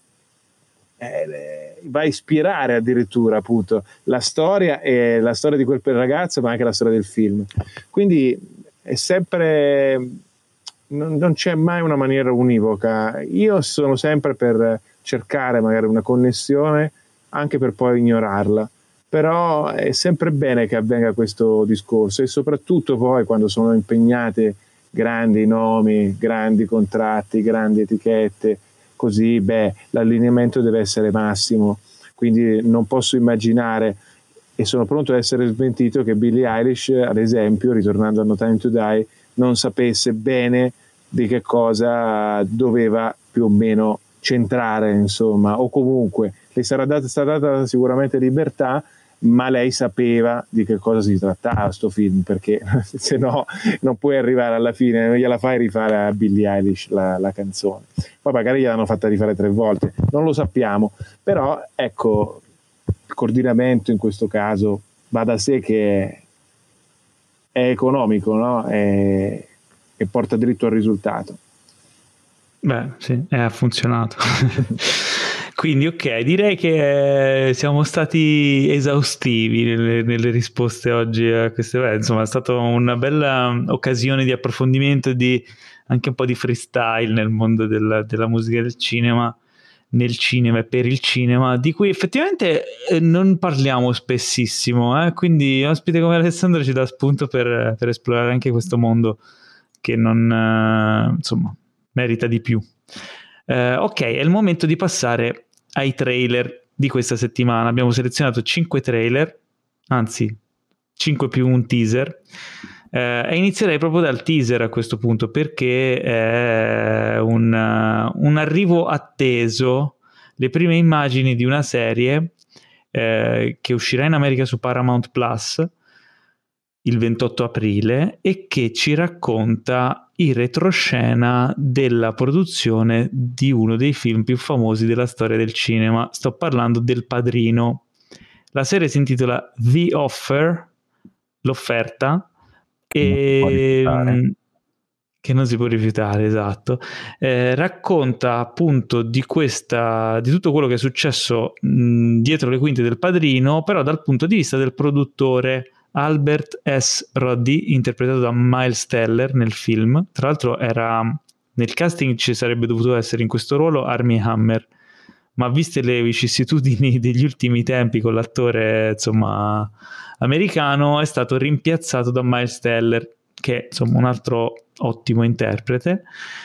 eh, va a ispirare addirittura appunto la storia, e la storia di quel ragazzo, ma anche la storia del film. Quindi è sempre, non, non c'è mai una maniera univoca. Io sono sempre per cercare magari una connessione, anche per poi ignorarla, però è sempre bene che avvenga questo discorso, e soprattutto poi quando sono impegnate grandi nomi, grandi contratti, grandi etichette, così beh, l'allineamento deve essere massimo, quindi non posso immaginare, e sono pronto ad essere smentito, che Billie Eilish, ad esempio, ritornando a No Time to Die, non sapesse bene di che cosa doveva più o meno centrare, insomma, o comunque le sarà data, stata data sicuramente libertà, ma lei sapeva di che cosa si trattava sto film, perché se no non puoi arrivare alla fine, non gliela fai rifare a Billie Eilish la, la canzone, poi magari gliel'hanno fatta rifare tre volte, non lo sappiamo, però ecco, il coordinamento in questo caso va da sé che è economico, no? e, e porta dritto al risultato. Beh sì, eh, ha funzionato. Quindi ok, direi che siamo stati esaustivi nelle, nelle risposte oggi a queste cose. Insomma, è stata una bella occasione di approfondimento e di anche un po' di freestyle nel mondo della, della musica e del cinema, nel cinema e per il cinema, di cui effettivamente eh, non parliamo spessissimo, eh? Quindi un ospite come Alessandro ci dà spunto per, per esplorare anche questo mondo che non, eh, insomma, merita di più. Uh, ok, è il momento di passare ai trailer di questa settimana. Abbiamo selezionato cinque trailer, anzi cinque più un teaser, uh, e inizierei proprio dal teaser a questo punto, perché è un, uh, un arrivo atteso, le prime immagini di una serie uh, che uscirà in America su Paramount Plus il ventotto aprile e che ci racconta il retroscena della produzione di uno dei film più famosi della storia del cinema. Sto parlando del Padrino. La serie si intitola The Offer, l'offerta, che, e, non che non si può rifiutare, esatto. Eh, racconta appunto di questa, di tutto quello che è successo mh, dietro le quinte del Padrino, però dal punto di vista del produttore Albert S. Roddy, interpretato da Miles Teller nel film. Tra l'altro era nel casting, ci sarebbe dovuto essere in questo ruolo Armie Hammer, ma viste le vicissitudini degli ultimi tempi con l'attore insomma americano, è stato rimpiazzato da Miles Teller, che è insomma un altro ottimo interprete.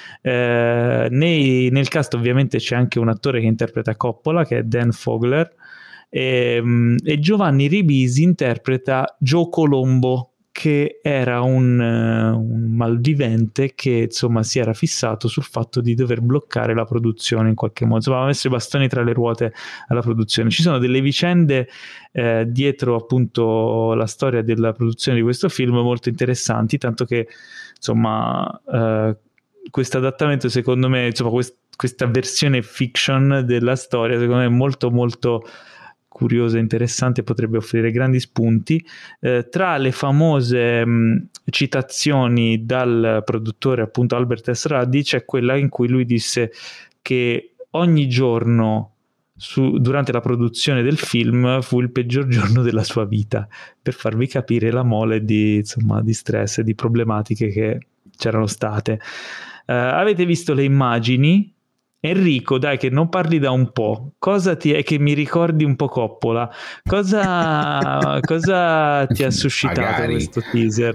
Eh, nei, nel cast ovviamente c'è anche un attore che interpreta Coppola, che è Dan Fogler, e, e Giovanni Ribisi interpreta Joe Colombo, che era un, un malvivente che insomma si era fissato sul fatto di dover bloccare la produzione in qualche modo, insomma aveva messo i bastoni tra le ruote alla produzione. Ci sono delle vicende eh, dietro appunto la storia della produzione di questo film molto interessanti, tanto che insomma eh, questo adattamento, secondo me, insomma quest- questa versione fiction della storia secondo me è molto molto curiosa e interessante, potrebbe offrire grandi spunti. Eh, tra le famose mh, citazioni dal produttore appunto Albert S. Ruddy c'è quella in cui lui disse che ogni giorno su, durante la produzione del film fu il peggior giorno della sua vita, per farvi capire la mole di, insomma, di stress e di problematiche che c'erano state. Eh, avete visto le immagini? Enrico, dai, che non parli da un po', cosa ti è che mi ricordi un po' Coppola? Cosa, cosa ti ha suscitato Magari. questo teaser?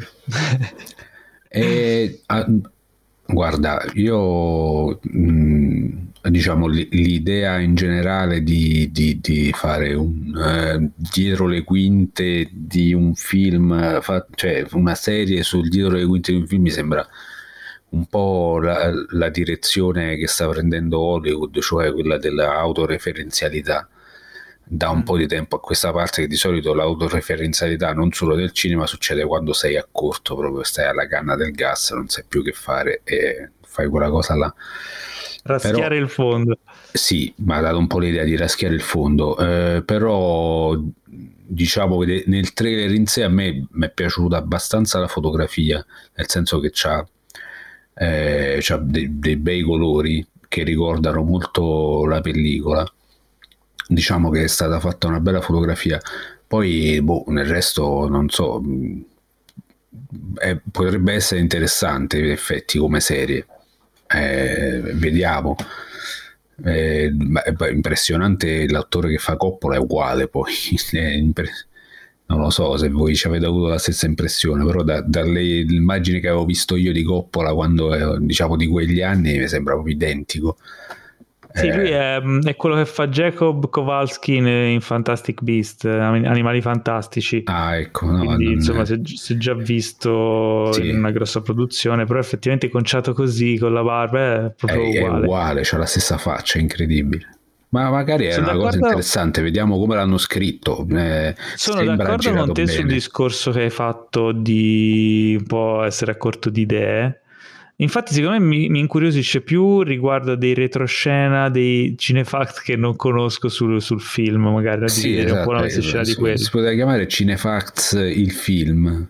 E, ah, guarda, io mh, diciamo l- l'idea in generale di, di, di fare un eh, dietro le quinte di un film, fa- cioè una serie sul dietro le quinte di un film mi sembra un po' la, la direzione che sta prendendo Hollywood, cioè quella dell'autoreferenzialità da un mm. po' di tempo a questa parte, che di solito l'autoreferenzialità non solo del cinema succede quando sei a corto, proprio stai alla canna del gas, non sai più che fare e fai quella cosa là. Raschiare però, il fondo. Sì, mi ha dato un po' l'idea di raschiare il fondo, eh, però diciamo che nel trailer in sé a me mi è piaciuta abbastanza la fotografia, nel senso che c'ha Eh, c'ha dei, dei bei colori che ricordano molto la pellicola, diciamo che è stata fatta una bella fotografia, poi boh, nel resto non so, eh, potrebbe essere interessante in effetti come serie, eh, vediamo. Eh, è impressionante, l'attore che fa Coppola è uguale, poi è impressionante. Non lo so se voi ci avete avuto la stessa impressione, però da, dalle immagini che avevo visto io di Coppola quando, diciamo, di quegli anni mi sembra proprio identico. Sì, eh, lui è, è quello che fa Jacob Kowalski in, in Fantastic Beast, Animali Fantastici. Ah, ecco. No, quindi non... insomma si è già visto sì. in una grossa produzione, però effettivamente conciato così con la barba è proprio è, uguale. È uguale, c'ha la stessa faccia, è incredibile. Ma magari è sono una d'accordo... cosa interessante, vediamo come l'hanno scritto. Eh, sono d'accordo con te bene. sul discorso che hai fatto di un po' essere a corto di idee. Infatti secondo me mi, mi incuriosisce più riguardo dei retroscena, dei cinefact che non conosco sul, sul film, magari da sì, dividere esatto, un po' la scena si, di quelli. Si poteva chiamare Cinefacts il film.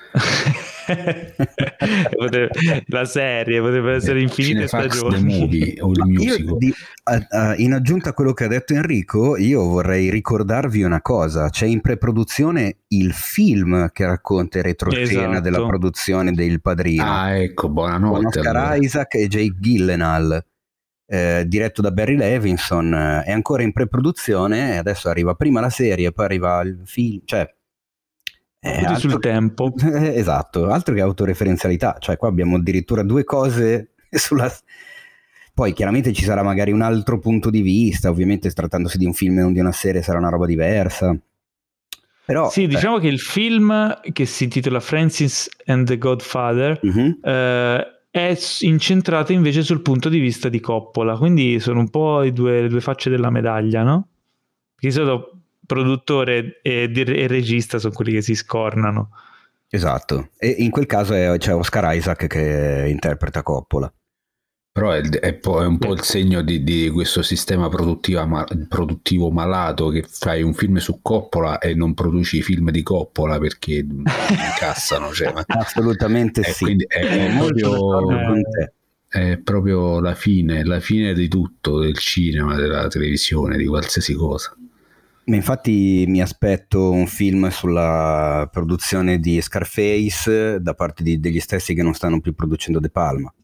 potrebbe, la serie potrebbe essere infinite Cinefax stagioni. The Movie o il musical. Di, uh, uh, in aggiunta a quello che ha detto Enrico, io vorrei ricordarvi una cosa: c'è in preproduzione il film che racconta il retroscena esatto. della produzione del Padrino. Ah, ecco, buonanotte. Con Oscar allora. Isaac e Jake Gyllenhaal, eh, diretto da Barry Levinson, eh, è ancora in preproduzione e adesso arriva prima la serie, poi arriva il film, cioè Eh, altro, sul tempo. Esatto, altro che autoreferenzialità, cioè qua abbiamo addirittura due cose sulla... Poi chiaramente ci sarà magari un altro punto di vista, ovviamente trattandosi di un film e non di una serie sarà una roba diversa. Però, sì, diciamo eh. che il film che si intitola Francis and the Godfather uh-huh. eh, è incentrato invece sul punto di vista di Coppola, quindi sono un po' i due, le due facce della medaglia, no? Perché sono produttore e, e regista sono quelli che si scornano. Esatto, e in quel caso è, c'è Oscar Isaac che interpreta Coppola. Però è, è, è un po' il segno di, di questo sistema produttivo, ma, produttivo malato, che fai un film su Coppola e non produci film di Coppola perché incassano. Cioè, ma, assolutamente è, sì. Quindi è, è, proprio, è proprio la fine, la fine di tutto, del cinema, della televisione, di qualsiasi cosa. Infatti mi aspetto un film sulla produzione di Scarface da parte di, degli stessi che non stanno più producendo De Palma.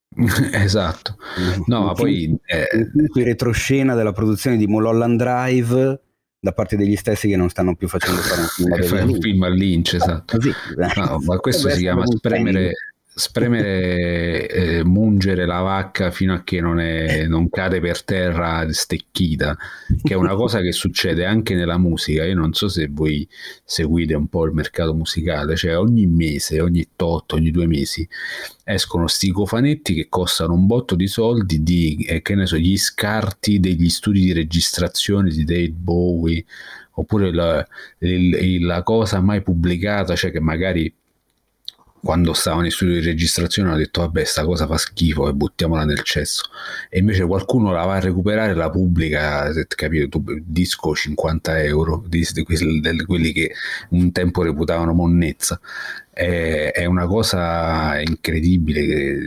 Esatto. No, un ma poi eh, in retroscena della produzione di Mulholland Drive da parte degli stessi che non stanno più facendo fare un film, fare un film a Lynch, esatto. Così, no, ma questo si chiama spremere, spremere eh, mungere la vacca fino a che non, è, non cade per terra stecchita, che è una cosa che succede anche nella musica. Io non so se voi seguite un po' il mercato musicale, cioè ogni mese, ogni tot, ogni due mesi escono sti cofanetti che costano un botto di soldi di, eh, che ne so, gli scarti degli studi di registrazione di David Bowie, oppure la, il, la cosa mai pubblicata, cioè che magari quando stavano in studio di registrazione hanno detto vabbè sta cosa fa schifo e buttiamola nel cesso, e invece qualcuno la va a recuperare e la pubblica, capito, tu, disco cinquanta euro di, di, di, di quelli che un tempo reputavano monnezza. È, è una cosa incredibile che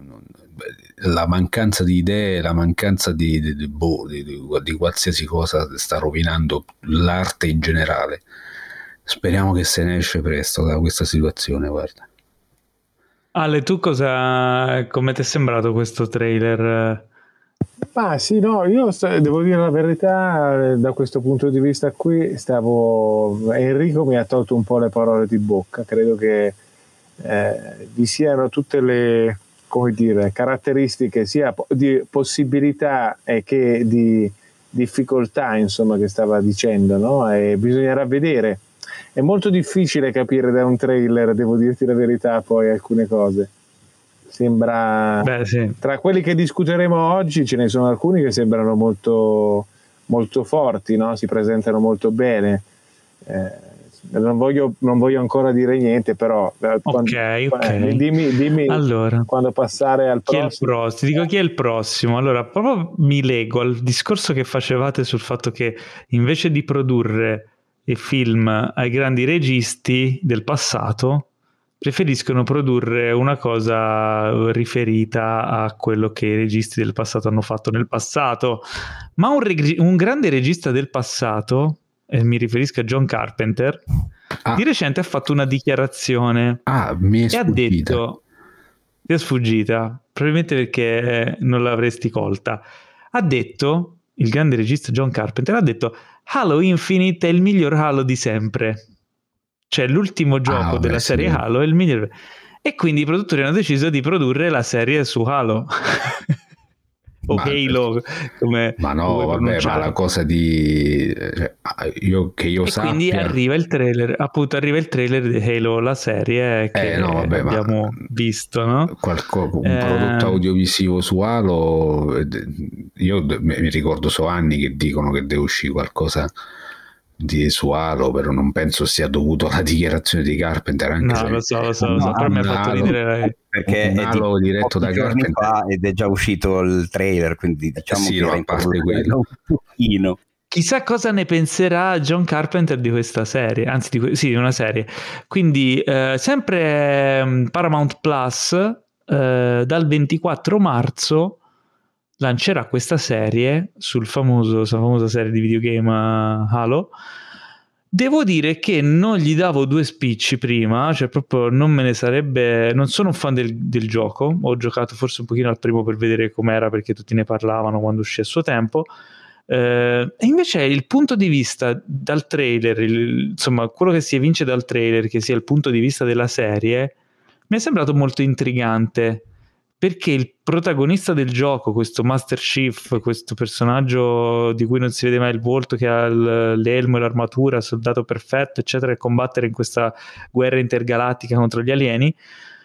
la mancanza di idee, la mancanza di, di, di, boh, di, di, di qualsiasi cosa sta rovinando l'arte in generale. Speriamo che se ne esce presto da questa situazione, guarda. Ale, tu cosa, come ti è sembrato questo trailer Ma sì, no, io st- devo dire la verità, da questo punto di vista qui stavo, Enrico mi ha tolto un po' le parole di bocca, credo che eh, vi siano tutte le, come dire, caratteristiche sia po- di possibilità e che di difficoltà, insomma, che stava dicendo, no? E bisognerà vedere, è molto difficile capire da un trailer, devo dirti la verità, poi alcune cose. Sembra, Beh, sì. Tra quelli che discuteremo oggi ce ne sono alcuni che sembrano molto, molto forti, no? Si presentano molto bene. Eh, non, voglio, non voglio ancora dire niente, però ok, quando, ok. Eh, dimmi, dimmi allora, quando passare al chi prossimo. È il prossimo. Ti dico chi è il prossimo. Allora, proprio mi lego al discorso che facevate sul fatto che invece di produrre i film ai grandi registi del passato, preferiscono produrre una cosa riferita a quello che i registi del passato hanno fatto nel passato. Ma un, reg- un grande regista del passato, e mi riferisco a John Carpenter, ah. di recente ha fatto una dichiarazione ah, mi è e ha detto, ti è sfuggita, probabilmente perché non l'avresti colta, ha detto, il grande regista John Carpenter ha detto: Halo Infinite è il miglior Halo di sempre. Cioè l'ultimo gioco ah, della beh, serie sì. Halo è il migliore, e quindi i produttori hanno deciso di produrre la serie su Halo o ma, Halo come ma no vabbè, ma la cosa di cioè, io che io e sappia, quindi arriva il trailer, appunto arriva il trailer di Halo, la serie che eh, no, vabbè, abbiamo visto, no? Qualco, un eh, prodotto audiovisivo su Halo, io mi ricordo so anni che dicono che deve uscire qualcosa di su Halo, però non penso sia dovuto alla dichiarazione di Carpenter, anche no se lo so lo so, lo so. No, però mi ha fatto Halo, ridere perché un Halo di diretto da Carpenter fa ed è già uscito il trailer, quindi diciamo sì, che no, era a parte quello un pochino. Chissà cosa ne penserà John Carpenter di questa serie, anzi di, sì, di una serie. Quindi eh, sempre um, Paramount Plus eh, dal ventiquattro marzo lancerà questa serie sul famoso, sulla famosa serie di videogame uh, Halo. Devo dire che non gli davo due spicci prima, cioè proprio non me ne sarebbe, non sono un fan del, del gioco, ho giocato forse un pochino al primo per vedere com'era, perché tutti ne parlavano quando uscì a suo tempo. Uh, e invece il punto di vista dal trailer, il, insomma quello che si evince dal trailer, che sia il punto di vista della serie, mi è sembrato molto intrigante, perché il protagonista del gioco, questo Master Chief, questo personaggio di cui non si vede mai il volto, che ha l'elmo e l'armatura, soldato perfetto eccetera, e combattere in questa guerra intergalattica contro gli alieni,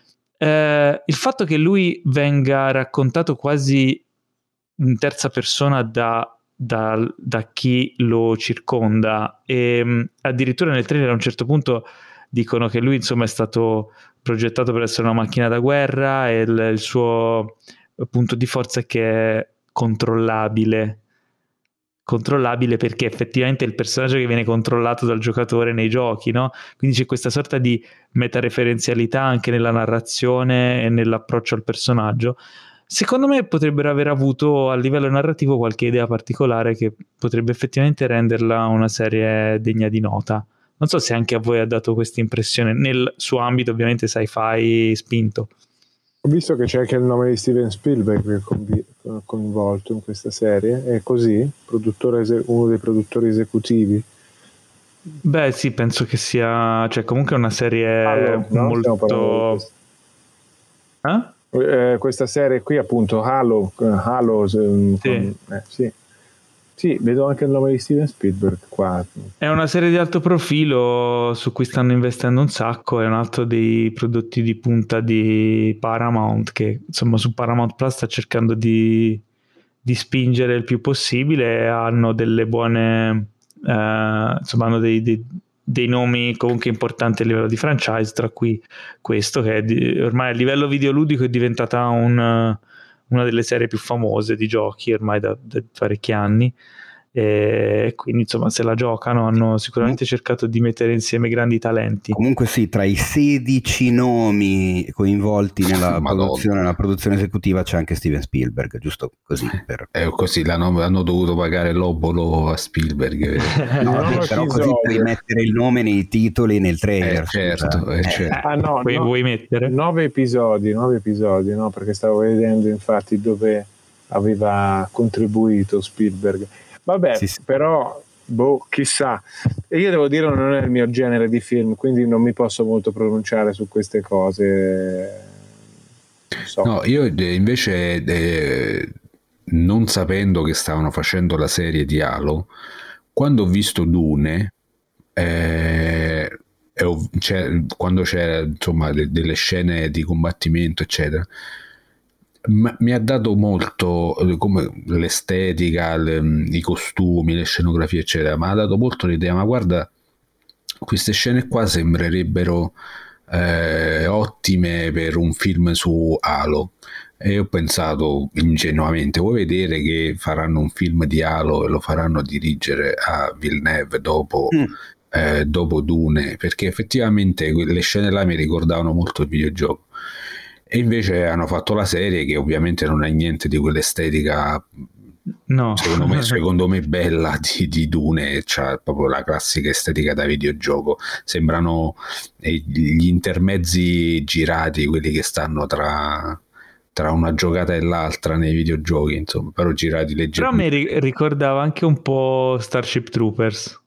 uh, il fatto che lui venga raccontato quasi in terza persona da Da, da chi lo circonda, e um, addirittura nel trailer a un certo punto dicono che lui insomma è stato progettato per essere una macchina da guerra, e il, il suo punto di forza è che è controllabile controllabile perché effettivamente è il personaggio che viene controllato dal giocatore nei giochi, no? Quindi c'è questa sorta di metareferenzialità anche nella narrazione e nell'approccio al personaggio. Secondo me potrebbero aver avuto a livello narrativo qualche idea particolare che potrebbe effettivamente renderla una serie degna di nota. Non so se anche a voi ha dato questa impressione nel suo ambito, ovviamente sci-fi spinto. Ho visto che c'è anche il nome di Steven Spielberg coinvolto in questa serie, è così? Produttore ese- uno dei produttori esecutivi? Beh sì, penso che sia, cioè comunque è una serie Halo, no? molto... Eh? Eh, questa serie qui appunto Halo, Halo eh, sì. Con, eh, sì. Sì, vedo anche il nome di Steven Spielberg qua. È una serie di alto profilo su cui stanno investendo un sacco, è un altro dei prodotti di punta di Paramount, che insomma su Paramount Plus sta cercando di, di spingere il più possibile. Hanno delle buone eh, insomma hanno dei, dei, dei nomi comunque importanti a livello di franchise, tra cui questo che è di, ormai a livello videoludico è diventata un una delle serie più famose di giochi ormai da, da parecchi anni, e quindi insomma se la giocano, hanno sicuramente cercato di mettere insieme grandi talenti. Comunque sì, tra i sedici nomi coinvolti nella produzione, nella produzione esecutiva c'è anche Steven Spielberg, giusto così per... è così, l'hanno, hanno dovuto pagare l'obolo a Spielberg. No, vabbè, però così per mettere il nome nei titoli, nel trailer. Eh, certo, eh, certo. Ah, no, Vuoi, no, vuoi mettere? Nove episodi, nove episodi, no? Perché stavo vedendo infatti dove aveva contribuito Spielberg. Vabbè, sì, sì. Però boh, chissà. E io devo dire non è il mio genere di film, quindi non mi posso molto pronunciare su queste cose. Non so. No, io invece eh, non sapendo che stavano facendo la serie di Halo, quando ho visto Dune eh, c'è, quando c'era insomma de- delle scene di combattimento eccetera, ma mi ha dato molto come l'estetica, le, i costumi, le scenografie eccetera, ma ha dato molto l'idea, ma guarda, queste scene qua sembrerebbero eh, ottime per un film su Halo. E ho pensato ingenuamente, vuoi vedere che faranno un film di Halo e lo faranno dirigere a Villeneuve dopo, mm. eh, dopo Dune, perché effettivamente le scene là mi ricordavano molto il videogioco. E invece hanno fatto la serie che ovviamente non ha niente di quell'estetica, no. secondo me, secondo me bella di, di Dune, c'ha proprio la classica estetica da videogioco, sembrano gli intermezzi girati, quelli che stanno tra, tra una giocata e l'altra nei videogiochi, insomma, però girati leggermente. Però mi ri- ricordava anche un po' Starship Troopers.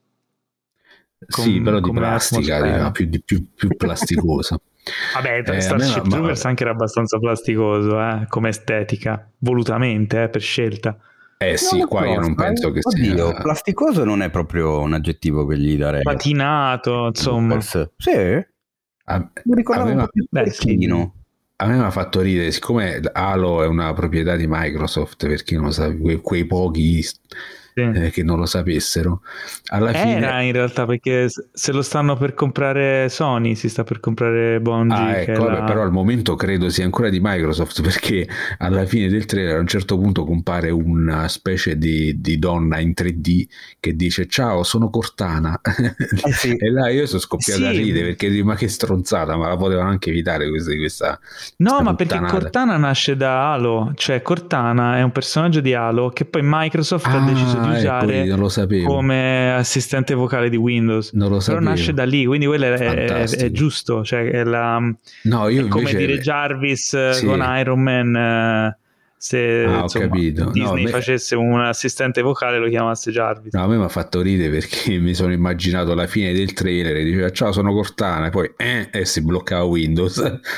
Sì, Com- però di plastica, diciamo, più, più, più plasticosa. Vabbè, eh, Starship me, Troopers ma... anche era abbastanza plasticoso, eh, come estetica, volutamente, eh, per scelta. Eh sì, no, qua no, io non penso che oddio, sia... plasticoso non è proprio un aggettivo che gli darei. Patinato, insomma. Sì, a, mi ricordavo un po' più perchino. A me mi ha fatto ridere, siccome Halo è una proprietà di Microsoft, per chi non lo sa, quei, quei pochi... Sì. Eh, che non lo sapessero, alla era fine in realtà, perché se lo stanno per comprare Sony, si sta per comprare Bungie, ah, ecco, la... però al momento credo sia ancora di Microsoft, perché alla fine del trailer a un certo punto compare una specie di, di donna in tre D che dice ciao, sono Cortana. Eh sì. E là io sono scoppiato sì. a ridere, perché dico, ma che stronzata, ma la potevano anche evitare questa, questa no questa ma perché Cortana nasce da Halo, cioè Cortana è un personaggio di Halo che poi Microsoft ah. ha deciso di usare ecco, non lo sapevo. come assistente vocale di Windows, non lo però nasce da lì, quindi quello è, è, è giusto, cioè è, la, no, io è come invece... dire Jarvis sì. con Iron Man, se ah, insomma, ho capito. Disney no, me... facesse un assistente vocale lo chiamasse Jarvis. No, a me mi ha fatto ridere perché mi sono immaginato la fine del trailer e diceva ciao, sono Cortana, e poi eh, e si bloccava Windows.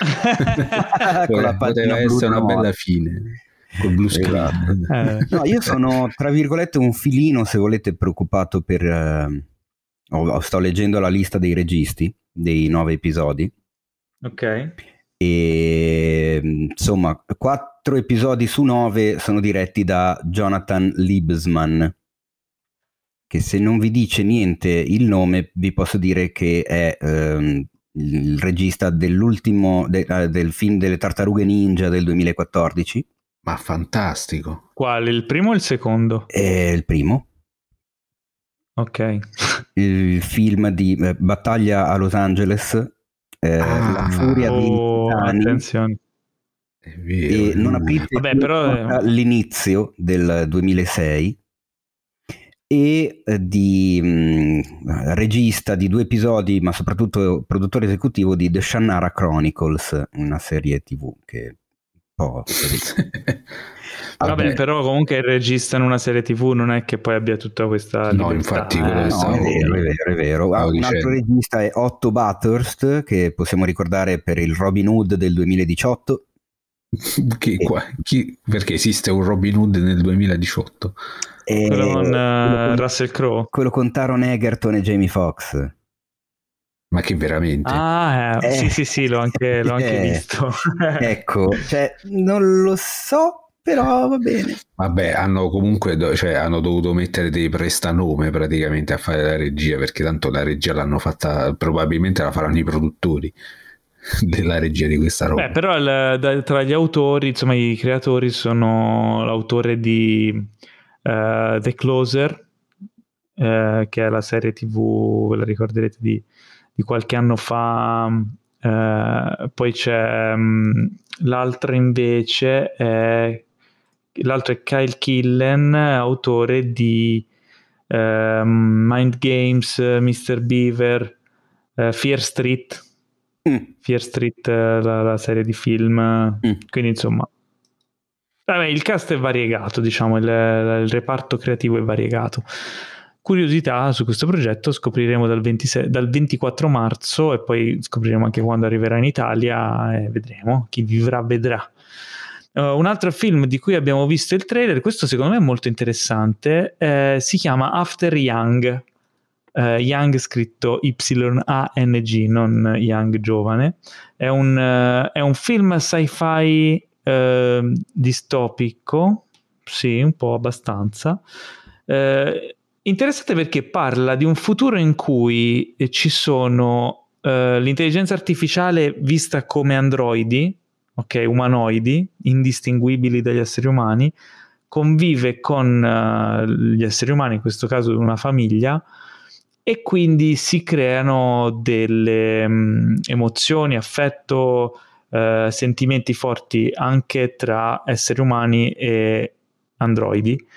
Con la poteva essere una bella fine col blue screen. Eh. No, io sono tra virgolette un filino, se volete, preoccupato per eh, oh, sto leggendo la lista dei registi dei nove episodi, ok, e insomma quattro episodi su nove sono diretti da Jonathan Liebesman, che se non vi dice niente il nome vi posso dire che è ehm, il regista dell'ultimo de, uh, del film delle Tartarughe Ninja del duemilaquattordici. Ma fantastico. Quale? Il primo o il secondo? È il primo. Ok. Il film di eh, Battaglia a Los Angeles, eh, ah, La furia oh, dei titani. Attenzione. È vero. E non aprite Vabbè, però l'inizio del duemilasei. E eh, di mh, regista di due episodi, ma soprattutto produttore esecutivo di The Shannara Chronicles, una serie tv che Oh, vabbè, vabbè, però comunque il regista in una serie tv non è che poi abbia tutta questa no, libertà. infatti eh, no, stavo... è vero, è vero, è vero. Ah, un altro regista è Otto Bathurst, che possiamo ricordare per il Robin Hood del duemiladiciotto. Chi, qua, chi, perché esiste un Robin Hood nel duemiladiciotto? E... quello con uh, Russell Crowe, quello con Taron Egerton e Jamie Foxx. Ma che veramente? Ah, eh, eh, sì, sì, sì, l'ho anche, l'ho anche eh, visto. Ecco, cioè, non lo so, però va bene. Vabbè, hanno comunque cioè, hanno dovuto mettere dei prestanome praticamente a fare la regia, perché tanto la regia l'hanno fatta, probabilmente la faranno i produttori della regia di questa roba. Beh, però il, da, tra gli autori, insomma, i creatori sono l'autore di uh, The Closer, uh, che è la serie tv, ve la ricorderete di di qualche anno fa, eh, poi c'è um, l'altra invece è l'altro è Kyle Killen, autore di eh, Mind Games, mister Beaver, eh, Fear Street mm. Fear Street, la, la serie di film, mm. quindi insomma Vabbè, il cast è variegato, diciamo, il, il reparto creativo è variegato. Curiosità su questo progetto scopriremo dal, ventisei, dal ventiquattro marzo, e poi scopriremo anche quando arriverà in Italia, e vedremo, chi vivrà vedrà. Uh, un altro film di cui abbiamo visto il trailer, questo secondo me è molto interessante, eh, si chiama After Young, uh, Young scritto Y A N G, non Young giovane. È un, uh, è un film sci-fi uh, distopico, sì, un po' abbastanza. Uh, interessante perché parla di un futuro in cui ci sono uh, l'intelligenza artificiale vista come androidi, ok, umanoidi, indistinguibili dagli esseri umani, convive con uh, gli esseri umani, in questo caso una famiglia, e quindi si creano delle um, emozioni, affetto, uh, sentimenti forti anche tra esseri umani e androidi,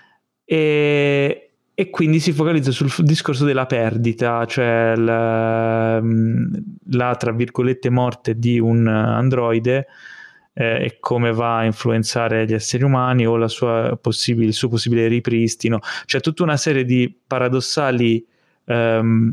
e E quindi si focalizza sul discorso della perdita, cioè la, la tra virgolette morte di un androide, eh, e come va a influenzare gli esseri umani, o la sua possibile, il suo possibile ripristino. C'è tutta una serie di paradossali ehm,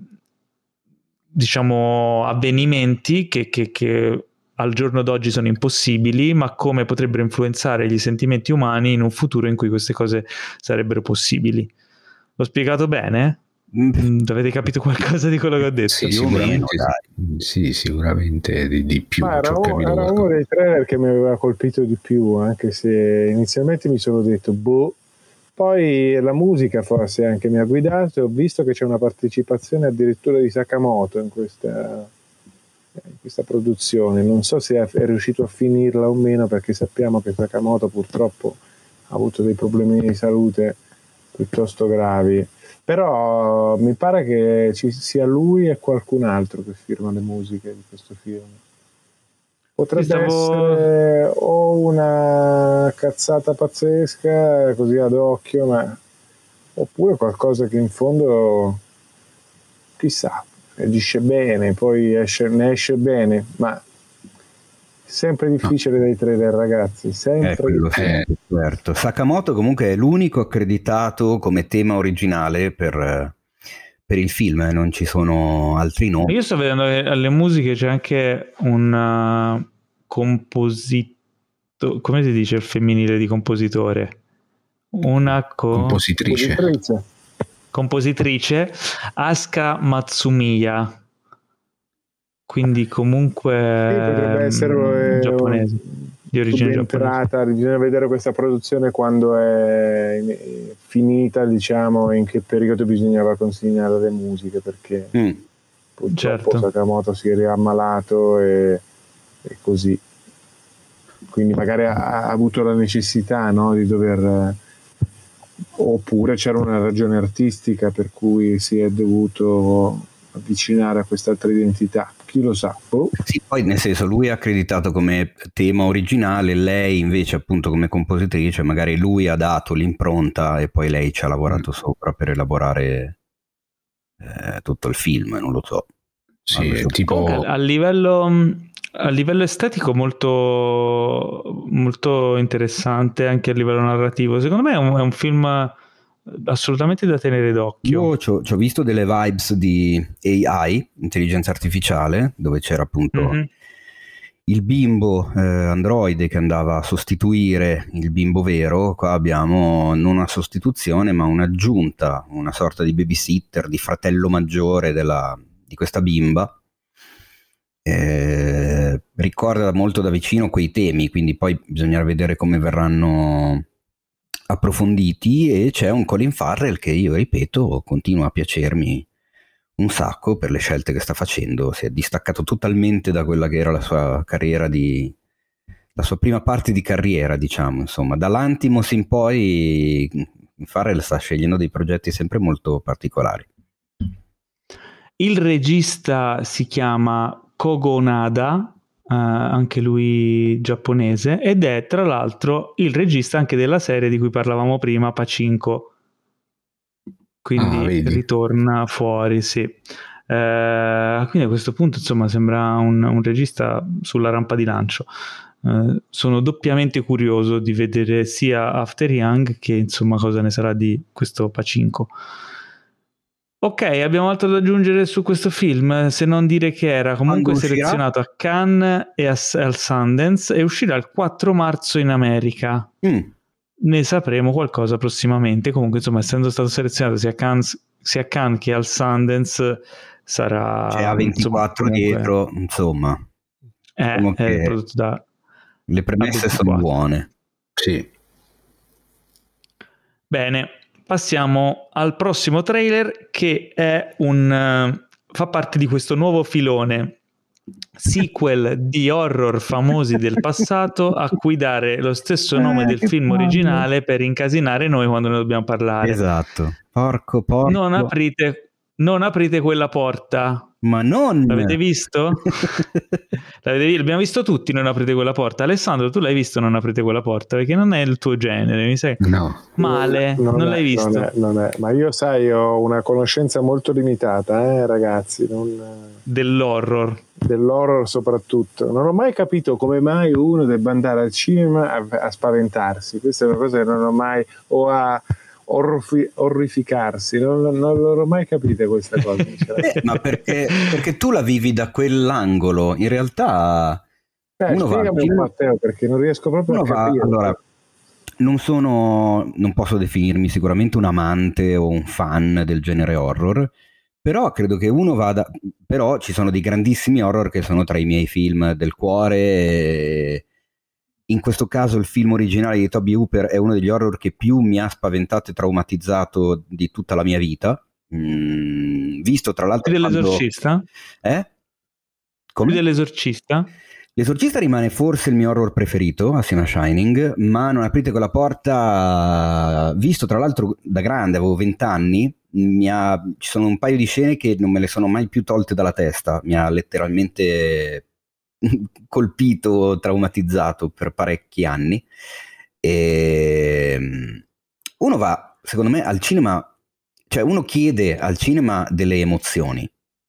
diciamo avvenimenti che, che, che al giorno d'oggi sono impossibili, ma come potrebbero influenzare gli sentimenti umani in un futuro in cui queste cose sarebbero possibili. L'ho spiegato bene? Mm. Avete capito qualcosa di quello che ho detto? Sì, sicuramente, sì, sicuramente di, di più. Ma era, uno, era uno dei trailer che mi aveva colpito di più, anche se inizialmente mi sono detto boh, poi la musica forse anche mi ha guidato, e ho visto che c'è una partecipazione addirittura di Sakamoto in questa, in questa produzione. Non so se è riuscito a finirla o meno, perché sappiamo che Sakamoto purtroppo ha avuto dei problemi di salute piuttosto gravi, però mi pare che ci sia lui e qualcun altro che firma le musiche di questo film. Potrebbe stavo... essere o una cazzata pazzesca così ad occhio, ma oppure qualcosa che in fondo chissà, agisce bene, poi esce, ne esce bene, ma sempre difficile dai trailer, ragazzi, sempre eh, quello difficile. Sì, certo. Sakamoto comunque è l'unico accreditato come tema originale per, per il film, eh. Non ci sono altri nomi. Io sto vedendo che alle musiche c'è anche un uh, compositore, come si dice il femminile di compositore? Una co- compositrice. compositrice compositrice Asuka Matsumiya, quindi comunque sì, potrebbe essere um, giapponese, di origine giapponese. Bisogna vedere questa produzione quando è finita, diciamo, in che periodo bisognava consegnare le musiche, perché mm. purtroppo certo. Sakamoto si è riammalato e, e così, quindi magari ha, ha avuto la necessità, no, di dover, oppure c'era una ragione artistica per cui si è dovuto avvicinare a quest'altra identità, chi lo sa. Oh. Sì, poi nel senso lui è accreditato come tema originale, lei invece appunto come compositrice, magari lui ha dato l'impronta e poi lei ci ha lavorato mm. sopra per elaborare eh, tutto il film, non lo so. Sì, è tipo... a livello a livello estetico molto molto interessante, anche a livello narrativo. Secondo me è un, è un film assolutamente da tenere d'occhio. Io ci ho, ci ho visto delle vibes di A I, intelligenza artificiale, dove c'era appunto mm-hmm. il bimbo eh, androide che andava a sostituire il bimbo vero. Qua abbiamo non una sostituzione ma un'aggiunta, una sorta di babysitter, di fratello maggiore della, di questa bimba. Eh, ricorda molto da vicino quei temi, quindi poi bisognerà vedere come verranno approfonditi. E c'è un Colin Farrell che, io ripeto, continua a piacermi un sacco per le scelte che sta facendo. Si è distaccato totalmente da quella che era la sua carriera di la sua prima parte di carriera, diciamo, insomma, dall'Antimos in poi Farrell sta scegliendo dei progetti sempre molto particolari. Il regista si chiama Kogo Nada, Uh, anche lui giapponese, ed è tra l'altro il regista anche della serie di cui parlavamo prima, Pachinko, quindi ah, ritorna fuori, sì. Uh, quindi a questo punto insomma sembra un, un regista sulla rampa di lancio. Uh, sono doppiamente curioso di vedere sia After Young che insomma cosa ne sarà di questo Pacinco. Ok, abbiamo altro da aggiungere su questo film, se non dire che era comunque selezionato a Cannes e a, al Sundance e uscirà il quattro marzo in America. Mm. Ne sapremo qualcosa prossimamente. Comunque insomma, essendo stato selezionato sia a Cannes, sia a Cannes che al Sundance, sarà c'è A ventiquattro insomma, dietro, insomma è, diciamo è prodotto da le premesse sono buone. Sì. Bene, passiamo al prossimo trailer che è un uh, fa parte di questo nuovo filone sequel di horror famosi del passato a cui dare lo stesso nome eh, del film bello. originale per incasinare noi quando ne dobbiamo parlare. Esatto. Porco porco. Non aprite non aprite quella porta. Ma non! L'avete visto? L'avete visto? L'abbiamo visto tutti, non aprite quella porta. Alessandro, tu l'hai visto non aprite quella porta? Perché non è il tuo genere, mi sai? No. Male, non, non è, l'hai visto? Non è, non è. Ma io sai, ho una conoscenza molto limitata, eh, ragazzi. Non... Dell'horror. Dell'horror soprattutto. Non ho mai capito come mai uno debba andare al cinema a, a spaventarsi. Questa è una cosa che non ho mai... o a... Orfi- orrificarsi, non, non l'ho mai capita questa cosa. eh, ma perché, perché tu la vivi da quell'angolo, in realtà eh, uno spiegami va, un po' Matteo, perché non riesco proprio a capire. Va, allora, non sono, non posso definirmi sicuramente un amante o un fan del genere horror, però credo che uno vada, però ci sono dei grandissimi horror che sono tra i miei film del cuore e... In questo caso il film originale di Tobe Hooper è uno degli horror che più mi ha spaventato e traumatizzato di tutta la mia vita. Mm, visto tra l'altro... Quindi dell'Esorcista? Quando... Eh? Come? dell'Esorcista? L'Esorcista rimane forse il mio horror preferito assieme a Shining, ma Non aprite quella porta, visto tra l'altro da grande, avevo vent'anni, mi ha... ci sono un paio di scene che non me le sono mai più tolte dalla testa, mi ha letteralmente... colpito, traumatizzato per parecchi anni. E uno va, secondo me, al cinema, cioè uno chiede al cinema delle emozioni.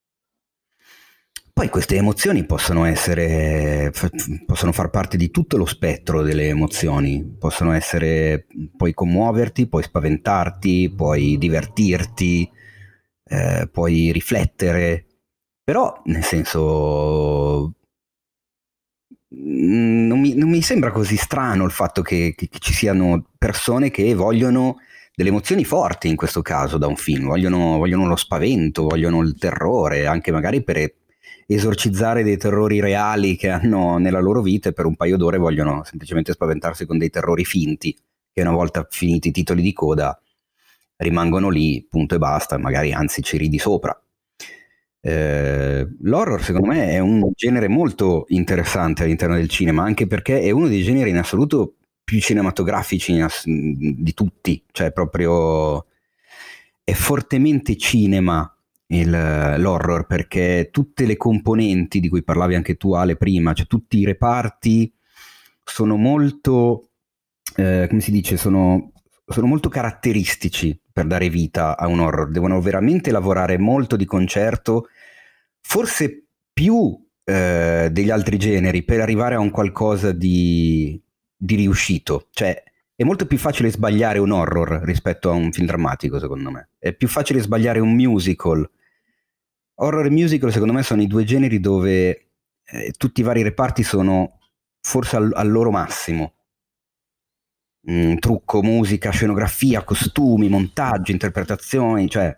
Poi queste emozioni possono essere, possono far parte di tutto lo spettro delle emozioni, possono essere, puoi commuoverti, puoi spaventarti, puoi divertirti, eh, puoi riflettere, però nel senso... Non mi, non mi sembra così strano il fatto che, che, che ci siano persone che vogliono delle emozioni forti in questo caso da un film, vogliono, vogliono lo spavento, vogliono il terrore, anche magari per esorcizzare dei terrori reali che hanno nella loro vita e per un paio d'ore vogliono semplicemente spaventarsi con dei terrori finti che una volta finiti i titoli di coda rimangono lì, punto e basta, magari anzi ci ridi sopra. Eh, l'horror secondo me è un genere molto interessante all'interno del cinema, anche perché è uno dei generi in assoluto più cinematografici in ass- di tutti, cioè proprio è fortemente cinema il, l'horror, perché tutte le componenti di cui parlavi anche tu Ale prima, cioè tutti i reparti sono molto eh, come si dice, sono, sono molto caratteristici per dare vita a un horror, devono veramente lavorare molto di concerto, forse più eh, degli altri generi, per arrivare a un qualcosa di, di riuscito. Cioè è molto più facile sbagliare un horror rispetto a un film drammatico, secondo me. È più facile sbagliare un musical. Horror e musical secondo me sono i due generi dove eh, tutti i vari reparti sono forse al, al loro massimo. Mm, trucco, musica, scenografia, costumi, montaggio, interpretazioni, cioè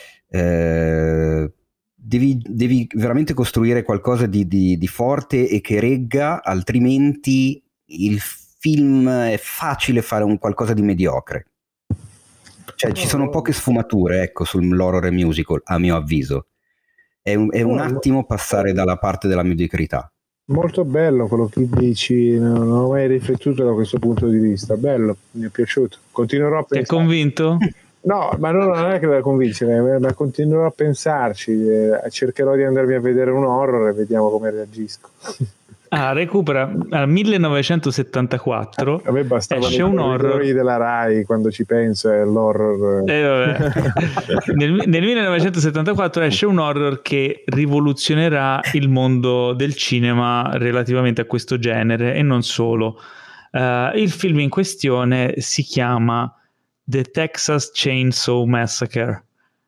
eh, devi, devi veramente costruire qualcosa di, di, di forte e che regga, altrimenti il film è facile fare un qualcosa di mediocre. Cioè ci sono poche sfumature, ecco, sull'horror e musical, a mio avviso. È un, è un attimo passare dalla parte della mediocrità. Molto bello quello che dici, non ho mai riflettuto da questo punto di vista, bello, mi è piaciuto, continuerò a pensare. Ti è convinto? No, ma non, non è che da convincere, ma continuerò a pensarci, eh, cercherò di andarmi a vedere un horror e vediamo come reagisco. Ah, recupera al millenovecentosettantaquattro. A me bastava esce un horror della Rai, quando ci penso è l'horror. Eh, vabbè. nel, nel millenovecentosettantaquattro esce un horror che rivoluzionerà il mondo del cinema relativamente a questo genere, e non solo. Uh, il film in questione si chiama The Texas Chainsaw Massacre,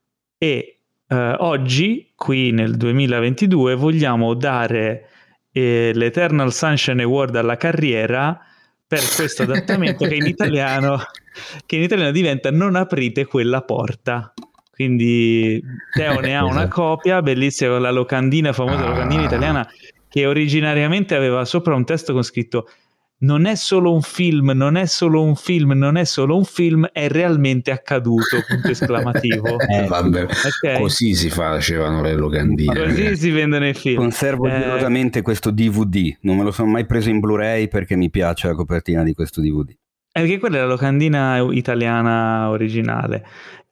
e uh, oggi, qui nel duemilaventidue, vogliamo dare eh, l'Eternal Sunshine Award alla carriera per questo adattamento che in italiano che in italiano diventa Non aprite quella porta. Quindi Teo ne ha una copia bellissima con la locandina, famosa ah. locandina italiana, che originariamente aveva sopra un testo con scritto: non è solo un film, non è solo un film, non è solo un film, è realmente accaduto, punto esclamativo. Eh, vabbè, okay. Così si facevano le locandine. Così si vendono i film. Conservo eh... gelosamente questo D V D, non me lo sono mai preso in Blu-ray perché mi piace la copertina di questo D V D. È perché quella è la locandina italiana originale.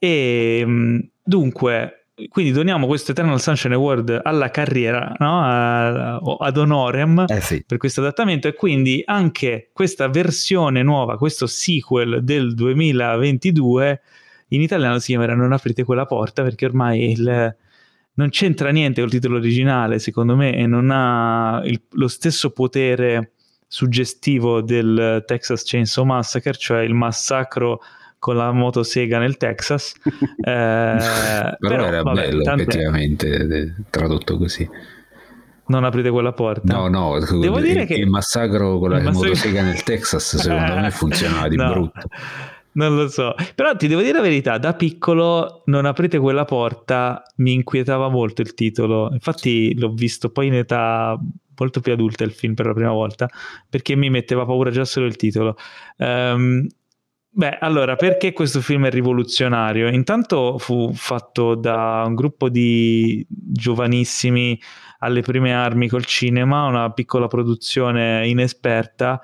E dunque, quindi doniamo questo Eternal Sunshine Award alla carriera, no? A, ad honorem eh sì. per questo adattamento, e quindi anche questa versione nuova, questo sequel del duemilaventidue in italiano si chiamerà Non aprite quella porta, perché ormai il, non c'entra niente col titolo originale, secondo me, e non ha il, lo stesso potere suggestivo del Texas Chainsaw Massacre, cioè il massacro con la motosega nel Texas. eh, però, però era vabbè, bello effettivamente tradotto così. Non aprite quella porta. No, no, devo il, dire che il massacro con la massacro... motosega nel Texas secondo me funzionava di no, brutto. Non lo so, però ti devo dire la verità, da piccolo Non aprite quella porta mi inquietava molto il titolo, infatti l'ho visto poi in età molto più adulta il film per la prima volta, perché mi metteva paura già solo il titolo. Um, beh, allora, perché questo film è rivoluzionario? Intanto fu fatto da un gruppo di giovanissimi alle prime armi col cinema, una piccola produzione inesperta,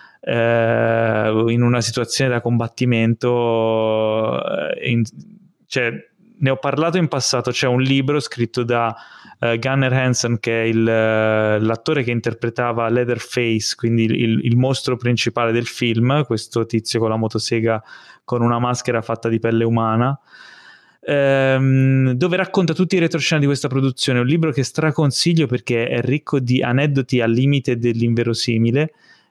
eh, in una situazione da combattimento. In, cioè, ne ho parlato in passato, c'è un libro scritto da uh, Gunnar Hansen, che è il, uh, l'attore che interpretava Leatherface, quindi il, il mostro principale del film, questo tizio con la motosega con una maschera fatta di pelle umana, ehm, dove racconta tutti i retroscena di questa produzione. È un libro che straconsiglio perché è ricco di aneddoti al limite dell'inverosimile,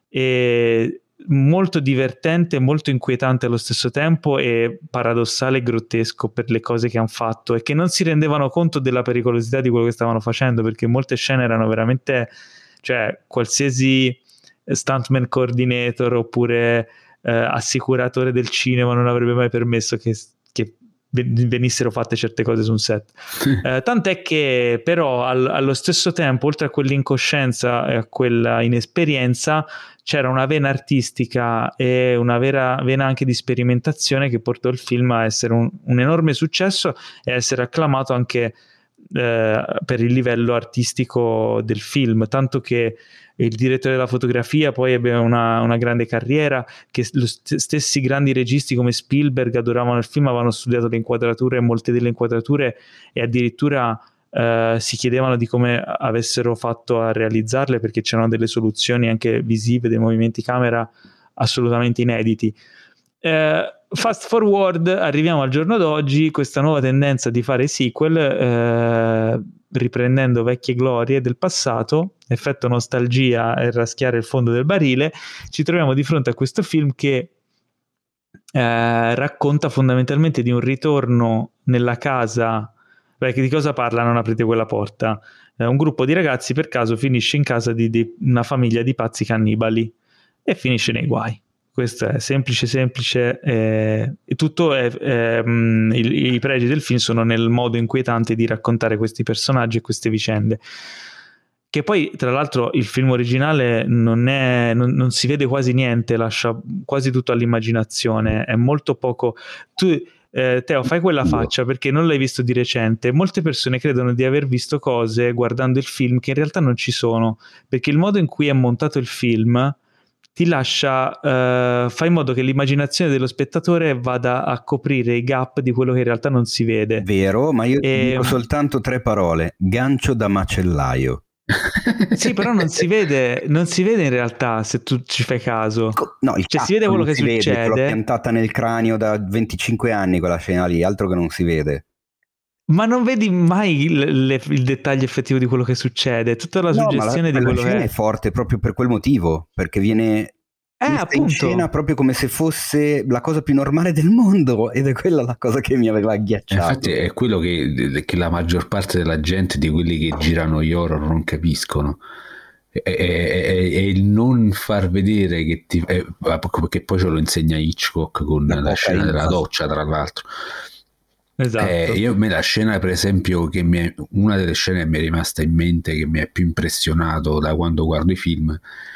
e molto divertente, molto inquietante allo stesso tempo, e paradossale e grottesco per le cose che hanno fatto, e che non si rendevano conto della pericolosità di quello che stavano facendo, perché molte scene erano veramente, cioè qualsiasi stuntman coordinator oppure eh, assicuratore del cinema non avrebbe mai permesso che, che venissero fatte certe cose su un set. eh, tant'è che però al, allo stesso tempo, oltre a quell'incoscienza e a quella inesperienza, c'era una vena artistica e una vera vena anche di sperimentazione che portò il film a essere un, un enorme successo e a essere acclamato anche eh, per il livello artistico del film, tanto che il direttore della fotografia poi ebbe una, una grande carriera, che lo st- stessi grandi registi come Spielberg adoravano il film, avevano studiato le inquadrature, molte delle inquadrature, e addirittura Uh, si chiedevano di come avessero fatto a realizzarle, perché c'erano delle soluzioni anche visive, dei movimenti camera assolutamente inediti. Uh, fast forward, arriviamo al giorno d'oggi, questa nuova tendenza di fare sequel, uh, riprendendo vecchie glorie del passato, effetto nostalgia e raschiare il fondo del barile, ci troviamo di fronte a questo film che uh, racconta fondamentalmente di un ritorno nella casa. Beh, di cosa parla Non aprite quella porta? Eh, un gruppo di ragazzi per caso finisce in casa di, di una famiglia di pazzi cannibali e finisce nei guai. Questo è semplice semplice, eh, e tutto è, è, mh, i, i pregi del film sono nel modo inquietante di raccontare questi personaggi e queste vicende, che poi tra l'altro il film originale non, è, non, non si vede quasi niente, lascia quasi tutto all'immaginazione, è molto poco. Tu Eh, Teo, fai quella faccia perché non l'hai visto di recente. Molte persone credono di aver visto cose guardando il film che in realtà non ci sono, perché il modo in cui è montato il film ti lascia, eh, fa in modo che l'immaginazione dello spettatore vada a coprire i gap di quello che in realtà non si vede. Vero, ma io e... ti dico soltanto tre parole: gancio da macellaio. Sì, però non si vede, non si vede in realtà, se tu ci fai caso. No, il cioè si vede quello che si succede. Vede, l'ho piantata nel cranio da venticinque anni quella scena lì, altro che non si vede. Ma non vedi mai il, le, il dettaglio effettivo di quello che succede, tutta la no, suggestione ma la, di quello la scena che è. è forte proprio per quel motivo, perché viene Eh, messa in appunto. scena proprio come se fosse la cosa più normale del mondo, ed è quella la cosa che mi aveva agghiacciato. Infatti è quello che, che la maggior parte della gente, di quelli che girano gli horror, non capiscono. È, è, è, è il non far vedere che ti, è, che poi ce lo insegna Hitchcock con la, la scena della doccia, tra l'altro. Esatto. Eh, io me la scena, per esempio, che mi è, una delle scene che mi è rimasta in mente, che mi è più impressionato da quando guardo i film,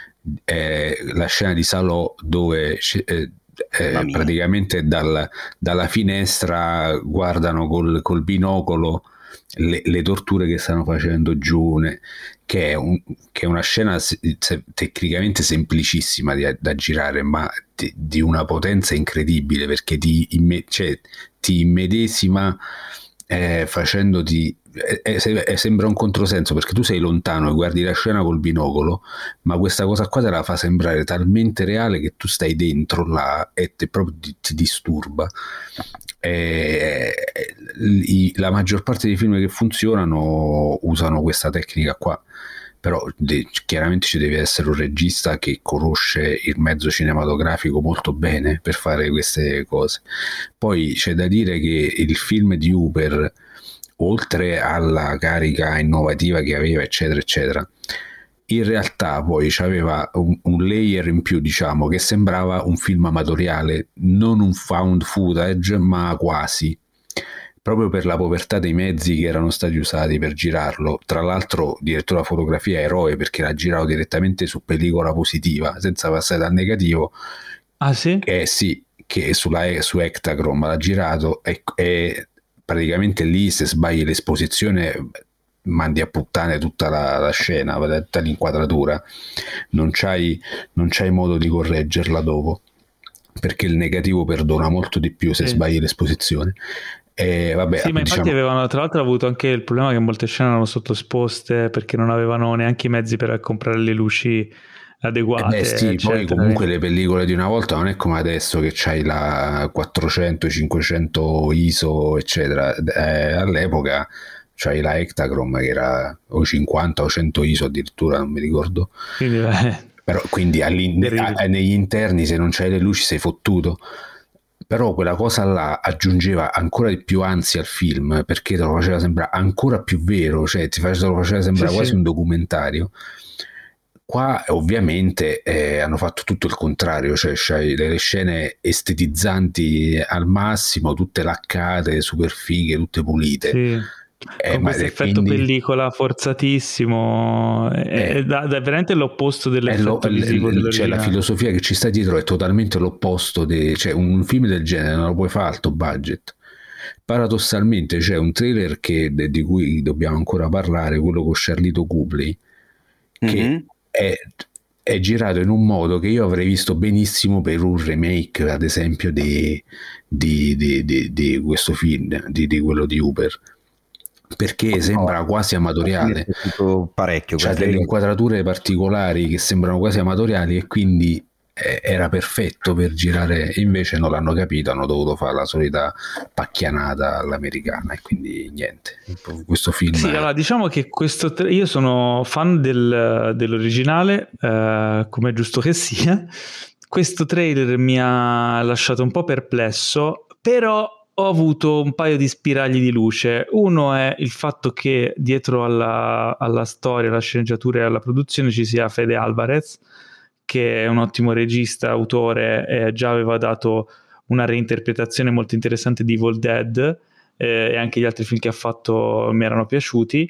è la scena di Salò, dove eh, eh, praticamente dal, dalla finestra guardano col, col binocolo le, le torture che stanno facendo giù, che è, un, che è una scena se, se, tecnicamente semplicissima di, da girare, ma di, di una potenza incredibile, perché ti, imme, cioè, ti immedesima eh, facendoti eh, eh, sembra un controsenso, perché tu sei lontano e guardi la scena col binocolo, ma questa cosa qua te la fa sembrare talmente reale che tu stai dentro là e te proprio ti, ti disturba. Eh, i, la maggior parte dei film che funzionano usano questa tecnica qua, però de, chiaramente ci deve essere un regista che conosce il mezzo cinematografico molto bene per fare queste cose. Poi c'è da dire che il film di Hooper, oltre alla carica innovativa che aveva, eccetera eccetera, in realtà poi c'aveva un, un layer in più, diciamo, che sembrava un film amatoriale, non un found footage, ma quasi, proprio per la povertà dei mezzi che erano stati usati per girarlo. Tra l'altro direttore della fotografia eroe, perché l'ha girato direttamente su pellicola positiva, senza passare dal negativo. Ah sì? Eh sì, che sulla, su Ektachrome l'ha girato, e, e praticamente lì, se sbagli l'esposizione, mandi a puttane tutta la, la scena, tutta l'inquadratura, non c'hai, non c'hai modo di correggerla dopo, perché il negativo perdona molto di più se sì. sbagli l'esposizione. E vabbè, sì, ma infatti diciamo... avevano tra l'altro avuto anche il problema che molte scene erano sottoesposte perché non avevano neanche i mezzi per comprare le luci adeguate. Eh beh, sì, eccetera. poi comunque le pellicole di una volta non è come adesso che c'hai la quattrocento cinquecento I S O eccetera. Eh, all'epoca c'hai la Ektachrome che era o cinquanta o cento I S O addirittura, non mi ricordo. Quindi, eh, però quindi a, negli interni, se non c'hai le luci sei fottuto. Però quella cosa là aggiungeva ancora di più ansia al film, perché te lo faceva sembrare ancora più vero, cioè ti faceva, te lo faceva sembrare sì, quasi sì. un documentario. Qua ovviamente eh, hanno fatto tutto il contrario, cioè c'hai delle scene estetizzanti al massimo, tutte laccate, super fighe, tutte pulite. Sì. Eh, con questo effetto quindi... pellicola forzatissimo, è, eh, è, da, è veramente l'opposto dell'effetto lo, visivo l, cioè la filosofia che ci sta dietro è totalmente l'opposto de, cioè un film del genere non lo puoi fare a alto budget. Paradossalmente c'è un trailer che, de, di cui dobbiamo ancora parlare, quello con Charlito Copley, che mm-hmm. è, è girato in un modo che io avrei visto benissimo per un remake, ad esempio di, di, di, di, di questo film, di, di quello di Hooper, perché sembra quasi amatoriale, parecchio, c'ha delle inquadrature particolari che sembrano quasi amatoriali e quindi eh, era perfetto per girare, invece non l'hanno capito, hanno dovuto fare la solita pacchianata all'americana e quindi niente, questo film sì, è... allora diciamo che questo tra- io sono fan del, dell'originale, eh, come è giusto che sia. Questo trailer mi ha lasciato un po' perplesso, però ho avuto un paio di spiragli di luce. Uno è il fatto che dietro alla, alla storia, alla sceneggiatura e alla produzione ci sia Fede Alvarez, che è un ottimo regista, autore, e già aveva dato una reinterpretazione molto interessante di Evil Dead, eh, e anche gli altri film che ha fatto mi erano piaciuti.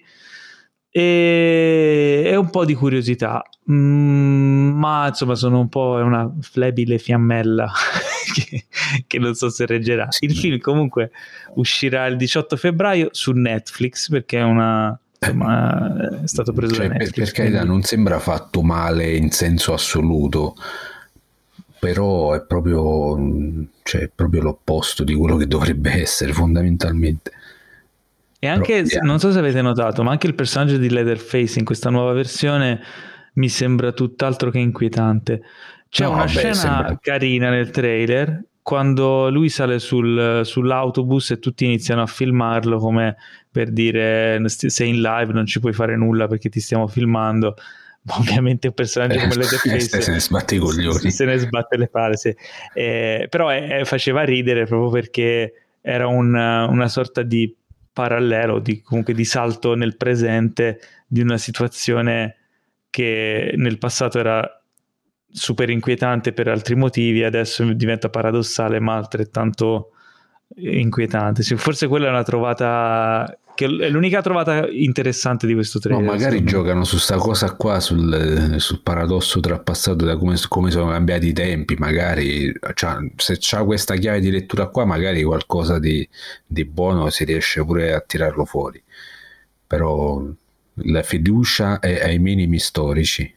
E, e un po' di curiosità, mm, ma insomma sono un po' una flebile fiammella che, che non so se reggerà. Il film comunque uscirà il diciotto febbraio su Netflix, perché è una insomma è stato preso cioè, da Netflix, per, per carità quindi... non sembra fatto male in senso assoluto, però è proprio, cioè, è proprio l'opposto di quello che dovrebbe essere fondamentalmente. E anche, Però, non so se avete notato, ma anche il personaggio di Leatherface in questa nuova versione mi sembra tutt'altro che inquietante. C'è no, una vabbè, scena sembra... carina nel trailer quando lui sale sul, sull'autobus e tutti iniziano a filmarlo come per dire sei in live, non ci puoi fare nulla perché ti stiamo filmando. Ovviamente un personaggio come Leatherface se ne sbatte i coglioni, se ne sbatte le palle, sì. Eh, però eh, faceva ridere proprio perché era un, una sorta di parallelo, di, comunque di salto nel presente di una situazione che nel passato era super inquietante per altri motivi, adesso diventa paradossale ma altrettanto inquietante. Forse quella è una trovata, che è l'unica trovata interessante di questo trailer. No, magari giocano su sta cosa qua, sul, sul paradosso tra passato e da come, come sono cambiati i tempi. Magari cioè, se c'ha questa chiave di lettura qua, magari qualcosa di, di buono si riesce pure a tirarlo fuori. Però la fiducia è ai minimi storici.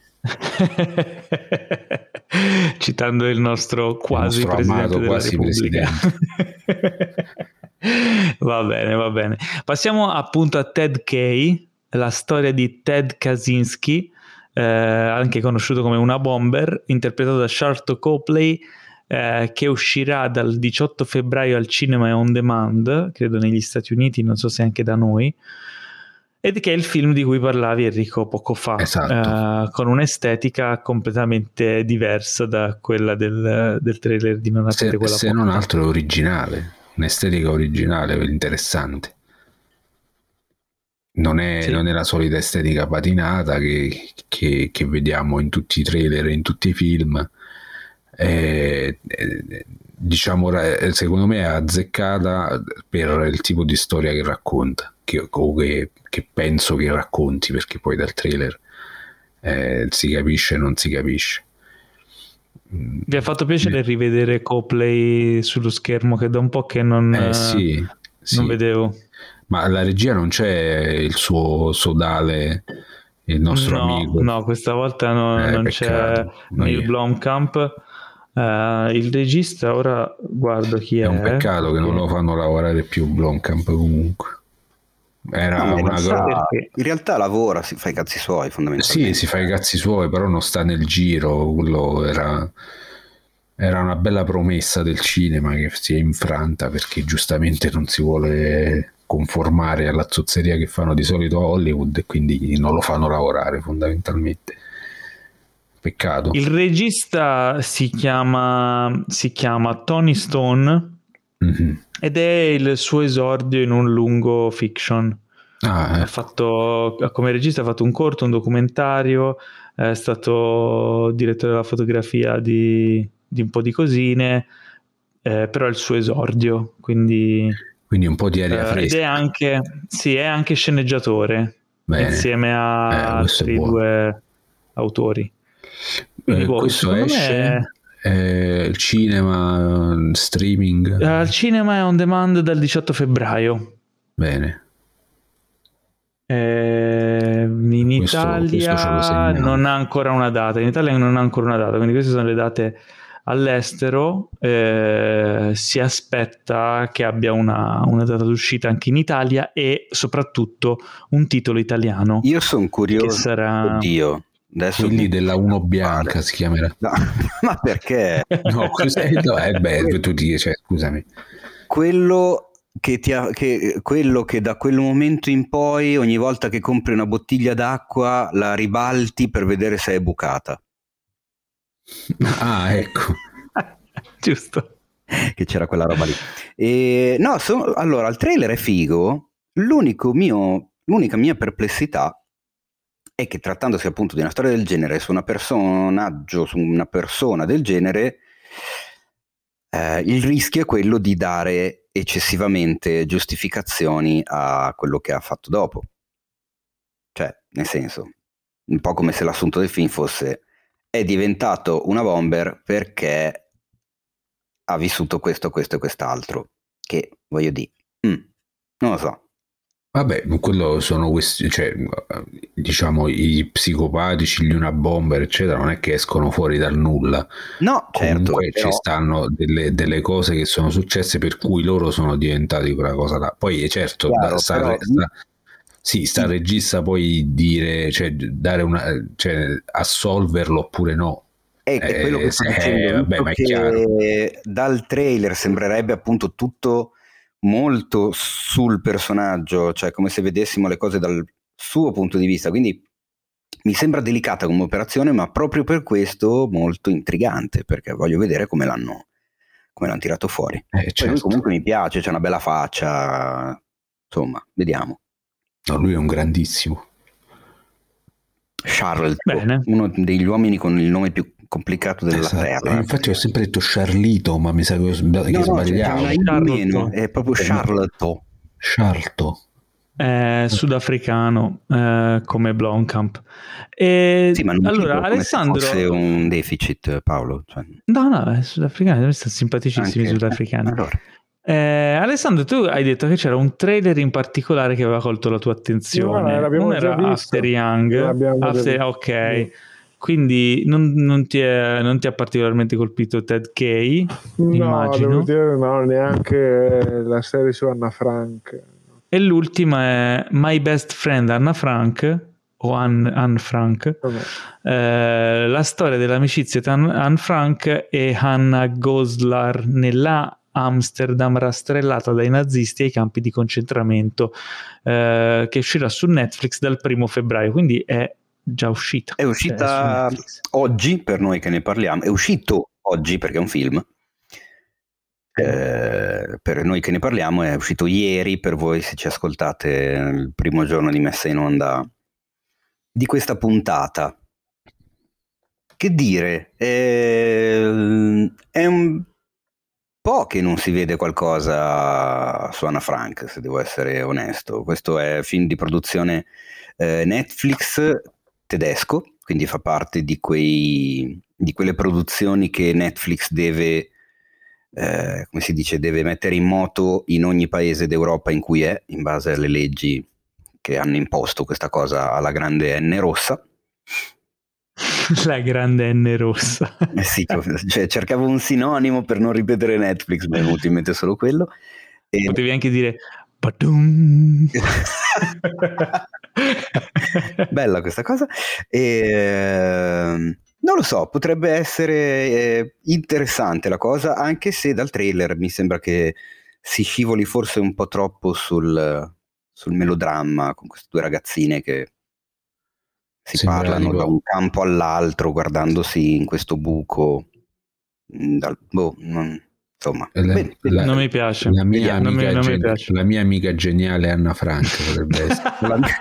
Citando il nostro quasi il nostro presidente amato della quasi Repubblica. presidente. Va bene, va bene. Passiamo appunto a Ted Kay, la storia di Ted Kaczynski, eh, anche conosciuto come Una Bomber, interpretato da Sharlto Copley, eh, che uscirà dal diciotto febbraio al cinema e on demand, credo negli Stati Uniti, non so se anche da noi, ed che è il film di cui parlavi, Enrico, poco fa, esatto. eh, con un'estetica completamente diversa da quella del, del trailer di Non aprire se, quella se porta. non altro è originale, un'estetica originale, interessante. Non è, Sì. non è la solita estetica patinata che, che, che vediamo in tutti i trailer e in tutti i film. È, è, diciamo, secondo me è azzeccata per il tipo di storia che racconta, che, che, che penso che racconti, perché poi dal trailer eh, si capisce e non si capisce. Vi ha fatto piacere rivedere Copley sullo schermo, che da un po' che non, eh, sì, non sì. vedevo. Ma alla regia non c'è il suo sodale, il nostro no, amico? No, questa volta no, eh, non peccato. c'è il Blomkamp. Uh, il regista, ora guardo chi è. È un peccato perché... che non lo fanno lavorare più Blomkamp comunque. Era no, una in, realtà, perché... in realtà lavora, si fa i cazzi suoi fondamentalmente. Sì, si fa i cazzi suoi, però non sta nel giro. Quello era... era una bella promessa del cinema che si è infranta perché giustamente non si vuole conformare alla zozzeria che fanno di solito a Hollywood e quindi non lo fanno lavorare fondamentalmente. Peccato. Il regista si chiama si chiama Tony Stone, mm-hmm. ed è il suo esordio in un lungo fiction. Ah, ecco. Ha fatto, come regista ha fatto un corto, un documentario, è stato direttore della fotografia di, di un po' di cosine, eh, però è il suo esordio, quindi, quindi un po' di aria eh, fresca. ed è anche, sì, è anche sceneggiatore. Bene. Insieme a eh, altri due autori. Quindi, eh, boh, questo esce me... eh, il cinema, streaming al cinema è on demand dal diciotto febbraio. Bene. Eh, in questo, Italia questo non ha ancora una data. In Italia non ha ancora una data, quindi queste sono le date all'estero. Eh, si aspetta che abbia una, una data d'uscita anche in Italia e soprattutto un titolo italiano. Io sono curioso. Che sarà... Oddio. Adesso quelli della Uno Bianca vale. Si chiamerà. No, ma perché? No, cos'è? No, eh, beh, tu dici, cioè, scusami. Quello che, ti ha, che quello che da quel momento in poi ogni volta che compri una bottiglia d'acqua la ribalti per vedere se è bucata. Ah, ecco. Giusto. Che c'era quella roba lì. E, no, so, allora, il trailer è figo. L'unico mio, l'unica mia perplessità è che trattandosi appunto di una storia del genere, su un personaggio, su una persona del genere, eh, il rischio è quello di dare eccessivamente giustificazioni a quello che ha fatto dopo. Cioè, nel senso, un po' come se l'assunto del film fosse: è diventato una bomber perché ha vissuto questo, questo e quest'altro. Che, voglio dire, mm, non lo so. Vabbè, quello sono questi, cioè, diciamo, i psicopatici, gli una bomber, eccetera, non è che escono fuori dal nulla. No, Comunque certo, ci però... stanno delle, delle cose che sono successe per cui loro sono diventati quella cosa là. Poi, certo, da, Chiaro, sta, però... sta, sì, sta sì. regista poi dire, cioè, dare una, cioè, assolverlo oppure no. È, è quello che Eh, sto se- dicendo, eh, vabbè, visto ma è chiaro. che dal trailer sembrerebbe appunto tutto molto sul personaggio, cioè come se vedessimo le cose dal suo punto di vista, quindi mi sembra delicata come operazione, ma proprio per questo molto intrigante, perché voglio vedere come l'hanno, come l'hanno tirato fuori. Eh, Poi lui certo. comunque mi piace, c'è una bella faccia, insomma, vediamo. No, lui è un grandissimo. Charles, Bene. uno degli uomini con il nome più complicato della Esatto. terra. Infatti ho sempre detto Charlito, ma mi sa che, ho sba- che No, no, c'è, c'è sbagliavo. una I di meno, è proprio Eh, no. Charlotte. Charlto. È sudafricano eh, come Blomkamp. E Sì, ma non allora, dico come se Alessandro, fosse un deficit, Paolo. Cioè, no, no, è sudafricano, sono simpaticissimi i anche, sudafricani. eh, allora. Eh, Alessandro, tu hai detto che c'era un trailer in particolare che aveva colto la tua attenzione. No, l'abbiamo Uno già era visto. After Young. L'abbiamo già After, visto. ok. Mm. Quindi non, non ti è, non ti ha particolarmente colpito Ted Kay, No, immagino. devo dire no, neanche la serie su Anna Frank. E l'ultima è My Best Friend Anna Frank o Anne, Anne Frank, eh, la storia dell'amicizia tra Anne Frank e Hannah Goslar nella Amsterdam rastrellata dai nazisti ai campi di concentramento, eh, che uscirà su Netflix dal primo febbraio, quindi è già uscita. È uscita Cioè, oggi, per noi che ne parliamo, è uscito oggi perché è un film. Eh, per noi che ne parliamo è uscito ieri, per voi se ci ascoltate il primo giorno di messa in onda di questa puntata. Che dire, eh, è un po' che non si vede qualcosa su Anna Frank, se devo essere onesto. Questo è film di produzione eh, Netflix tedesco, quindi fa parte di, quei, di quelle produzioni che Netflix deve, eh, come si dice, deve mettere in moto in ogni paese d'Europa in cui è, in base alle leggi che hanno imposto questa cosa alla grande N rossa. La grande N rossa. Eh sì, cioè, cercavo un sinonimo per non ripetere Netflix, mi è venuto in mente solo quello. E... Potevi anche dire Badum. Bella questa cosa. E... non lo so, potrebbe essere eh, interessante la cosa, anche se dal trailer mi sembra che si scivoli forse un po' troppo sul, sul melodramma con queste due ragazzine che si Sembra parlano tipo... da un campo all'altro guardandosi in questo buco. Dal, boh, non, insomma, La, bene, la, non mi piace. La mia, non amica mi, non gen- mi piace. la mia amica geniale Anna Frank potrebbe essere.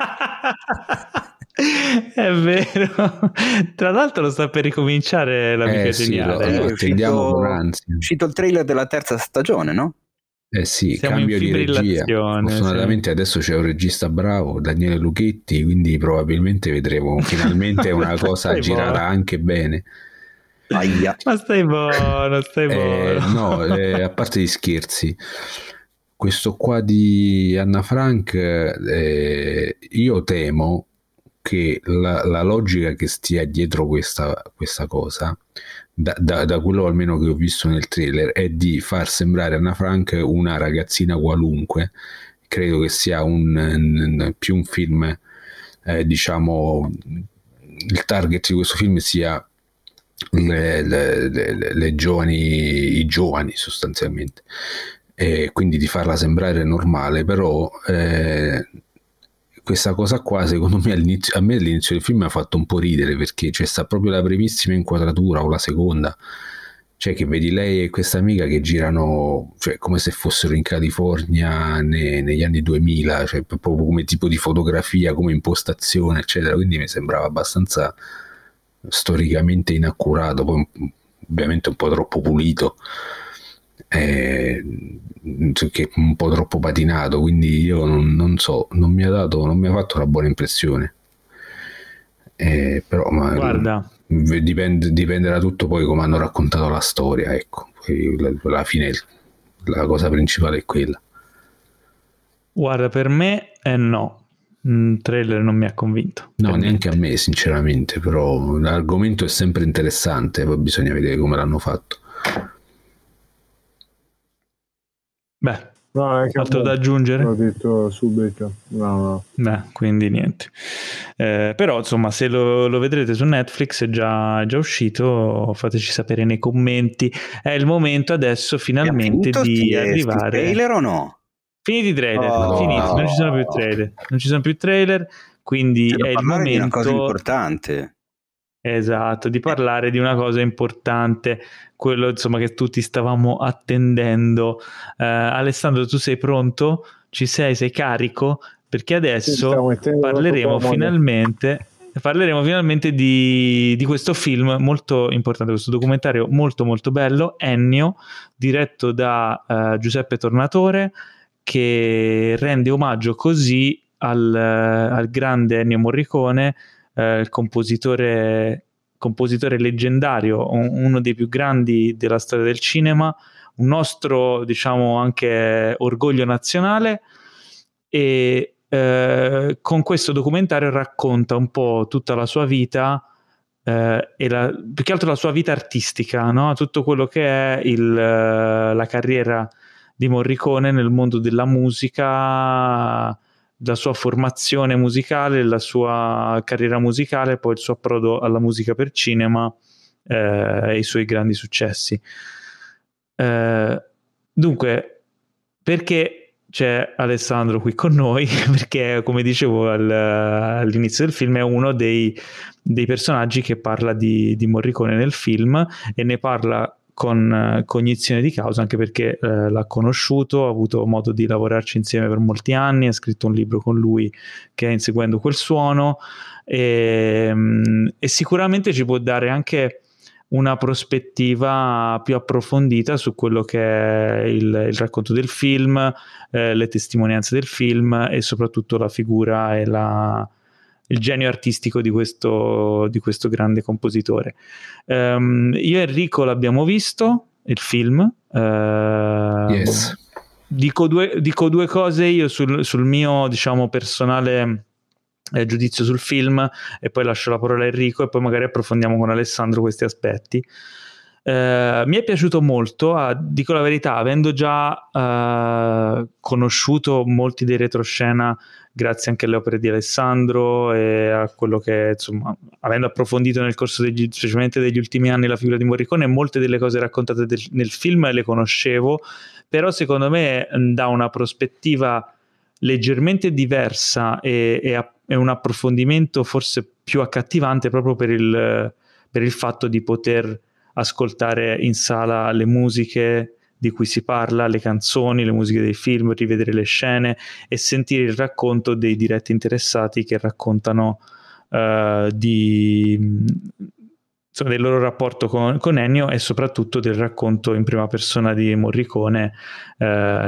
È vero. Tra l'altro lo sta per ricominciare l'amica eh, sì, geniale. lo, lo è attendiamo uscito, con ansia. È uscito il trailer della terza stagione, no? Eh sì, Siamo cambio in di regia. fibrillazione, Fortunatamente sì. adesso c'è un regista bravo, Daniele Lucchetti, quindi probabilmente vedremo finalmente una cosa girata buono. Anche bene. Aia. Ma stai buono, stai eh, buono. No, eh, a parte gli scherzi, questo qua di Anna Frank, eh, io temo che la, la logica che stia dietro questa, questa cosa, da, da, da quello almeno che ho visto nel trailer, è di far sembrare Anna Frank una ragazzina qualunque. Credo che sia un, un più un film, eh, diciamo, il target di questo film sia le, le, le, le giovani, i giovani sostanzialmente, e quindi di farla sembrare normale, però eh, questa cosa qua secondo me all'inizio, a me all'inizio del film mi ha fatto un po' ridere, perché c'è sta proprio la primissima inquadratura o la seconda, cioè che vedi lei e questa amica che girano, cioè come se fossero in California ne, negli anni duemila, cioè proprio come tipo di fotografia, come impostazione eccetera, quindi mi sembrava abbastanza storicamente inaccurato, poi ovviamente un po' troppo pulito, eh, che un po' troppo patinato, quindi io non, non so, non mi ha dato, non mi ha fatto una buona impressione, eh, però ma guarda, dipende, dipenderà tutto poi come hanno raccontato la storia, ecco, poi alla fine la cosa principale è quella. Guarda, per me è no. Il trailer non mi ha convinto. No, neanche a me sinceramente, però l'argomento è sempre interessante, poi bisogna vedere come l'hanno fatto. Beh, no, altro da aggiungere? L'ho detto subito. No, no. Beh, quindi niente. Eh, però insomma, se lo, lo vedrete su Netflix, è già, è già uscito, fateci sapere nei commenti. È il momento adesso finalmente finito di sti, arrivare. sti trailer o no? Finiti i trailer, Oh. finiti, non ci sono più trailer, non ci sono più trailer, quindi C'è da è il parlare momento di una cosa importante. Esatto, di parlare di una cosa importante, quello insomma che tutti stavamo attendendo. Uh, Alessandro, tu sei pronto? Ci sei? Sei carico? Perché adesso parleremo finalmente, parleremo finalmente di, di questo film molto importante, questo documentario molto molto bello, Ennio, diretto da uh, Giuseppe Tornatore, che rende omaggio così al, al grande Ennio Morricone, eh, il compositore, compositore leggendario, uno dei più grandi della storia del cinema, un nostro, diciamo, anche orgoglio nazionale, e eh, con questo documentario racconta un po' tutta la sua vita, eh, e la, più che altro la sua vita artistica, no? Tutto quello che è il, la carriera di Morricone nel mondo della musica, la sua formazione musicale, la sua carriera musicale, poi il suo approdo alla musica per cinema, eh, e i suoi grandi successi. Eh, dunque, perché c'è Alessandro qui con noi? Perché, come dicevo al, all'inizio del film, è uno dei, dei personaggi che parla di, di Morricone nel film, e ne parla con cognizione di causa, anche perché eh, l'ha conosciuto, ha avuto modo di lavorarci insieme per molti anni, ha scritto un libro con lui che è Inseguendo quel suono, e, e sicuramente ci può dare anche una prospettiva più approfondita su quello che è il, il racconto del film, eh, le testimonianze del film, e soprattutto la figura e la, il genio artistico di questo, di questo grande compositore. Um, io e Enrico l'abbiamo visto, il film. Uh, yes. dico, due, dico due cose io sul, sul mio, diciamo, personale eh, giudizio sul film, e poi lascio la parola a Enrico e poi magari approfondiamo con Alessandro questi aspetti. Uh, mi è piaciuto molto, uh, dico la verità, avendo già uh, conosciuto molti dei retroscena grazie anche alle opere di Alessandro e a quello che, insomma, avendo approfondito nel corso degli, specialmente degli ultimi anni, la figura di Morricone, molte delle cose raccontate del, nel film le conoscevo, però secondo me da una prospettiva leggermente diversa e, e, a, e un approfondimento forse più accattivante, proprio per il, per il fatto di poter ascoltare in sala le musiche di cui si parla, le canzoni, le musiche dei film, rivedere le scene e sentire il racconto dei diretti interessati che raccontano uh, di, insomma, del loro rapporto con, con Ennio, e soprattutto del racconto in prima persona di Morricone uh,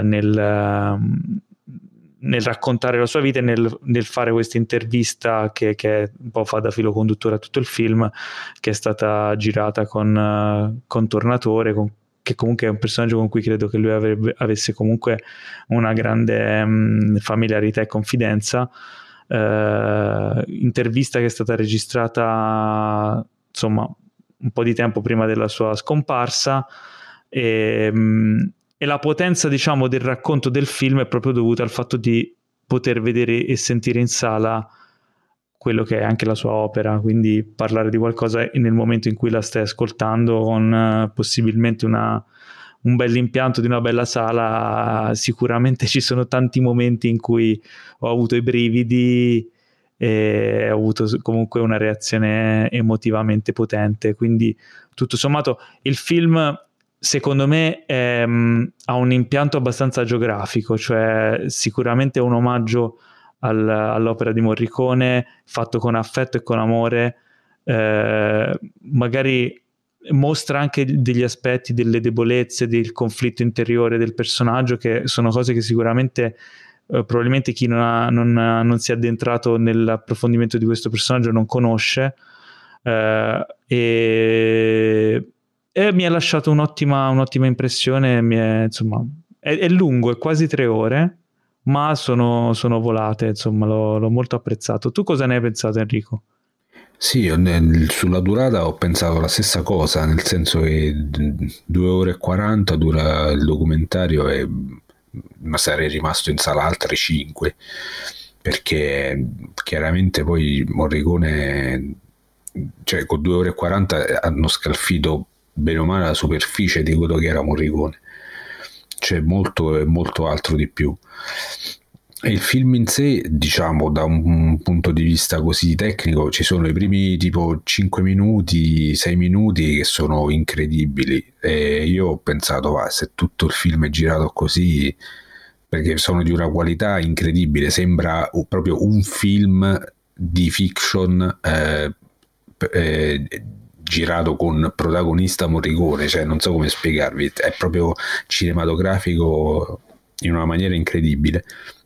nel, uh, nel raccontare la sua vita e nel, nel fare questa intervista che, che un po' fa da filo conduttore a tutto il film, che è stata girata con, uh, con Tornatore, con che comunque è un personaggio con cui credo che lui avrebbe, avesse comunque una grande um, familiarità e confidenza. Uh, intervista che è stata registrata, insomma, un po' di tempo prima della sua scomparsa, e, um, e la potenza, diciamo, del racconto del film è proprio dovuta al fatto di poter vedere e sentire in sala quello che è anche la sua opera, quindi parlare di qualcosa nel momento in cui la stai ascoltando, con uh, possibilmente una, un bell'impianto di una bella sala. Sicuramente ci sono tanti momenti in cui ho avuto i brividi e ho avuto comunque una reazione emotivamente potente, quindi tutto sommato il film, secondo me, è, um, ha un impianto abbastanza geografico, cioè sicuramente è un omaggio Al, all'opera di Morricone, fatto con affetto e con amore, eh, magari mostra anche degli aspetti, delle debolezze, del conflitto interiore del personaggio, che sono cose che sicuramente eh, probabilmente chi non, ha, non, ha, non si è addentrato nell'approfondimento di questo personaggio non conosce, eh, e, e mi ha lasciato un'ottima, un'ottima impressione. Mi è, insomma, è, è lungo, è quasi tre ore, ma sono, sono volate, insomma, l'ho, l'ho molto apprezzato. Tu cosa ne hai pensato, Enrico? Sì, io nel- sulla durata ho pensato la stessa cosa, nel senso che due ore e quaranta dura il documentario e ma sarei rimasto in sala altre cinque, perché chiaramente poi Morricone, cioè con due ore e quaranta hanno scalfito bene o male la superficie di quello che era Morricone, c'è molto e molto altro di più. E il film in sé, diciamo, da un punto di vista così tecnico, ci sono i primi tipo cinque minuti, sei minuti che sono incredibili, e io ho pensato, va, se tutto il film è girato così, perché sono di una qualità incredibile, sembra proprio un film di fiction eh, eh, girato con protagonista Morricone, cioè non so come spiegarvi, è proprio cinematografico in una maniera incredibile.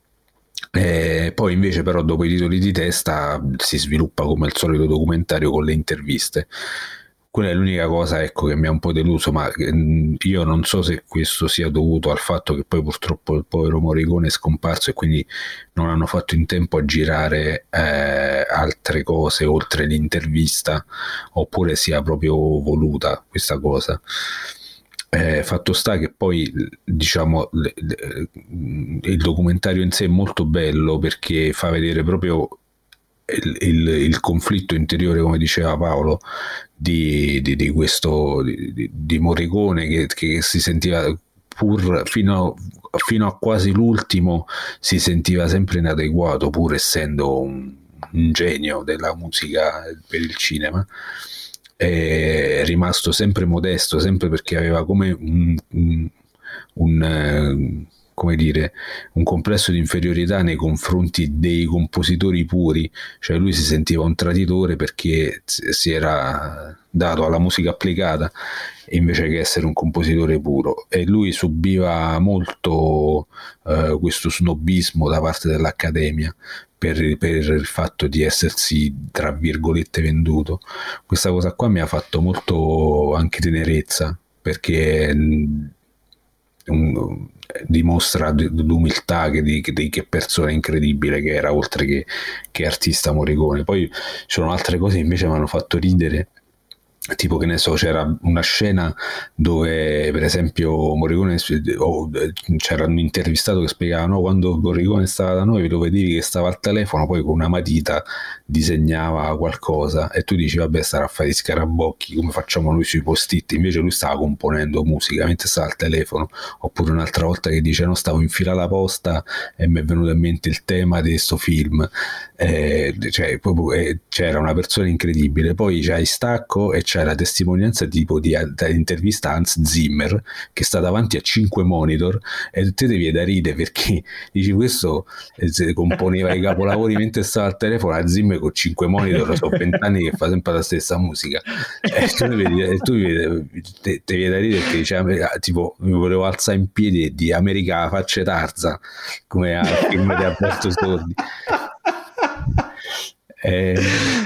E poi invece però dopo i titoli di testa si sviluppa come il solito documentario con le interviste. Quella è l'unica cosa, ecco, che mi ha un po' deluso, ma io non so se questo sia dovuto al fatto che poi purtroppo il povero Morricone è scomparso e quindi non hanno fatto in tempo a girare eh, altre cose oltre l'intervista, oppure sia proprio voluta questa cosa. Eh, fatto sta che poi, diciamo, le, le, il documentario in sé è molto bello perché fa vedere proprio il, il, il conflitto interiore, come diceva Paolo, di, di, di questo di, di Morricone che, che si sentiva pur fino a, fino a quasi l'ultimo si sentiva sempre inadeguato, pur essendo un, un genio della musica per il cinema. È rimasto sempre modesto, sempre perché aveva come un, un, un come dire, un complesso di inferiorità nei confronti dei compositori puri, cioè lui si sentiva un traditore perché si era dato alla musica applicata invece che essere un compositore puro, e lui subiva molto eh, questo snobismo da parte dell'Accademia per, per il fatto di essersi tra virgolette venduto. Questa cosa qua mi ha fatto molto anche tenerezza, perché un, dimostra l'umiltà che, di, di che persona incredibile che era, oltre che, che artista Morricone. Poi ci sono altre cose che invece mi hanno fatto ridere, tipo, che ne so, c'era una scena dove per esempio Morricone, oh, c'era un intervistato che spiegava, no, quando Morricone stava da noi lo vedevi che stava al telefono, poi con una matita disegnava qualcosa e tu dici vabbè, starà a fare gli scarabocchi come facciamo noi sui post-it, invece lui stava componendo musica mentre stava al telefono. Oppure un'altra volta che dice, no, stavo in fila alla posta e mi è venuto in mente il tema di questo film, eh, cioè proprio eh, c'era una persona incredibile. Poi c'hai stacco e c'è la testimonianza tipo di, di intervista a Hans Zimmer che sta davanti a cinque monitor e te devi da ridere perché dici, questo eh, componeva i capolavori mentre stava al telefono, a Zimmer con cinque monitor, sono vent'anni che fa sempre la stessa musica, e tu devi, e tu te, te viene da ridere perché dice, tipo, mi volevo alzare in piedi e di America la faccia Tarza come al film di Alberto Sordi. È,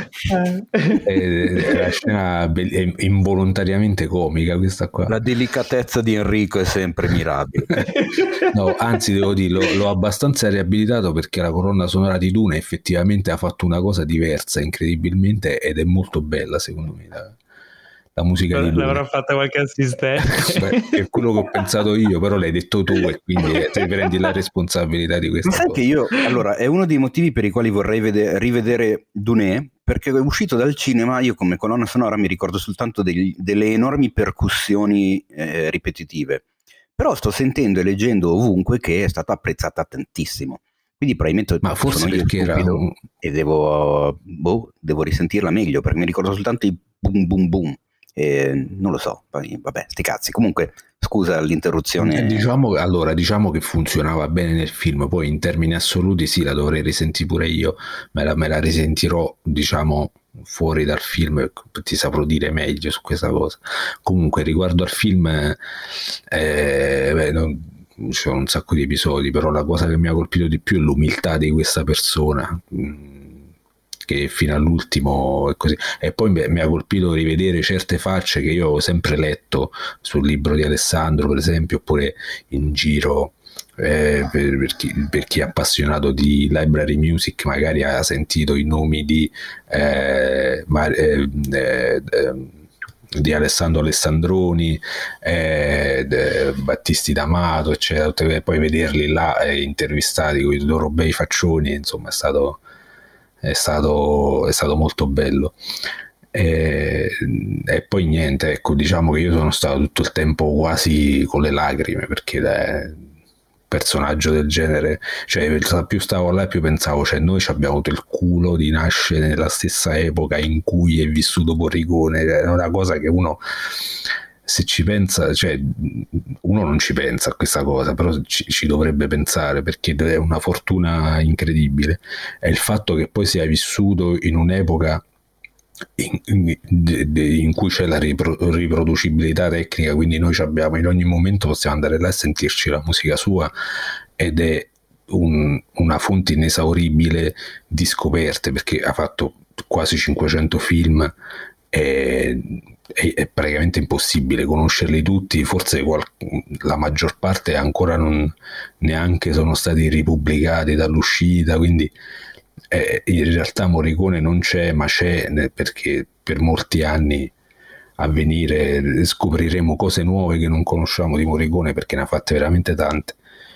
è la scena è involontariamente comica questa qua. La delicatezza di Enrico è sempre mirabile. No, anzi devo dire, l'ho, l'ho abbastanza riabilitato perché la colonna sonora di Dune effettivamente ha fatto una cosa diversa incredibilmente ed è molto bella, secondo me, la, la musica L- di Dune. L'avrà fatta qualche assistente. Beh, è quello che ho pensato io, però l'hai detto tu e quindi te prendi la responsabilità di questa Ma sai cosa. che io, allora, è uno dei motivi per i quali vorrei vede- rivedere Dune, perché è uscito dal cinema, io come colonna sonora mi ricordo soltanto degli, delle enormi percussioni eh, ripetitive, però sto sentendo e leggendo ovunque che è stata apprezzata tantissimo, quindi probabilmente Ma forse sono io perché era stupido un... e devo, boh, devo risentirla meglio, perché mi ricordo soltanto i boom boom boom, e non lo so, poi, vabbè, sti cazzi. Comunque scusa l'interruzione. Eh, diciamo, allora, diciamo che funzionava bene nel film, poi in termini assoluti sì, la dovrei risentire pure io, me la, me la risentirò, diciamo, fuori dal film, ti saprò dire meglio su questa cosa. Comunque riguardo al film, eh, beh, non, ci sono un sacco di episodi, però la cosa che mi ha colpito di più è l'umiltà di questa persona, che fino all'ultimo è così. E poi mi ha colpito rivedere certe facce che io ho sempre letto sul libro di Alessandro, per esempio, oppure in giro eh, per, per, chi, per chi è appassionato di library music magari ha sentito i nomi di eh, ma, eh, eh, di Alessandro Alessandroni, eh, de, Battisti D'Amato, eccetera, e poi vederli là eh, intervistati con i loro bei faccioni, insomma è stato, è stato, è stato molto bello. E, e poi niente, ecco, diciamo che io sono stato tutto il tempo quasi con le lacrime, perché da personaggio del genere, cioè più stavo là più pensavo, cioè noi ci abbiamo avuto il culo di nascere nella stessa epoca in cui è vissuto Morricone. È una cosa che uno, se ci pensa, cioè uno non ci pensa a questa cosa, però ci, ci dovrebbe pensare, perché è una fortuna incredibile. È il fatto che poi sia vissuto in un'epoca In, in, in cui c'è la ripro, riproducibilità tecnica, quindi noi abbiamo, in ogni momento possiamo andare là e sentirci la musica sua, ed è un, una fonte inesauribile di scoperte, perché ha fatto quasi cinquecento film e è, è praticamente impossibile conoscerli tutti, forse qual, la maggior parte ancora non neanche sono stati ripubblicati dall'uscita, quindi Eh, in realtà Morricone non c'è, ma c'è, perché per molti anni a venire scopriremo cose nuove che non conosciamo di Morricone, perché ne ha fatte veramente tante.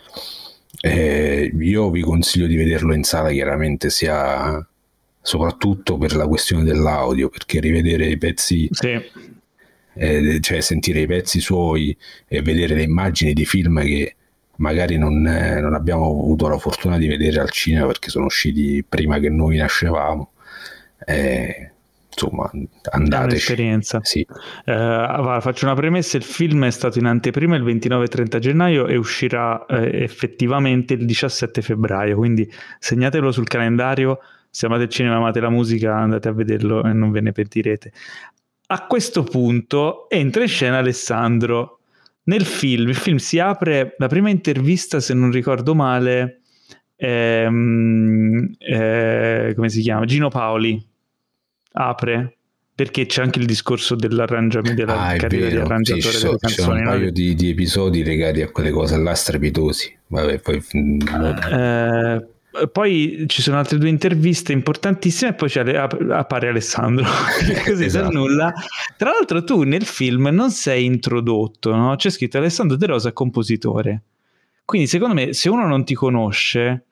Eh, io vi consiglio di vederlo in sala, chiaramente, sia soprattutto per la questione dell'audio, perché rivedere i pezzi, sì. eh, cioè sentire i pezzi suoi e vedere le immagini di film che magari non, eh, non abbiamo avuto la fortuna di vedere al cinema perché sono usciti prima che noi nascevamo, eh, insomma, andateci. È un'esperienza. Sì. Uh, faccio una premessa: il film è stato in anteprima il ventinove e trenta gennaio e uscirà eh, effettivamente il diciassette febbraio, quindi segnatelo sul calendario. Se amate il cinema, amate la musica, andate a vederlo e non ve ne pentirete. A questo punto entra in scena Alessandro. Nel film, il film si apre, la prima intervista, se non ricordo male, ehm, eh, come si chiama? Gino Paoli apre, perché c'è anche il discorso dell'arrangiamento, della ah, carriera vero. di arrangiatore sì, delle so, canzoni. ci sono un no? paio di, di episodi legati a quelle cose là strepitosi. Vabbè, poi... Eh, poi ci sono altre due interviste importantissime e poi c'è, appare Alessandro così esatto. Dal nulla. Tra l'altro tu nel film non sei introdotto, no? C'è scritto Alessandro De Rosa compositore, quindi secondo me se uno non ti conosce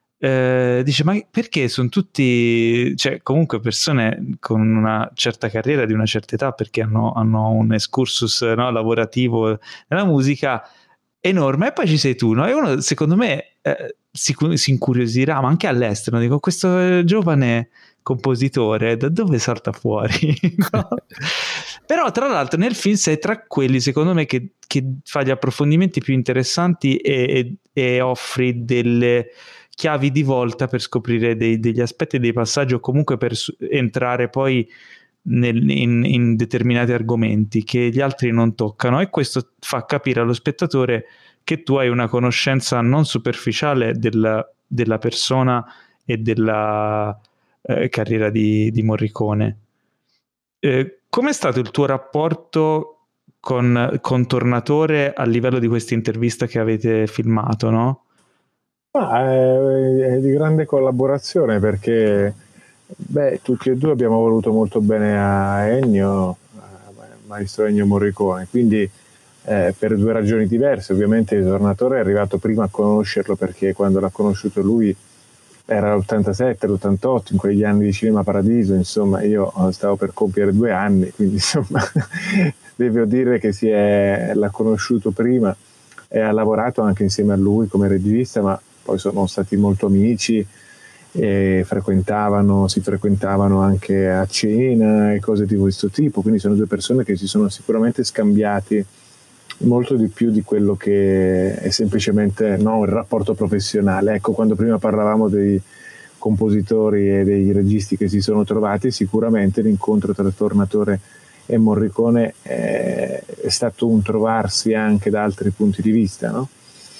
eh, dice ma perché sono tutti, cioè comunque persone con una certa carriera di una certa età, perché hanno, hanno un excursus, no, lavorativo nella musica enorme, e poi ci sei tu, no? E uno secondo me eh, si, si incuriosirà, ma anche all'estero, dico, questo giovane compositore da dove salta fuori? No? Però tra l'altro nel film sei tra quelli secondo me che, che fa gli approfondimenti più interessanti e, e, e offri delle chiavi di volta per scoprire dei, degli aspetti, dei passaggi, o comunque per su- entrare poi nel, in, in determinati argomenti che gli altri non toccano, e questo fa capire allo spettatore che tu hai una conoscenza non superficiale della, della persona e della eh, carriera di, di Morricone. Eh, com'è stato il tuo rapporto con, con Tornatore a livello di questa intervista che avete filmato, no? Ah, è, è di grande collaborazione, perché beh, tutti e due abbiamo voluto molto bene a Ennio, a maestro Ennio Morricone, quindi eh, per due ragioni diverse. Ovviamente il Tornatore è arrivato prima a conoscerlo, perché quando l'ha conosciuto lui era l'ottantasette, l'ottantotto, in quegli anni di Cinema Paradiso, insomma io stavo per compiere due anni, quindi insomma devo dire che si è, l'ha conosciuto prima e ha lavorato anche insieme a lui come regista, ma poi sono stati molto amici e frequentavano, si frequentavano anche a cena e cose di questo tipo, quindi sono due persone che si sono sicuramente scambiati molto di più di quello che è semplicemente no, il rapporto professionale. Ecco, quando prima parlavamo dei compositori e dei registi che si sono trovati, sicuramente l'incontro tra Tornatore e Morricone è, è stato un trovarsi anche da altri punti di vista, no?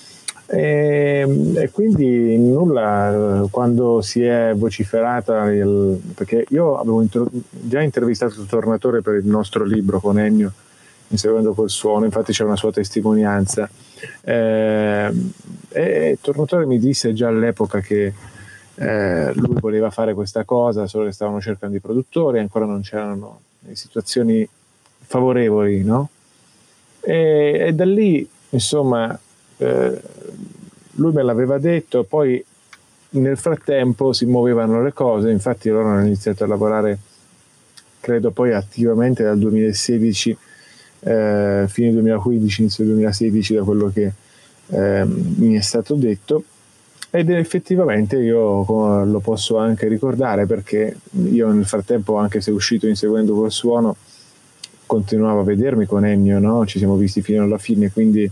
E, e quindi nulla, quando si è vociferata il, perché io avevo intro, già intervistato il Tornatore per il nostro libro con Ennio Inseguendo quel suono, infatti c'è una sua testimonianza. Eh, e Tornatore mi disse già all'epoca che eh, lui voleva fare questa cosa, solo che stavano cercando i produttori, ancora non c'erano situazioni favorevoli, no? E, e da lì, insomma, eh, lui me l'aveva detto, poi nel frattempo si muovevano le cose, infatti loro hanno iniziato a lavorare, credo poi attivamente dal duemilasedici, eh, fine duemilaquindici, inizio duemilasedici, da quello che eh, mi è stato detto, ed effettivamente io lo posso anche ricordare, perché io nel frattempo, anche se uscito Inseguendo quel suono, continuavo a vedermi con Ennio, no? Ci siamo visti fino alla fine, quindi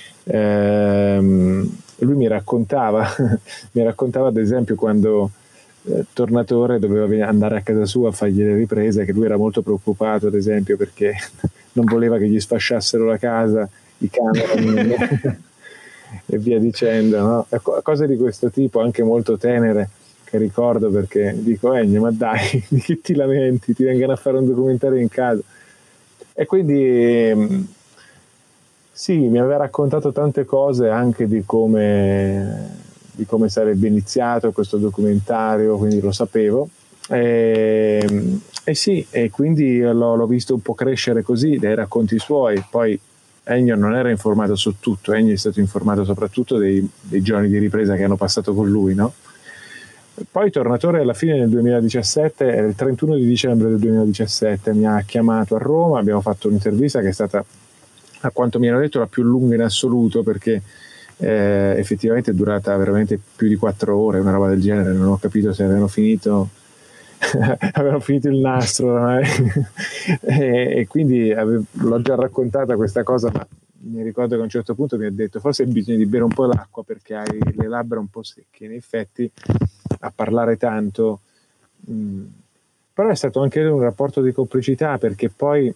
ehm, lui mi raccontava mi raccontava ad esempio quando eh, Tornatore doveva andare a casa sua a fargli le riprese, che lui era molto preoccupato, ad esempio, perché non voleva che gli sfasciassero la casa, i cameraman e via dicendo, no? Cose di questo tipo, anche molto tenere, che ricordo, perché dico: Ennio, ma dai, di che ti lamenti? Ti vengano a fare un documentario in casa. E quindi sì, mi aveva raccontato tante cose anche di come, di come sarebbe iniziato questo documentario, quindi lo sapevo. E, e sì, e quindi l'ho, l'ho visto un po' crescere così, dai racconti suoi. Poi Ennio non era informato su tutto, Ennio è stato informato soprattutto dei, dei giorni di ripresa che hanno passato con lui, no? Poi Tornatore alla fine, nel duemiladiciassette, era il trentuno di dicembre del duemiladiciassette, mi ha chiamato a Roma, abbiamo fatto un'intervista che è stata, a quanto mi hanno detto, la più lunga in assoluto, perché eh, effettivamente è durata veramente più di quattro ore, una roba del genere. Non ho capito se avevano finito avevano finito il nastro ormai. e, e quindi avevo, l'ho già raccontata questa cosa, ma mi ricordo che a un certo punto mi ha detto: forse hai bisogno di bere un po' d'acqua perché hai le labbra un po' secche. In effetti, a parlare tanto, mh, però è stato anche un rapporto di complicità, perché poi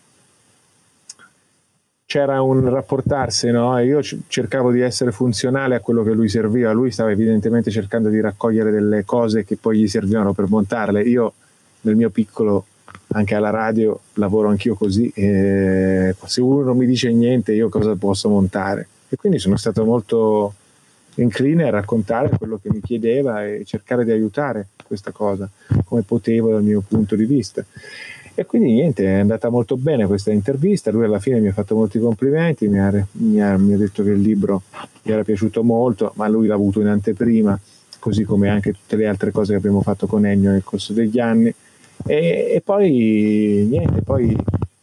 c'era un rapportarsi, no? E io cercavo di essere funzionale a quello che lui serviva. Lui stava evidentemente cercando di raccogliere delle cose che poi gli servivano per montarle. Io, nel mio piccolo, anche alla radio, lavoro anch'io così, e se uno non mi dice niente, io cosa posso montare? E quindi sono stato molto incline a raccontare quello che mi chiedeva e cercare di aiutare questa cosa come potevo dal mio punto di vista. E quindi niente, è andata molto bene questa intervista. Lui alla fine mi ha fatto molti complimenti, mi ha, mi ha, mi ha detto che il libro gli era piaciuto molto, ma lui l'ha avuto in anteprima, così come anche tutte le altre cose che abbiamo fatto con Ennio nel corso degli anni. E, e poi niente, poi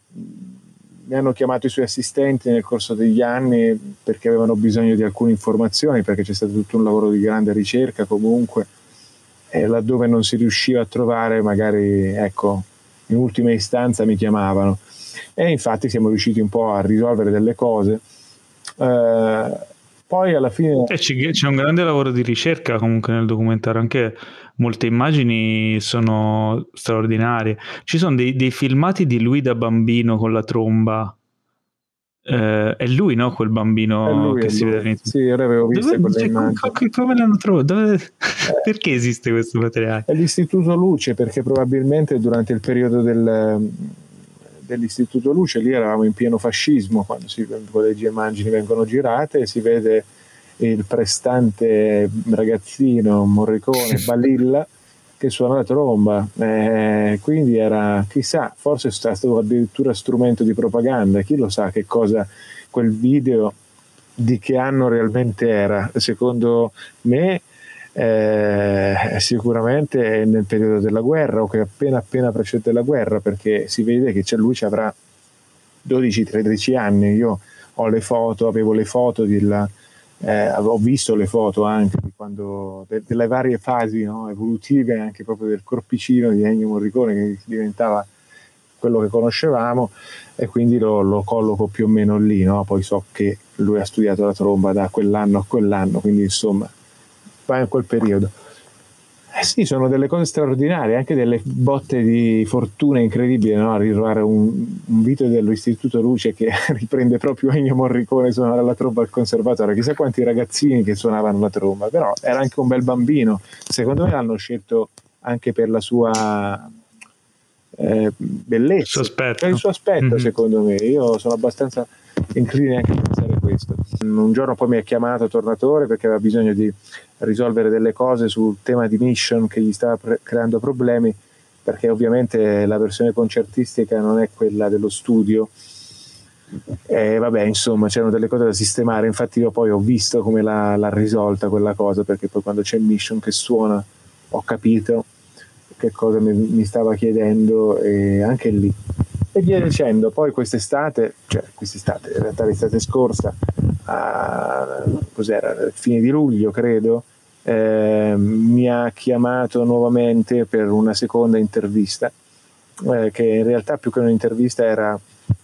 mi hanno chiamato i suoi assistenti nel corso degli anni perché avevano bisogno di alcune informazioni, perché c'è stato tutto un lavoro di grande ricerca comunque, e laddove non si riusciva a trovare, magari, ecco, in ultima istanza mi chiamavano, e infatti siamo riusciti un po' a risolvere delle cose. Eh, poi alla fine eh, c'è un grande lavoro di ricerca comunque nel documentario, anche molte immagini sono straordinarie. Ci sono dei, dei filmati di lui da bambino con la tromba. Eh, è lui, no? Quel bambino lui, che si lui. vede all'inizio. Sì, io l'avevo visto. Dove, cioè, come, come l'hanno trovato? Dove... Eh, perché esiste questo materiale? È l'Istituto Luce, perché probabilmente durante il periodo del, dell'Istituto Luce lì eravamo in pieno fascismo, quando si, le immagini vengono girate e si vede il prestante ragazzino Morricone Balilla che suona la tromba, eh, quindi era, chissà, forse è stato addirittura strumento di propaganda, chi lo sa che cosa quel video, di che anno realmente era. Secondo me eh, sicuramente nel periodo della guerra, o che appena appena precede la guerra, perché si vede che c'è, lui ci avrà dodici tredici anni. Io ho le foto, avevo le foto della, eh, ho visto le foto anche di quando, de, delle varie fasi, no, evolutive anche proprio del corpicino di Ennio Morricone, che diventava quello che conoscevamo, e quindi lo, lo colloco più o meno lì, no? Poi so che lui ha studiato la tromba da quell'anno a quell'anno, quindi insomma va in quel periodo. Eh sì, sono delle cose straordinarie, anche delle botte di fortuna incredibili, no? A ritrovare un, un video dell'Istituto Luce che riprende proprio Ennio Morricone suonare la tromba al conservatorio. Chissà quanti ragazzini che suonavano la tromba, però era anche un bel bambino. Secondo me l'hanno scelto anche per la sua eh, bellezza, il suo aspetto, il suo aspetto mm-hmm. secondo me. Io sono abbastanza incline anche a pensare questo. Un giorno poi mi ha chiamato Tornatore perché aveva bisogno di risolvere delle cose sul tema di Mission che gli stava pre- creando problemi, perché ovviamente la versione concertistica non è quella dello studio e vabbè, insomma, c'erano delle cose da sistemare. Infatti io poi ho visto come l'ha, l'ha risolta quella cosa, perché poi quando c'è Mission che suona ho capito che cosa mi, mi stava chiedendo, e anche lì e via dicendo. Poi quest'estate, cioè quest'estate, in realtà l'estate scorsa, a, cos'era, fine di luglio credo, eh, mi ha chiamato nuovamente per una seconda intervista, eh, che in realtà più che un'intervista era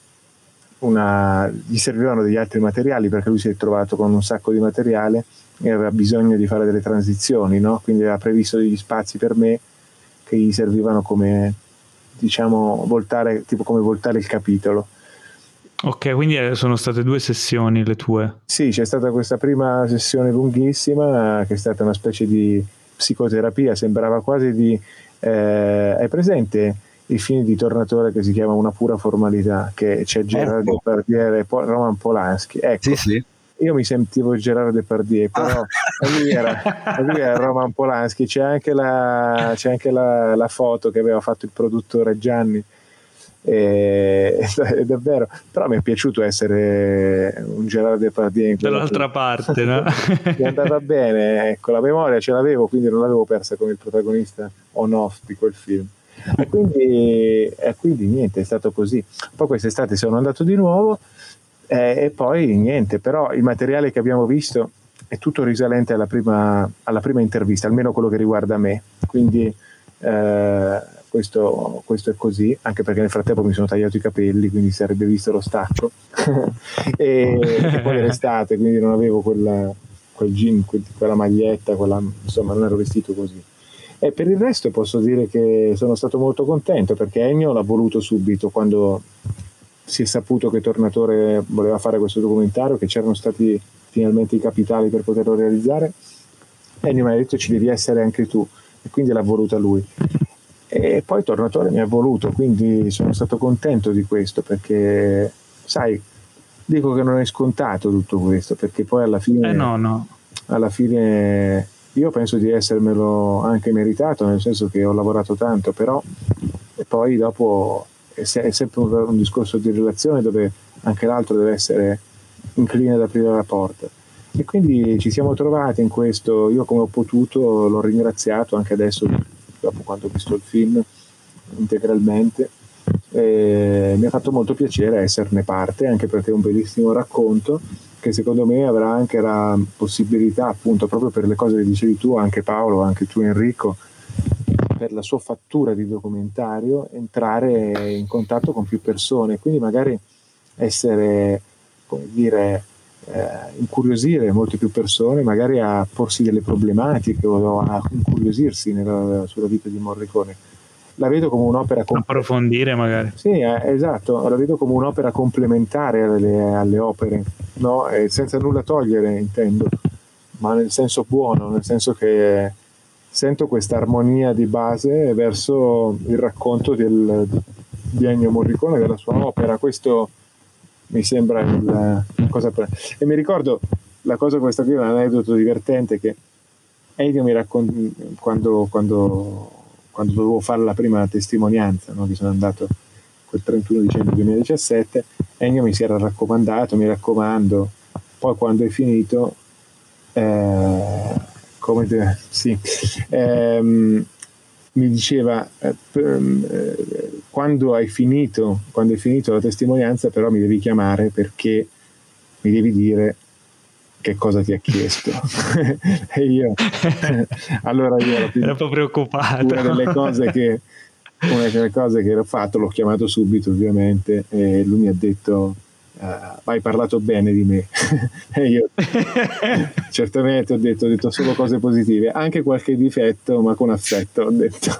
una, gli servivano degli altri materiali, perché lui si è trovato con un sacco di materiale e aveva bisogno di fare delle transizioni, no? Quindi aveva previsto degli spazi per me che gli servivano come, diciamo, voltare, tipo come voltare il capitolo. Ok, quindi sono state due sessioni le tue? Sì, c'è stata questa prima sessione lunghissima che è stata una specie di psicoterapia, sembrava quasi di eh, hai presente il film di Tornatore che si chiama Una pura formalità, che c'è Gerard ecco. Depardieu e Roman Polanski, ecco. Sì, sì. Io mi sentivo Gerard Depardieu, però ah. lui, era, lui era Roman Polanski. C'è anche la, c'è anche la, la foto che aveva fatto il produttore Gianni, e, ed è vero, però mi è piaciuto essere un Gerard Depardieu dall'altra parte, no? Mi è andata bene, ecco, la memoria ce l'avevo, quindi non l'avevo persa come il protagonista on off di quel film. E quindi, e quindi niente, è stato così. Poi quest'estate sono andato di nuovo. Eh, e poi niente, però il materiale che abbiamo visto è tutto risalente alla prima, alla prima intervista, almeno quello che riguarda me, quindi eh, questo, questo è così, anche perché nel frattempo mi sono tagliato i capelli, quindi si sarebbe visto lo stacco e, e poi era estate, quindi non avevo quella, quel jean, quella maglietta, quella, insomma non ero vestito così. E per il resto posso dire che sono stato molto contento, perché Ennio l'ha voluto subito quando si è saputo che Tornatore voleva fare questo documentario, che c'erano stati finalmente i capitali per poterlo realizzare. Ennio mi ha detto ci devi essere anche tu, e quindi l'ha voluta lui. E poi Tornatore mi ha voluto, quindi sono stato contento di questo, perché sai, dico che non è scontato tutto questo, perché poi alla fine, eh no, no. alla fine io penso di essermelo anche meritato, nel senso che ho lavorato tanto, però e poi dopo è sempre un discorso di relazione dove anche l'altro deve essere incline ad aprire la porta, e quindi ci siamo trovati in questo. Io come ho potuto l'ho ringraziato anche adesso dopo quando ho visto il film integralmente, e mi ha fatto molto piacere esserne parte, anche perché è un bellissimo racconto che secondo me avrà anche la possibilità, appunto proprio per le cose che dicevi tu, anche Paolo, anche tu Enrico, per la sua fattura di documentario, entrare in contatto con più persone, quindi magari essere, come dire, eh, incuriosire molte più persone, magari a porsi delle problematiche o a incuriosirsi nella, sulla vita di Morricone. La vedo come un'opera com- approfondire magari. Sì, eh, esatto, la vedo come un'opera complementare alle, alle opere, no? E senza nulla togliere, intendo, ma nel senso buono, nel senso che sento questa armonia di base verso il racconto del, di Ennio Morricone, della sua opera. Questo mi sembra il, cosa per... E mi ricordo la cosa, questa qui è un aneddoto divertente, che Ennio mi racconta quando, quando, quando dovevo fare la prima testimonianza, no? Che sono andato quel trentuno dicembre duemiladiciassette, Ennio mi si era raccomandato, mi raccomando, poi quando è finito eh, come te, sì, ehm, mi diceva eh, eh, quando hai finito quando hai finito la testimonianza però mi devi chiamare, perché mi devi dire che cosa ti ha chiesto. E io allora io ero, ero un po' preoccupato. Una delle cose che una delle cose che ho fatto, l'ho chiamato subito ovviamente, e lui mi ha detto Uh, hai parlato bene di me. E io certamente ho detto, ho detto solo cose positive, anche qualche difetto ma con affetto, ho detto.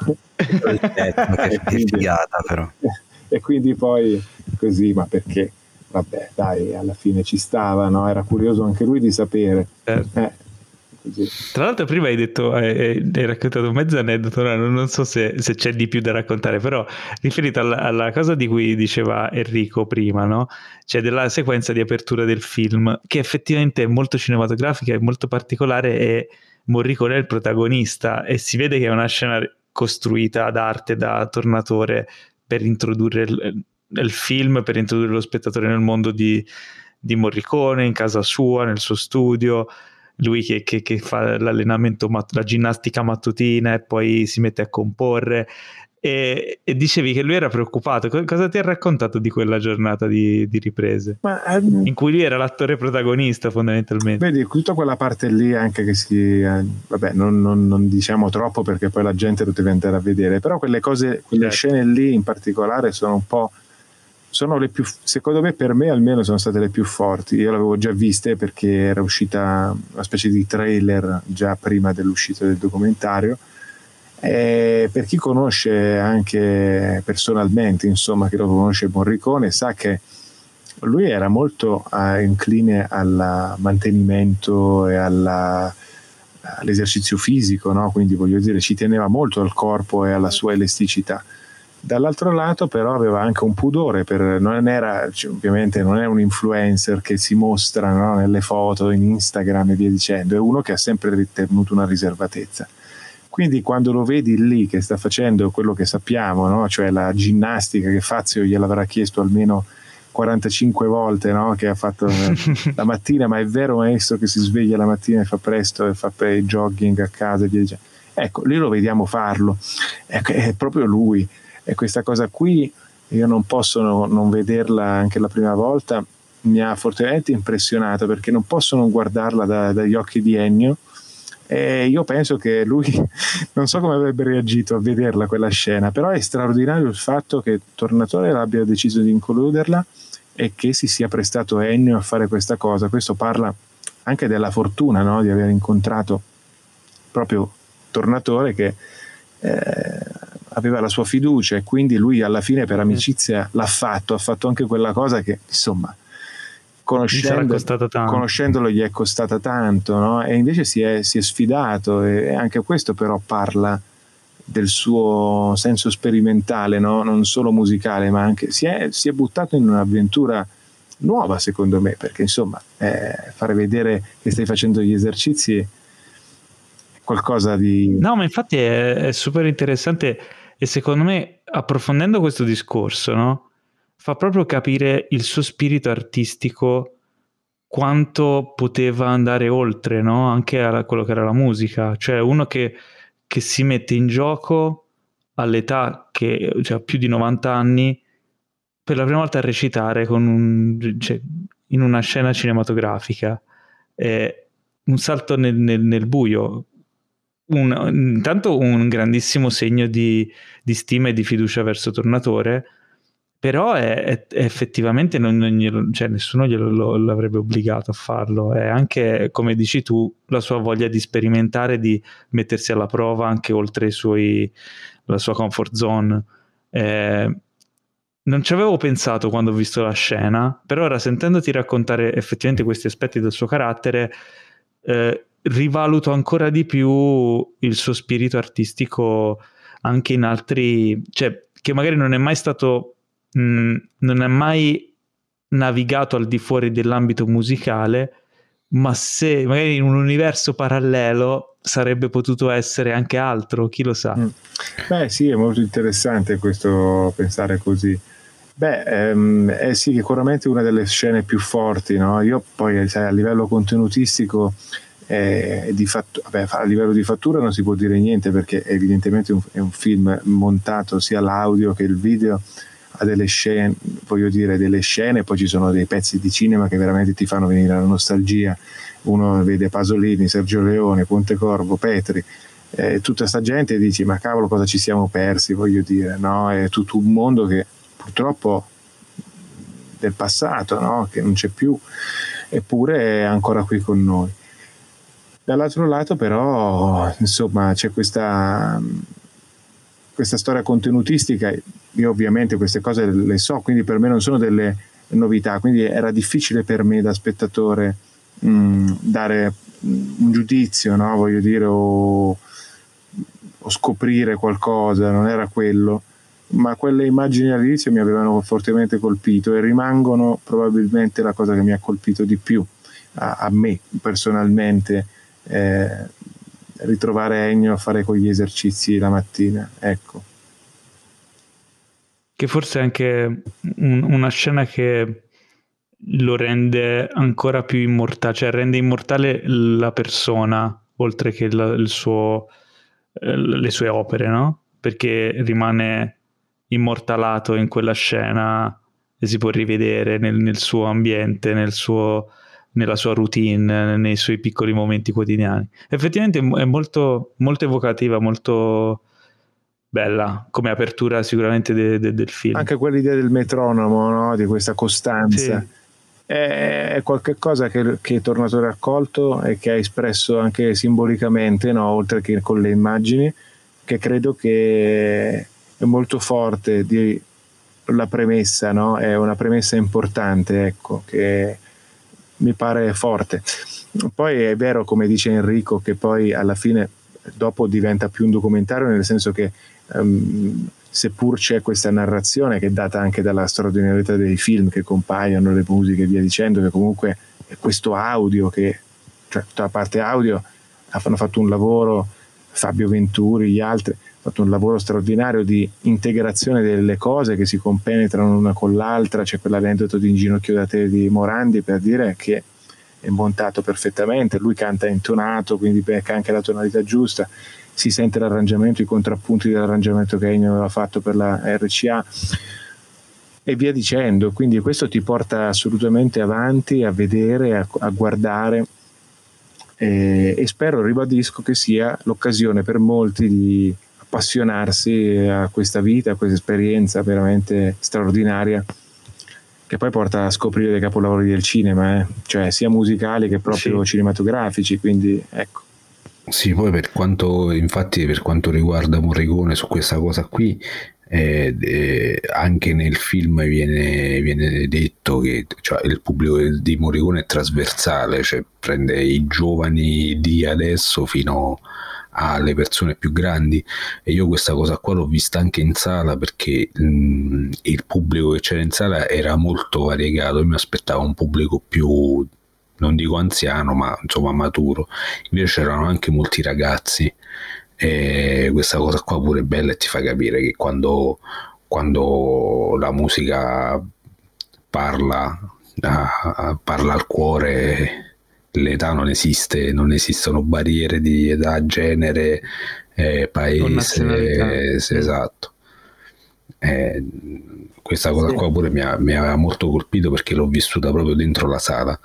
e, quindi, figata, però. E quindi poi così, ma perché vabbè dai, alla fine ci stava, no? Era curioso anche lui di sapere, eh, così. Tra l'altro prima hai detto, eh, hai raccontato un mezzo aneddoto, no? Non so se, se c'è di più da raccontare, però riferito alla, alla cosa di cui diceva Enrico prima, no? Cioè della sequenza di apertura del film, che effettivamente è molto cinematografica, è molto particolare, e Morricone è il protagonista e si vede che è una scena costruita ad arte da Tornatore per introdurre il, il film, per introdurre lo spettatore nel mondo di, di Morricone, in casa sua, nel suo studio, lui che, che, che fa l'allenamento, la ginnastica mattutina e poi si mette a comporre, e, e dicevi che lui era preoccupato. Cosa ti ha raccontato di quella giornata di, di riprese? Ma, um, in cui lui era l'attore protagonista fondamentalmente. Vedi, tutta quella parte lì anche che si eh, vabbè non, non, non diciamo troppo perché poi la gente lo deve andare a vedere, però quelle cose, quelle certo. scene lì in particolare sono un po', sono le più, secondo me, per me almeno sono state le più forti. Io l'avevo già viste perché era uscita una specie di trailer già prima dell'uscita del documentario, e per chi conosce anche personalmente, insomma, chi lo conosce Morricone, sa che lui era molto uh, incline al mantenimento e alla, all'esercizio fisico, no? Quindi voglio dire, ci teneva molto al corpo e alla sua elasticità. Dall'altro lato però aveva anche un pudore, per, non era, cioè, ovviamente non è un influencer che si mostra, no? Nelle foto, in Instagram e via dicendo, è uno che ha sempre ritenuto una riservatezza. Quindi quando lo vedi lì che sta facendo quello che sappiamo, no? Cioè la ginnastica che Fazio gliel'avrà chiesto almeno quarantacinque volte, no? Che ha fatto la mattina, ma è vero maestro che si sveglia la mattina e fa presto e fa il jogging a casa e via dicendo. Ecco, lì lo vediamo farlo, ecco, è proprio lui. E questa cosa qui io non posso no, non vederla anche la prima volta, mi ha fortemente impressionato perché non posso non guardarla da, dagli occhi di Ennio, e io penso che lui non so come avrebbe reagito a vederla quella scena, però è straordinario il fatto che Tornatore abbia deciso di includerla e che si sia prestato Ennio a fare questa cosa. Questo parla anche della fortuna, no? Di aver incontrato proprio Tornatore che eh, aveva la sua fiducia, e quindi lui alla fine per amicizia l'ha fatto, ha fatto anche quella cosa che insomma conoscendo, conoscendolo gli è costata tanto, no? E invece si è, si è sfidato, e anche questo però parla del suo senso sperimentale, no? Non solo musicale, ma anche si è, si è buttato in un'avventura nuova secondo me, perché insomma eh, fare vedere che stai facendo gli esercizi è qualcosa di... No, ma infatti è, è super interessante, e secondo me approfondendo questo discorso, no? Fa proprio capire il suo spirito artistico, quanto poteva andare oltre, no? Anche a quello che era la musica, cioè uno che, che si mette in gioco all'età che, cioè, ha più di novanta anni, per la prima volta a recitare con un, cioè, in una scena cinematografica, eh, un salto nel, nel, nel buio, un, intanto un grandissimo segno di, di stima e di fiducia verso Tornatore. Però è, è, è effettivamente non, non glielo, cioè nessuno glielo lo, l'avrebbe obbligato a farlo. È anche, come dici tu, la sua voglia di sperimentare, di mettersi alla prova anche oltre i suoi, la sua comfort zone. Eh, non ci avevo pensato quando ho visto la scena, però ora sentendoti raccontare effettivamente questi aspetti del suo carattere, eh, rivaluto ancora di più il suo spirito artistico anche in altri, cioè che magari non è mai stato Mm, non è mai navigato al di fuori dell'ambito musicale, ma se magari in un universo parallelo sarebbe potuto essere anche altro, chi lo sa. Mm. Beh sì, è molto interessante questo, pensare così. Beh, ehm, è sì, sicuramente una delle scene più forti, no? Io poi sai, a livello contenutistico eh, di fattu- vabbè, a livello di fattura non si può dire niente, perché evidentemente è un, è un film montato sia l'audio che il video, ha delle scene, voglio dire, delle scene, poi ci sono dei pezzi di cinema che veramente ti fanno venire la nostalgia. Uno vede Pasolini, Sergio Leone, Pontecorvo, Petri, eh, tutta sta gente, e dici ma cavolo, cosa ci siamo persi, voglio dire, no? È tutto un mondo che purtroppo del passato, no? Che non c'è più, eppure è ancora qui con noi. Dall'altro lato però insomma c'è questa questa storia contenutistica. Io ovviamente queste cose le so, quindi per me non sono delle novità, quindi era difficile per me da spettatore mh, dare un giudizio, no? Voglio dire, o, o scoprire qualcosa, non era quello, ma quelle immagini all'inizio mi avevano fortemente colpito e rimangono probabilmente la cosa che mi ha colpito di più a, a me personalmente, eh, ritrovare Ennio a fare quegli esercizi la mattina, ecco. Che forse è anche un, una scena che lo rende ancora più immortale, cioè rende immortale la persona oltre che la, il suo, eh, le sue opere, no? Perché rimane immortalato in quella scena e si può rivedere nel, nel suo ambiente, nel suo, nella sua routine, nei suoi piccoli momenti quotidiani. Effettivamente è molto, molto evocativa, molto bella come apertura sicuramente de, de, del film. Anche quell'idea del metronomo, no? Di questa costanza. Sì. È qualche cosa che, che Tornatore ha accolto e che ha espresso anche simbolicamente, no? Oltre che con le immagini, che credo che è molto forte di la premessa, no? È una premessa importante, ecco, che mi pare forte. Poi è vero, come dice Enrico, che poi alla fine dopo diventa più un documentario, nel senso che um, seppur c'è questa narrazione che è data anche dalla straordinarietà dei film che compaiono, le musiche e via dicendo, che comunque è questo audio che, cioè tutta la parte audio hanno fatto un lavoro, Fabio Venturi, gli altri hanno fatto un lavoro straordinario di integrazione delle cose che si compenetrano una con l'altra. C'è quell'aneddoto di In ginocchio da te di Morandi, per dire che è montato perfettamente, lui canta intonato, quindi becca anche la tonalità giusta, si sente l'arrangiamento, i contrappunti dell'arrangiamento che Ennio aveva fatto per la R C A e via dicendo. Quindi questo ti porta assolutamente avanti a vedere, a, a guardare, e, e spero, ribadisco, che sia l'occasione per molti di appassionarsi a questa vita, a questa esperienza veramente straordinaria, che poi porta a scoprire dei capolavori del cinema, eh? Cioè sia musicali che proprio sì. cinematografici, quindi ecco. Sì, poi per quanto, infatti per quanto riguarda Morricone, su questa cosa qui, eh, eh, anche nel film viene, viene detto che, cioè, il pubblico di Morricone è trasversale, cioè prende i giovani di adesso fino alle persone più grandi, e io questa cosa qua l'ho vista anche in sala, perché mh, il pubblico che c'era in sala era molto variegato. Io mi aspettavo un pubblico più, non dico anziano, ma insomma maturo, invece c'erano anche molti ragazzi, e questa cosa qua pure è bella e ti fa capire che quando, quando la musica parla, uh, parla al cuore, l'età non esiste, non esistono barriere di età, genere, eh, paese, sì, esatto. Eh, questa cosa sì. qua pure mi, ha, mi aveva molto colpito, perché l'ho vissuta proprio dentro la sala.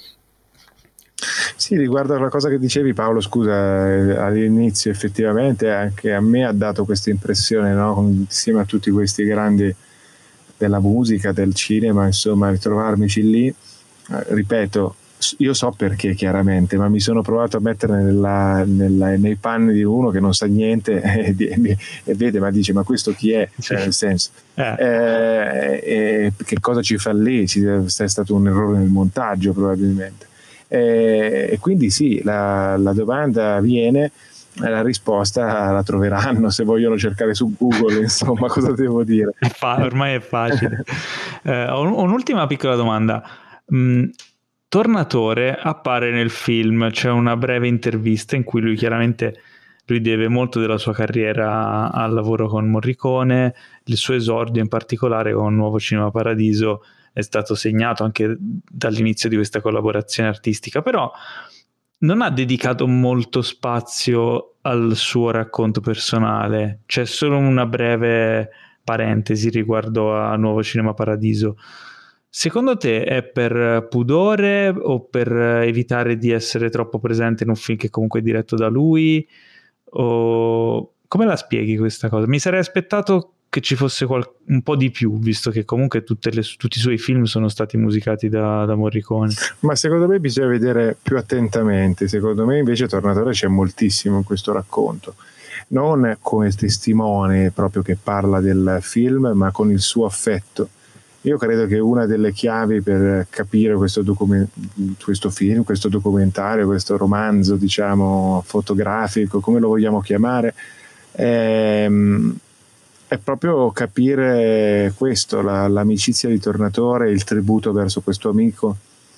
Sì, riguardo alla cosa che dicevi, Paolo, scusa, all'inizio effettivamente anche a me ha dato questa impressione, no? Insieme a tutti questi grandi della musica, del cinema, insomma, ritrovarmici lì, eh, ripeto, io so perché chiaramente, ma mi sono provato a mettere nella, nella, nei panni di uno che non sa niente e, e, e vede, ma dice, ma questo chi è? Cioè, nel senso, eh. Eh, eh, che cosa ci fa lì? Ci è stato un errore nel montaggio probabilmente. Eh, e quindi sì, la, la domanda viene, la risposta la troveranno se vogliono cercare su Google, insomma, cosa devo dire? È fa- ormai è facile. eh, ho, ho un'ultima piccola domanda. Mm, Tornatore appare nel film, c'è una breve intervista in cui lui chiaramente lui deve molto della sua carriera al lavoro con Morricone, il suo esordio in particolare con Nuovo Cinema Paradiso è stato segnato anche dall'inizio di questa collaborazione artistica, però non ha dedicato molto spazio al suo racconto personale, c'è solo una breve parentesi riguardo a Nuovo Cinema Paradiso. Secondo te è per pudore o per evitare di essere troppo presente in un film che comunque è diretto da lui? O come la spieghi questa cosa? Mi sarei aspettato che ci fosse qual- un po' di più, visto che comunque tutte le, tutti i suoi film sono stati musicati da, da Morricone. Ma secondo me bisogna vedere più attentamente. Secondo me invece Tornatore c'è moltissimo in questo racconto, non come testimone proprio che parla del film, ma con il suo affetto io credo che una delle chiavi per capire questo, document- questo film, questo documentario, questo romanzo, diciamo, fotografico, come lo vogliamo chiamare, è, è proprio capire questo, la, l'amicizia di Tornatore, il tributo verso questo amico,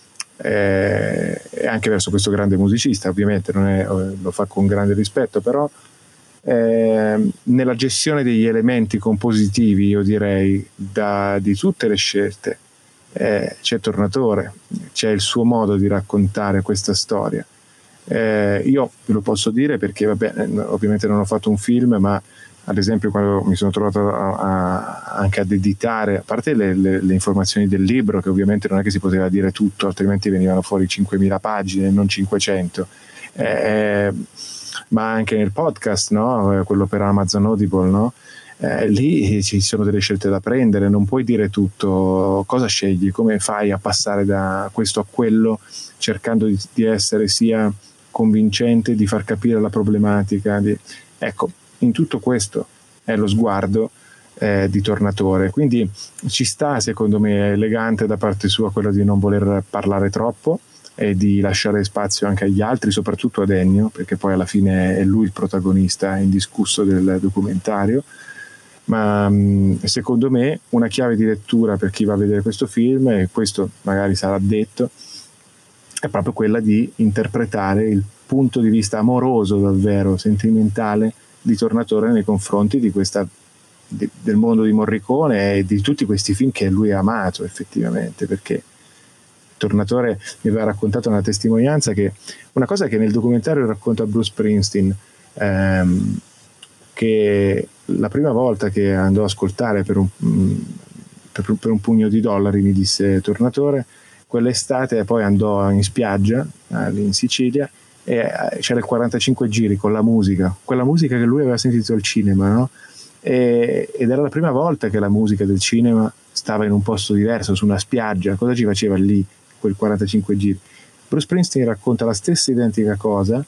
eh, e anche verso questo grande musicista. Ovviamente non è, lo fa con grande rispetto, però eh, nella gestione degli elementi compositivi, io direi, da, di tutte le scelte, eh, c'è Tornatore, c'è il suo modo di raccontare questa storia. Eh, io ve lo posso dire perché, vabbè, ovviamente non ho fatto un film, ma ad esempio quando mi sono trovato a, a, anche ad editare, a parte le, le, le informazioni del libro, che ovviamente non è che si poteva dire tutto, altrimenti venivano fuori cinquemila pagine, non cinquecento, eh, ma anche nel podcast, no? Quello per Amazon Audible, no? Eh, lì ci sono delle scelte da prendere, non puoi dire tutto. Cosa scegli? Come fai a passare da questo a quello, cercando di, di essere sia convincente, di far capire la problematica, di... ecco, in tutto questo è lo sguardo eh, di Tornatore, quindi ci sta, secondo me, elegante da parte sua quello di non voler parlare troppo e di lasciare spazio anche agli altri, soprattutto ad Ennio, perché poi alla fine è lui il protagonista indiscusso del documentario. Ma mh, secondo me una chiave di lettura per chi va a vedere questo film, e questo magari sarà detto, è proprio quella di interpretare il punto di vista amoroso, davvero sentimentale, di Tornatore nei confronti di questa, di, del mondo di Morricone e di tutti questi film che lui ha amato effettivamente, perché Tornatore mi aveva raccontato una testimonianza, che una cosa che nel documentario racconta Bruce Springsteen, ehm, che la prima volta che andò a ascoltare per un, per, per un pugno di dollari, mi disse Tornatore, quell'estate poi andò in spiaggia lì in Sicilia e c'era il quarantacinque giri con la musica, quella musica che lui aveva sentito al cinema, no? E, ed era la prima volta che la musica del cinema stava in un posto diverso, su una spiaggia. Cosa ci faceva lì quel quarantacinque giri? Bruce Springsteen racconta la stessa identica cosa,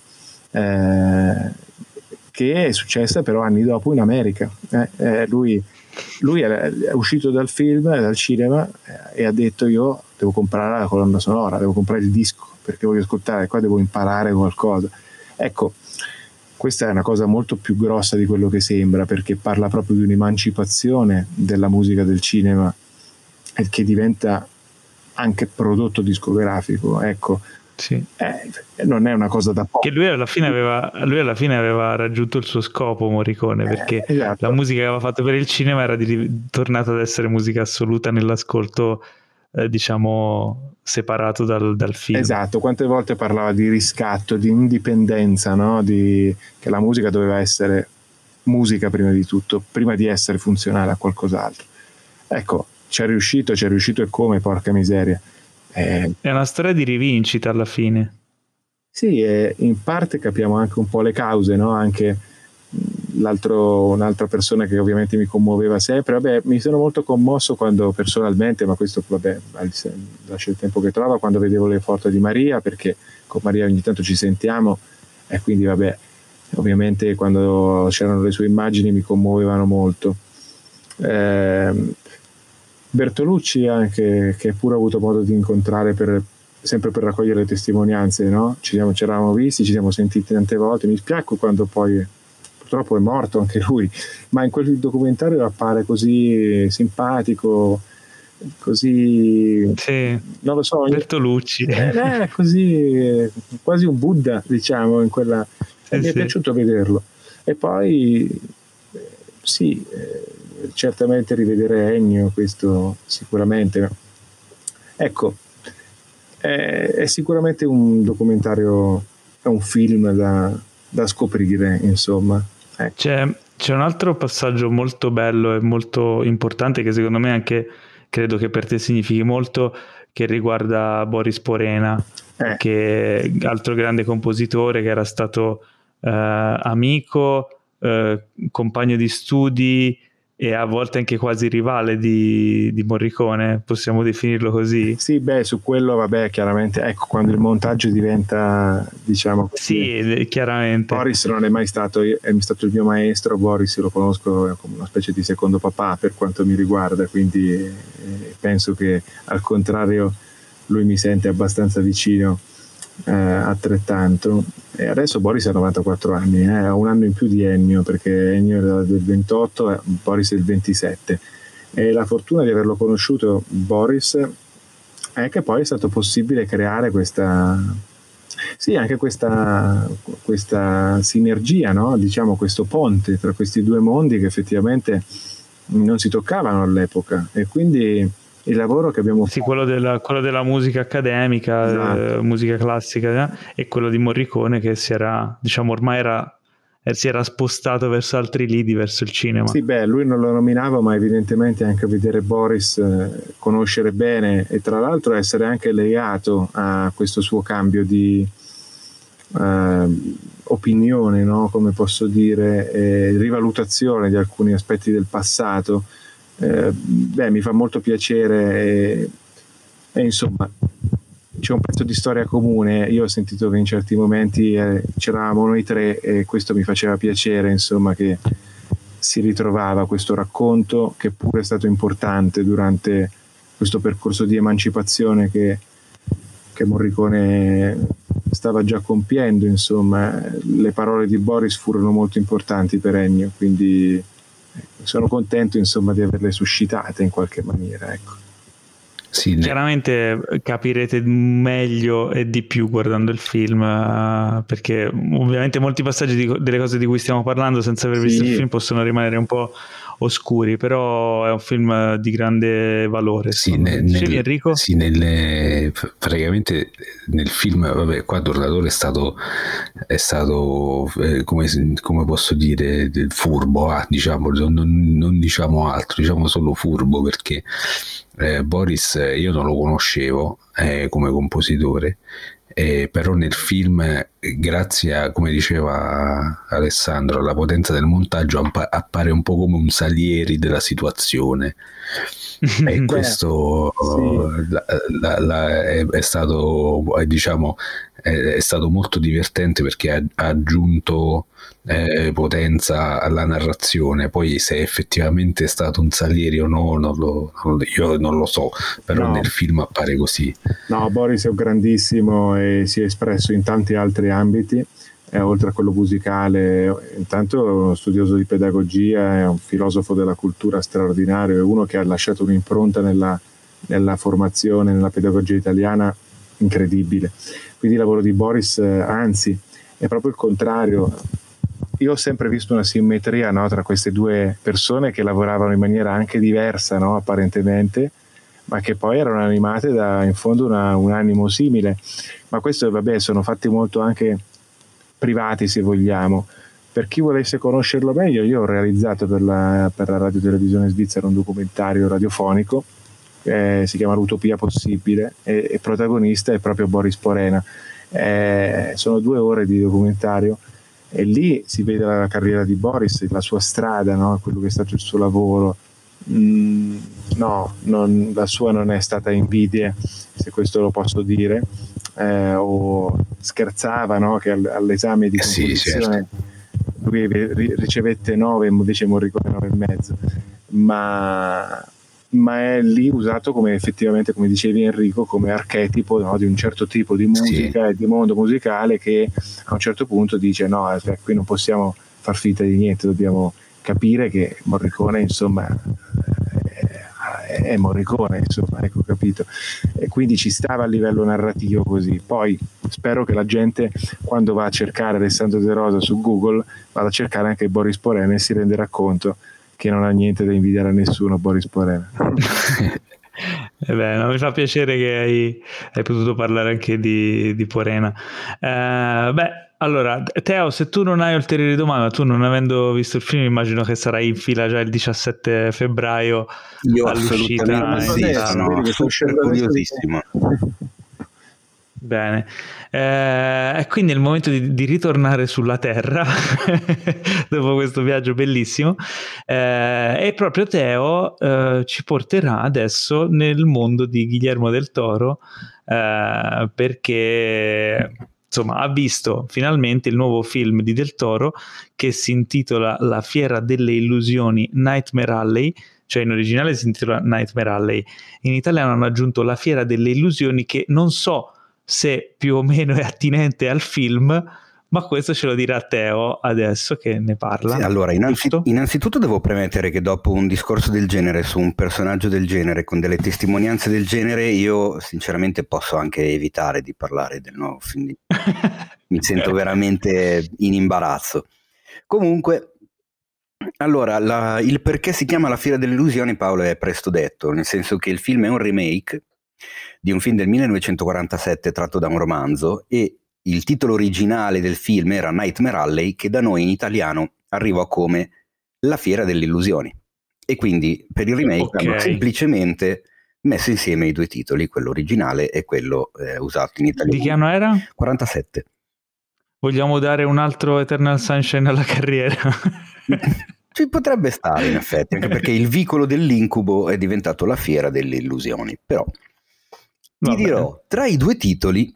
eh, che è successa però anni dopo in America. Eh, eh, lui, lui è, è uscito dal film, dal cinema, eh, e ha detto: io devo comprare la colonna sonora, devo comprare il disco perché voglio ascoltare, qua devo imparare qualcosa. Ecco, questa è una cosa molto più grossa di quello che sembra, perché parla proprio di un'emancipazione della musica del cinema e che diventa anche prodotto discografico. Ecco, sì. Eh, non è una cosa da poco. Che lui alla fine aveva, lui alla fine aveva raggiunto il suo scopo, Morricone, perché eh, esatto. la musica che aveva fatto per il cinema era di, tornata ad essere musica assoluta nell'ascolto, eh, diciamo, separato dal, dal film. Esatto, quante volte parlava di riscatto, di indipendenza, no? Di, che la musica doveva essere musica prima di tutto, prima di essere funzionale a qualcos'altro. Ecco, ci è riuscito, ci è riuscito, e come, porca miseria. Eh, è una storia di rivincita alla fine. Sì, e in parte capiamo anche un po' le cause, no? Anche l'altro, un'altra persona che ovviamente mi commuoveva sempre, vabbè, mi sono molto commosso quando personalmente, ma questo vabbè, lascia il tempo che trova, quando vedevo le foto di Maria, perché con Maria ogni tanto ci sentiamo, e quindi vabbè, ovviamente quando c'erano le sue immagini mi commuovevano molto. Eh, Bertolucci anche, che pure ho avuto modo di incontrare per, sempre per raccogliere le testimonianze, no? Ci siamo, ci eravamo visti, ci siamo sentiti tante volte. Mi spiacque quando poi purtroppo è morto anche lui, ma in quel documentario appare così simpatico, così, sì, non lo so, Bertolucci è eh, così quasi un Buddha, diciamo, in quella, sì, e mi è sì. piaciuto vederlo. E poi sì, eh, certamente rivedere Ennio, questo sicuramente. Ecco, è, è sicuramente un documentario, è un film da, da scoprire, insomma. Ecco. C'è, c'è un altro passaggio molto bello e molto importante, che secondo me anche credo che per te significhi molto, che riguarda Boris Porena, eh. che è altro grande compositore, che era stato eh, amico, eh, compagno di studi, e a volte anche quasi rivale di, di Morricone, possiamo definirlo così. Sì, beh, su quello vabbè, chiaramente, ecco, quando il montaggio diventa, diciamo così, sì, chiaramente. Boris non è mai stato, è stato il mio maestro, Boris lo conosco come una specie di secondo papà per quanto mi riguarda, quindi eh, penso che al contrario lui mi sente abbastanza vicino, eh, altrettanto. E adesso Boris ha novantaquattro anni, eh, ha un anno in più di Ennio, perché Ennio era del ventotto e Boris del ventisette, e la fortuna di averlo conosciuto Boris è che poi è stato possibile creare questa sì anche questa, questa sinergia, no? Diciamo questo ponte tra questi due mondi che effettivamente non si toccavano all'epoca, e quindi il lavoro che abbiamo sì, fatto, quello della, quello della musica accademica, esatto. eh, musica classica, eh, e quello di Morricone che si era, diciamo, ormai era, eh, si era spostato verso altri lidi, verso il cinema. Sì, beh, lui non lo nominava, ma evidentemente anche vedere Boris, eh, conoscere bene e tra l'altro essere anche legato a questo suo cambio di eh, opinione, no? Come posso dire, eh, rivalutazione di alcuni aspetti del passato. Eh, beh, mi fa molto piacere e, e insomma c'è un pezzo di storia comune. Io ho sentito che in certi momenti eh, c'eravamo noi tre e questo mi faceva piacere, insomma, che si ritrovava questo racconto che pure è stato importante durante questo percorso di emancipazione che, che Morricone stava già compiendo. Insomma, le parole di Boris furono molto importanti per Ennio, quindi sono contento, insomma, di averle suscitate in qualche maniera, ecco. Sì, chiaramente capirete meglio e di più guardando il film, perché ovviamente molti passaggi di, delle cose di cui stiamo parlando senza aver visto sì. il film possono rimanere un po' oscuri, però è un film di grande valore. Sì, nel, Dicevi, Enrico? Sì, nelle, praticamente nel film, vabbè, qua Tornatore è stato, è stato eh, come, come posso dire, del furbo, ah, diciamo, non, non diciamo altro, diciamo solo furbo, perché eh, Boris io non lo conoscevo eh, come compositore. Eh, però nel film, grazie a, come diceva Alessandro, alla potenza del montaggio appa- appare un po' come un Salieri della situazione e questo sì. la, la, la, è, è stato diciamo è, è stato molto divertente perché ha, ha aggiunto eh, potenza alla narrazione. Poi se effettivamente è stato un Salieri o no non lo, non, io non lo so, però no. Nel film appare così. No, Boris è un grandissimo e si è espresso in tanti altri ambiti, eh, oltre a quello musicale. Intanto è uno studioso di pedagogia, è un filosofo della cultura straordinario, è uno che ha lasciato un'impronta nella, nella formazione, nella pedagogia italiana incredibile. Quindi il lavoro di Boris, eh, anzi, è proprio il contrario. Io ho sempre visto una simmetria, no, tra queste due persone che lavoravano in maniera anche diversa, no, apparentemente, ma che poi erano animate da, in fondo, una, un animo simile. Ma questo, vabbè, sono fatti molto anche privati, se vogliamo. Per chi volesse conoscerlo meglio, io ho realizzato per la, per la radio televisione svizzera un documentario radiofonico, eh, si chiama L'Utopia Possibile, e, e protagonista è proprio Boris Porena. Eh, sono due ore di documentario e lì si vede la carriera di Boris, la sua strada, no? Quello che è stato il suo lavoro. Mm, no, non, la sua non è stata invidia, se questo lo posso dire, eh, o scherzava, no? Che all'esame di composizione sì, certo. Lui ricevette nove, invece Morricone nove e mezzo, ma, ma è lì usato come, effettivamente, come dicevi Enrico, come archetipo, no? Di un certo tipo di musica sì. e di mondo musicale che a un certo punto dice no, cioè, qui non possiamo far finta di niente, dobbiamo capire che Morricone, insomma, è, è Morricone, insomma, ecco, capito? E quindi ci stava a livello narrativo così. Poi spero che la gente, quando va a cercare Alessandro De Rosa su Google, vada a cercare anche Boris Porena e si renderà conto che non ha niente da invidiare a nessuno Boris Porena. Eh beh, no, mi fa piacere che hai, hai potuto parlare anche di, di Porena. Eh, beh, allora, Teo, se tu non hai ulteriori domande, ma tu non avendo visto il film, immagino che sarai in fila già il diciassette febbraio Io all'uscita. Assolutamente sì, sono super curiosissimo. Bene, e eh, quindi è il momento di, di ritornare sulla Terra dopo questo viaggio bellissimo, eh, e proprio Teo eh, ci porterà adesso nel mondo di Guillermo del Toro, eh, perché insomma ha visto finalmente il nuovo film di Del Toro che si intitola La Fiera delle Illusioni, Nightmare Alley. Cioè in originale si intitola Nightmare Alley, in italiano hanno aggiunto La Fiera delle Illusioni, che non so se più o meno è attinente al film, ma questo ce lo dirà Teo adesso che ne parla. Sì, allora, innanzi, innanzitutto devo premettere che dopo un discorso del genere su un personaggio del genere, con delle testimonianze del genere, io sinceramente posso anche evitare di parlare del nuovo film. Mi sento veramente in imbarazzo. Comunque, allora, la, il perché si chiama La Fiera delle Illusioni, Paolo, è presto detto, nel senso che il film è un remake di un film del millenovecentoquarantasette tratto da un romanzo, e il titolo originale del film era Nightmare Alley, che da noi in italiano arrivò come La Fiera delle Illusioni, e quindi per il remake okay. hanno semplicemente messo insieme i due titoli, quello originale e quello eh, usato in italiano. Di che anno era? quarantasette. Vogliamo dare un altro Eternal Sunshine alla carriera? Ci potrebbe stare in effetti, anche perché il vicolo dell'incubo è diventato La Fiera delle Illusioni, però ti dirò, tra i due titoli,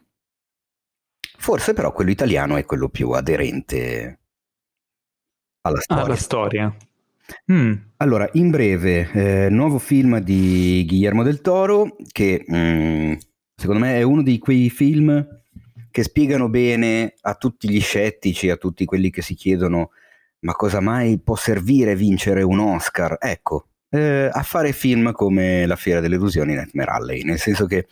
forse però quello italiano è quello più aderente alla storia. Alla storia. Mm. Allora, in breve, eh, nuovo film di Guillermo del Toro, che mh, secondo me è uno di quei film che spiegano bene a tutti gli scettici, a tutti quelli che si chiedono ma cosa mai può servire vincere un Oscar? Ecco, eh, a fare film come La Fiera delle Illusioni, Nightmare Alley, nel senso che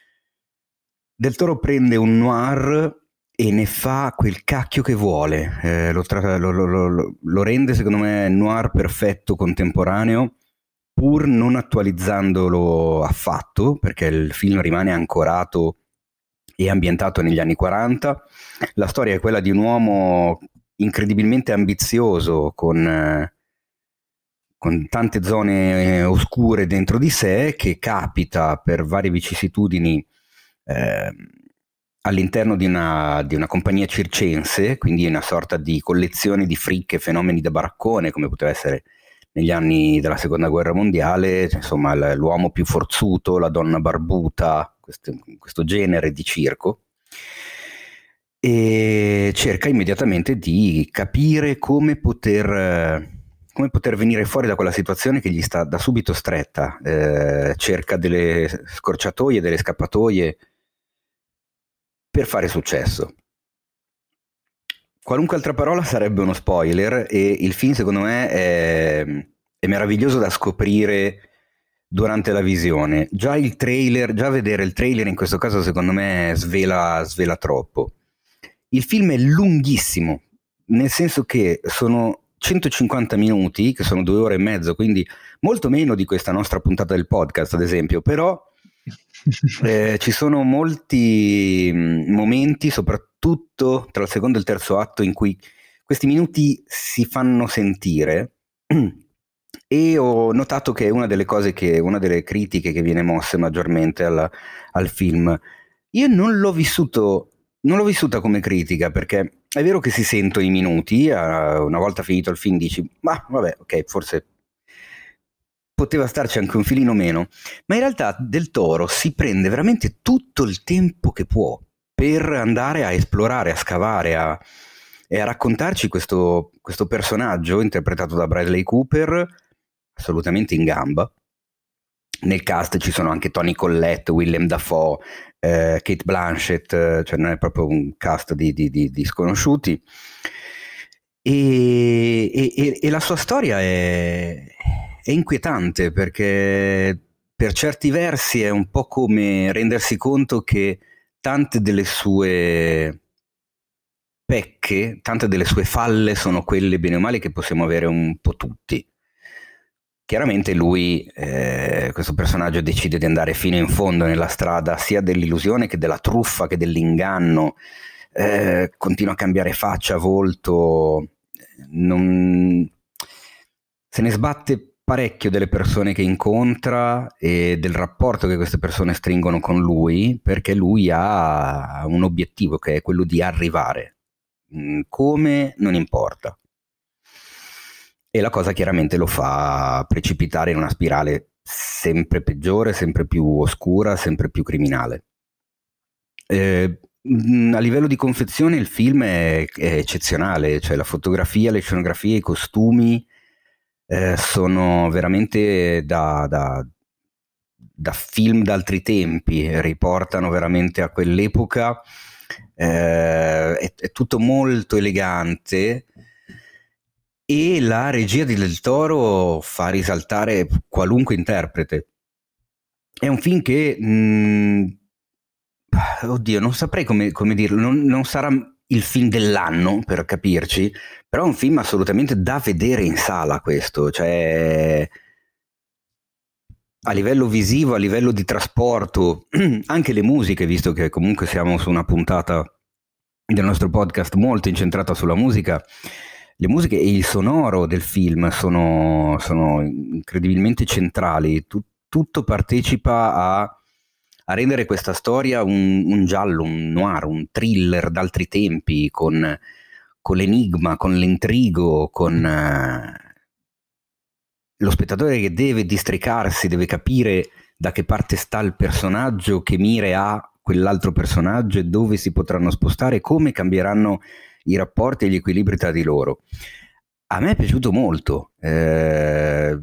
Del Toro prende un noir e ne fa quel cacchio che vuole, eh, lo, tra- lo, lo, lo, lo rende secondo me noir perfetto, contemporaneo, pur non attualizzandolo affatto, perché il film rimane ancorato e ambientato negli anni quaranta. La storia è quella di un uomo incredibilmente ambizioso, con, eh, con tante zone eh, oscure dentro di sé, che capita per varie vicissitudini eh, all'interno di una, di una compagnia circense, quindi una sorta di collezione di fricche, fenomeni da baraccone, come poteva essere negli anni della seconda guerra mondiale, insomma l'uomo più forzuto, la donna barbuta, questo, questo genere di circo, e cerca immediatamente di capire come poter, come poter venire fuori da quella situazione che gli sta da subito stretta, eh, cerca delle scorciatoie, delle scappatoie per fare successo. Qualunque altra parola sarebbe uno spoiler, e il film secondo me è, è meraviglioso da scoprire durante la visione. Già il trailer, già vedere il trailer in questo caso secondo me svela, svela troppo. Il film è lunghissimo, nel senso che sono centocinquanta minuti, che sono due ore e mezzo, quindi molto meno di questa nostra puntata del podcast, ad esempio, però eh, ci sono molti momenti, soprattutto tra il secondo e il terzo atto, in cui questi minuti si fanno sentire, e ho notato che è una delle cose che, una delle critiche che viene mosse maggiormente alla, al film. Io non l'ho vissuto Non l'ho vissuta come critica, perché è vero che si sentono i minuti, una volta finito il film dici, ma vabbè, ok, forse poteva starci anche un filino meno, ma in realtà Del Toro si prende veramente tutto il tempo che può per andare a esplorare, a scavare, a, e a raccontarci questo, questo personaggio interpretato da Bradley Cooper, assolutamente in gamba. Nel cast ci sono anche Toni Collette, Willem Dafoe, eh, Kate Blanchett, cioè non è proprio un cast di, di, di, di sconosciuti, e, e, e la sua storia è, è inquietante, perché per certi versi è un po' come rendersi conto che tante delle sue pecche, tante delle sue falle sono quelle bene o male che possiamo avere un po' tutti. Chiaramente lui, eh, questo personaggio, decide di andare fino in fondo nella strada sia dell'illusione che della truffa che dell'inganno, eh, continua a cambiare faccia, volto, non... se ne sbatte parecchio delle persone che incontra e del rapporto che queste persone stringono con lui, perché lui ha un obiettivo che è quello di arrivare. Come non importa. E la cosa chiaramente lo fa precipitare in una spirale sempre peggiore, sempre più oscura, sempre più criminale. Eh, a livello di confezione il film è, è eccezionale, cioè la fotografia, le scenografie, i costumi eh, sono veramente da, da, da film d'altri tempi, riportano veramente a quell'epoca, eh, è, è tutto molto elegante. E la regia di Del Toro fa risaltare qualunque interprete. È un film che, mh, oddio, non saprei come, come dirlo, non, non sarà il film dell'anno, per capirci, però è un film assolutamente da vedere in sala questo, cioè a livello visivo, a livello di trasporto, anche le musiche, visto che comunque siamo su una puntata del nostro podcast molto incentrata sulla musica, le musiche e il sonoro del film sono, sono incredibilmente centrali. Tut, tutto partecipa a, a rendere questa storia un, un giallo, un noir, un thriller d'altri tempi, con, con l'enigma, con l'intrigo, con uh, lo spettatore che deve districarsi, deve capire da che parte sta il personaggio, che mire ha quell'altro personaggio e dove si potranno spostare, come cambieranno i rapporti e gli equilibri tra di loro. A me è piaciuto molto, eh,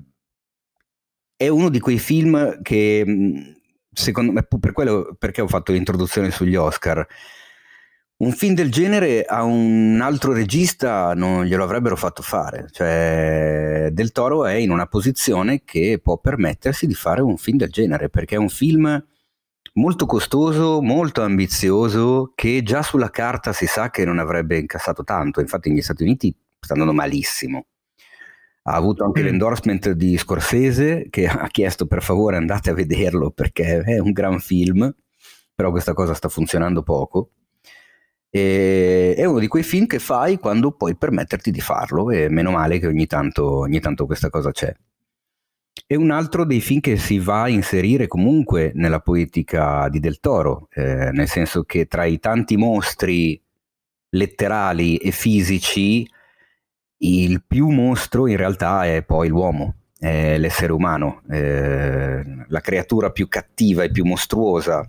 è uno di quei film che secondo me, per quello, perché ho fatto l'introduzione sugli Oscar, un film del genere a un altro regista non glielo avrebbero fatto fare, cioè Del Toro è in una posizione che può permettersi di fare un film del genere, perché è un film molto costoso, molto ambizioso, che già sulla carta si sa che non avrebbe incassato tanto. Infatti negli Stati Uniti sta andando malissimo. Ha avuto anche mm. l'endorsement di Scorsese, che ha chiesto per favore andate a vederlo perché è un gran film, però questa cosa sta funzionando poco. E è uno di quei film che fai quando puoi permetterti di farlo, e meno male che ogni tanto, ogni tanto questa cosa c'è. È un altro dei film che si va a inserire comunque nella poetica di Del Toro, eh, nel senso che tra i tanti mostri letterali e fisici il più mostro in realtà è poi l'uomo, è l'essere umano, eh, la creatura più cattiva e più mostruosa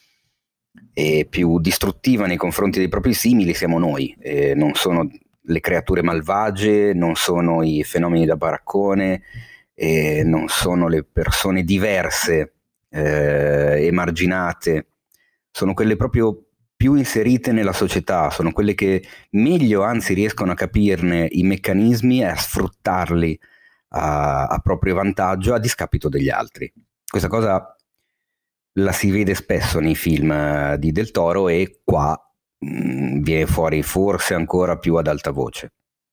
e più distruttiva nei confronti dei propri simili siamo noi, eh, non sono le creature malvagie, non sono i fenomeni da baraccone, e non sono le persone diverse, eh, emarginate, sono quelle proprio più inserite nella società, sono quelle che meglio anzi riescono a capirne i meccanismi e a sfruttarli a, a proprio vantaggio a discapito degli altri. Questa cosa la si vede spesso nei film di Del Toro e qua mh, viene fuori forse ancora più ad alta voce.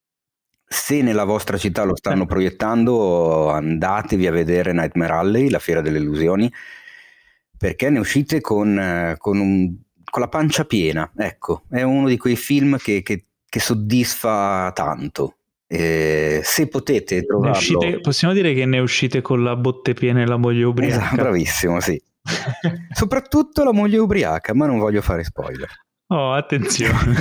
Se nella vostra città lo stanno proiettando, andatevi a vedere Nightmare Alley, la fiera delle illusioni, perché ne uscite con, con, un, con la pancia piena. Ecco, è uno di quei film che, che, che soddisfa tanto. Eh, se potete trovarlo... Uscite, possiamo dire che ne uscite con la botte piena e la moglie ubriaca. Esatto, bravissimo, sì. Soprattutto la moglie ubriaca, ma non voglio fare spoiler. Oh, attenzione.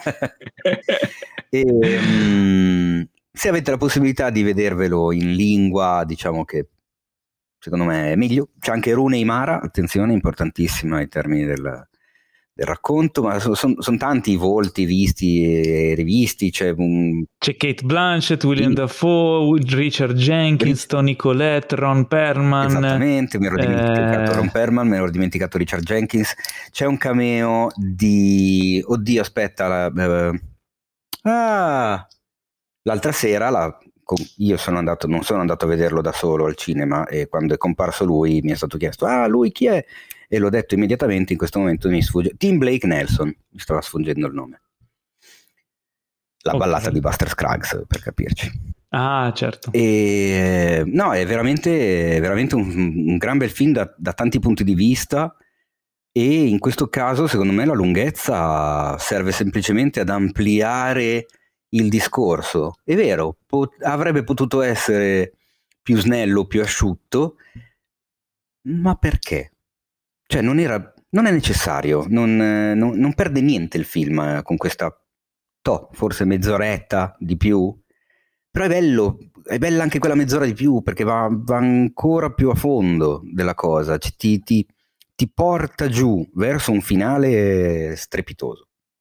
E, um, se avete la possibilità di vedervelo in lingua, diciamo che secondo me è meglio. C'è anche Rune Imara, attenzione, importantissima ai termini del, del racconto, ma sono son, son tanti i volti visti e rivisti. C'è, un... c'è Kate Blanchett, William sì. Dafoe, Richard Jenkins, Toni Collette, Ron Perlman. Esattamente, mi ero dimenticato eh... Ron Perlman, me ero dimenticato Richard Jenkins. C'è un cameo di... Oddio, aspetta, la... Uh... Ah, l'altra sera la, io sono andato, non sono andato a vederlo da solo al cinema, e quando è comparso lui mi è stato chiesto ah lui chi è, e l'ho detto immediatamente. In questo momento mi sfugge Tim Blake Nelson, mi stava sfuggendo il nome, la okay. ballata di Buster Scruggs, per capirci. Ah, certo. E, no, è veramente, veramente un, un gran bel film da, da tanti punti di vista. E in questo caso, secondo me, la lunghezza serve semplicemente ad ampliare il discorso. È vero, pot- avrebbe potuto essere più snello, più asciutto, ma perché? Cioè non era, non è necessario, non, non, non perde niente il film con questa, toh, forse mezz'oretta di più, però è bello, è bella anche quella mezz'ora di più perché va, va ancora più a fondo della cosa, cioè, ti, ti, ti porta giù verso un finale strepitoso.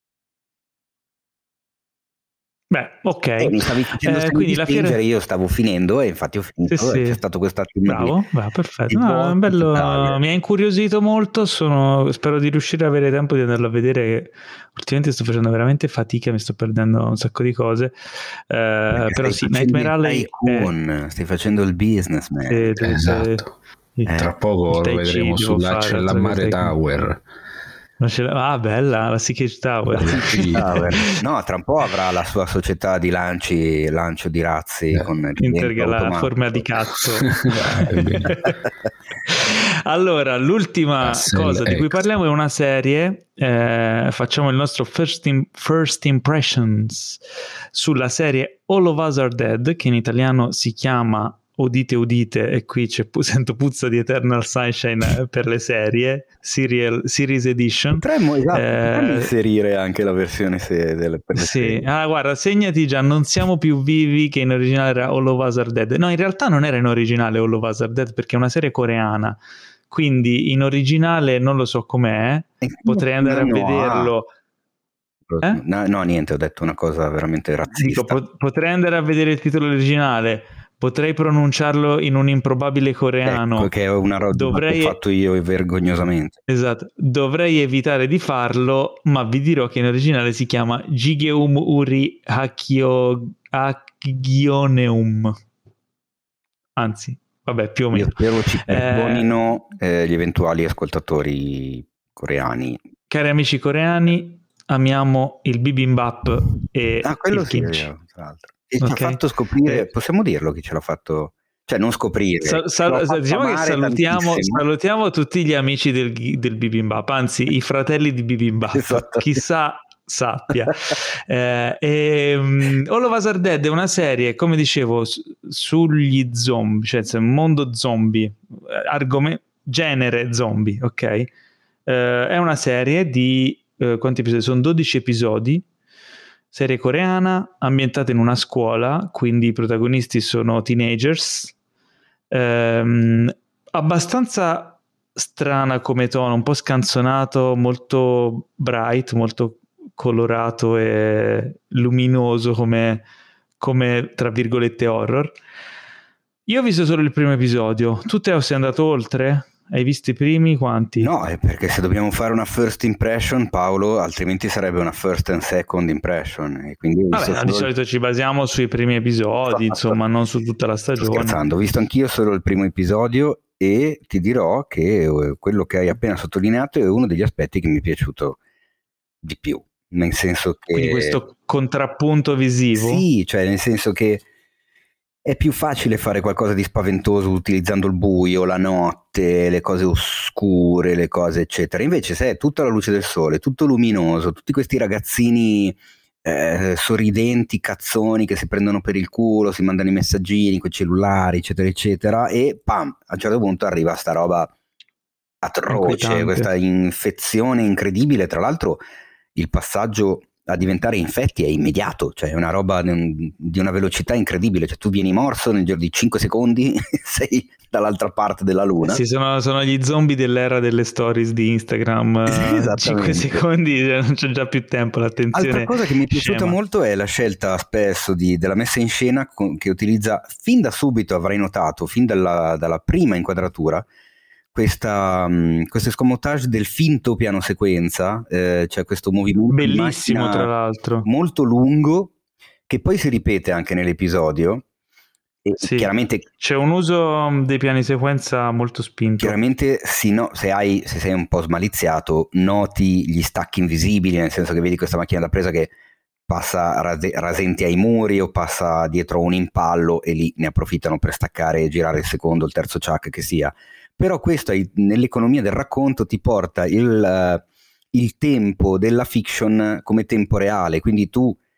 Beh, ok. Eh, mi stavi facendo eh, quindi la fiera... io stavo finendo e infatti ho finito, sì, sì. C'è stato questo attimo bravo, di, bravo, perfetto. di No, bello, mi ha incuriosito molto, sono, spero di riuscire ad avere tempo di andarlo a vedere. Ultimamente sto facendo veramente fatica, mi sto perdendo un sacco di cose, eh, però sì, Nightmare Alley è... stai facendo il businessman. Sì, esatto, eh, tra poco lo vedremo sull'Accella Tower. Ah, bella, la Seekage Tower. Tower. No, tra un po' avrà la sua società di lanci, lancio di razzi eh, con Intergala forma di cazzo. Allora, l'ultima Castle cosa X. di cui parliamo è una serie, eh, facciamo il nostro first, in, first impressions sulla serie All of Us Are Dead, che in italiano si chiama Udite udite, e qui c'è, sento puzza di Eternal Sunshine per le serie serial, Series Edition. Potremmo, esatto, eh, potremmo inserire anche la versione se, delle, per le sì, serie. Ah, guarda, segnati già, Non siamo più vivi, che in originale era All of Us Are Dead. No, in realtà non era in originale All of Us Are Dead perché è una serie coreana, quindi in originale non lo so com'è, potrei andare a vederlo. Eh? No, no, niente, ho detto una cosa veramente razzista. Dico, po- potrei andare a vedere il titolo originale, potrei pronunciarlo in un improbabile coreano. Ecco, che è una roba dovrei... che ho fatto io vergognosamente. Esatto, dovrei evitare di farlo, ma vi dirò che in originale si chiama Jigeum Uri Hakyo... Hakgyoneum. Anzi, vabbè, più o meno. Io spero ci perdonino eh... Eh, gli eventuali ascoltatori coreani. Cari amici coreani, amiamo il bibimbap e ah, quello il sì, kimchi. Io, tra l'altro. E okay. Ci ha fatto scoprire, eh. possiamo dirlo chi ce l'ha fatto, cioè non scoprire. Sa- sal- diciamo che salutiamo, salutiamo tutti gli amici del, del bibimbap, anzi i fratelli di bibimbap, esatto. Chissà sappia. eh, e, um, All of Us Are Dead è una serie, come dicevo, su- sugli zombie, cioè un mondo zombie, argomento, genere zombie, ok? Eh, è una serie di eh, quanti episodi? Sono dodici episodi. Serie coreana, ambientata in una scuola, quindi i protagonisti sono teenagers, ehm, abbastanza strana come tono, un po' scanzonato, molto bright, molto colorato e luminoso come, come tra virgolette horror. Io ho visto solo il primo episodio, tu Teo sei andato oltre? Hai visto i primi quanti? No, è perché se dobbiamo fare una first impression, Paolo, altrimenti sarebbe una first and second impression. E quindi Vabbè, no, di solito ci basiamo sui primi episodi, esatto. Insomma, non su tutta la stagione. Sto scherzando, ho visto anch'io solo il primo episodio e ti dirò che quello che hai appena sottolineato è uno degli aspetti che mi è piaciuto di più, nel senso che... Quindi questo contrappunto visivo? Sì, cioè nel senso che è più facile fare qualcosa di spaventoso utilizzando il buio, la notte, le cose oscure, le cose eccetera. Invece se è tutta la luce del sole, tutto luminoso, tutti questi ragazzini eh, sorridenti, cazzoni che si prendono per il culo, si mandano i messaggini con i cellulari eccetera eccetera e pam, a un certo punto arriva sta roba atroce, questa infezione incredibile. Tra l'altro il passaggio a diventare infetti è immediato, cioè è una roba di una velocità incredibile, cioè tu vieni morso nel giro di cinque secondi sei dall'altra parte della luna. Sì, sono, sono gli zombie dell'era delle stories di Instagram, cinque secondi, cioè non c'è già più tempo, l'attenzione. Altra cosa che mi è piaciuta scema. molto è la scelta spesso di, della messa in scena con, che utilizza fin da subito, avrai notato, fin dalla, dalla prima inquadratura, Questa, um, questo escamotage del finto piano sequenza, eh, cioè questo movimento bellissimo tra l'altro molto lungo che poi si ripete anche nell'episodio e sì, chiaramente c'è un uso dei piani sequenza molto spinto. Chiaramente sì, no, se, hai, se sei un po' smaliziato noti gli stacchi invisibili, nel senso che vedi questa macchina da presa che passa rase, rasenti ai muri o passa dietro un impallo e lì ne approfittano per staccare e girare il secondo, il terzo chuck che sia. Però questo nell'economia del racconto ti porta il, uh, il tempo della fiction come tempo reale, quindi tu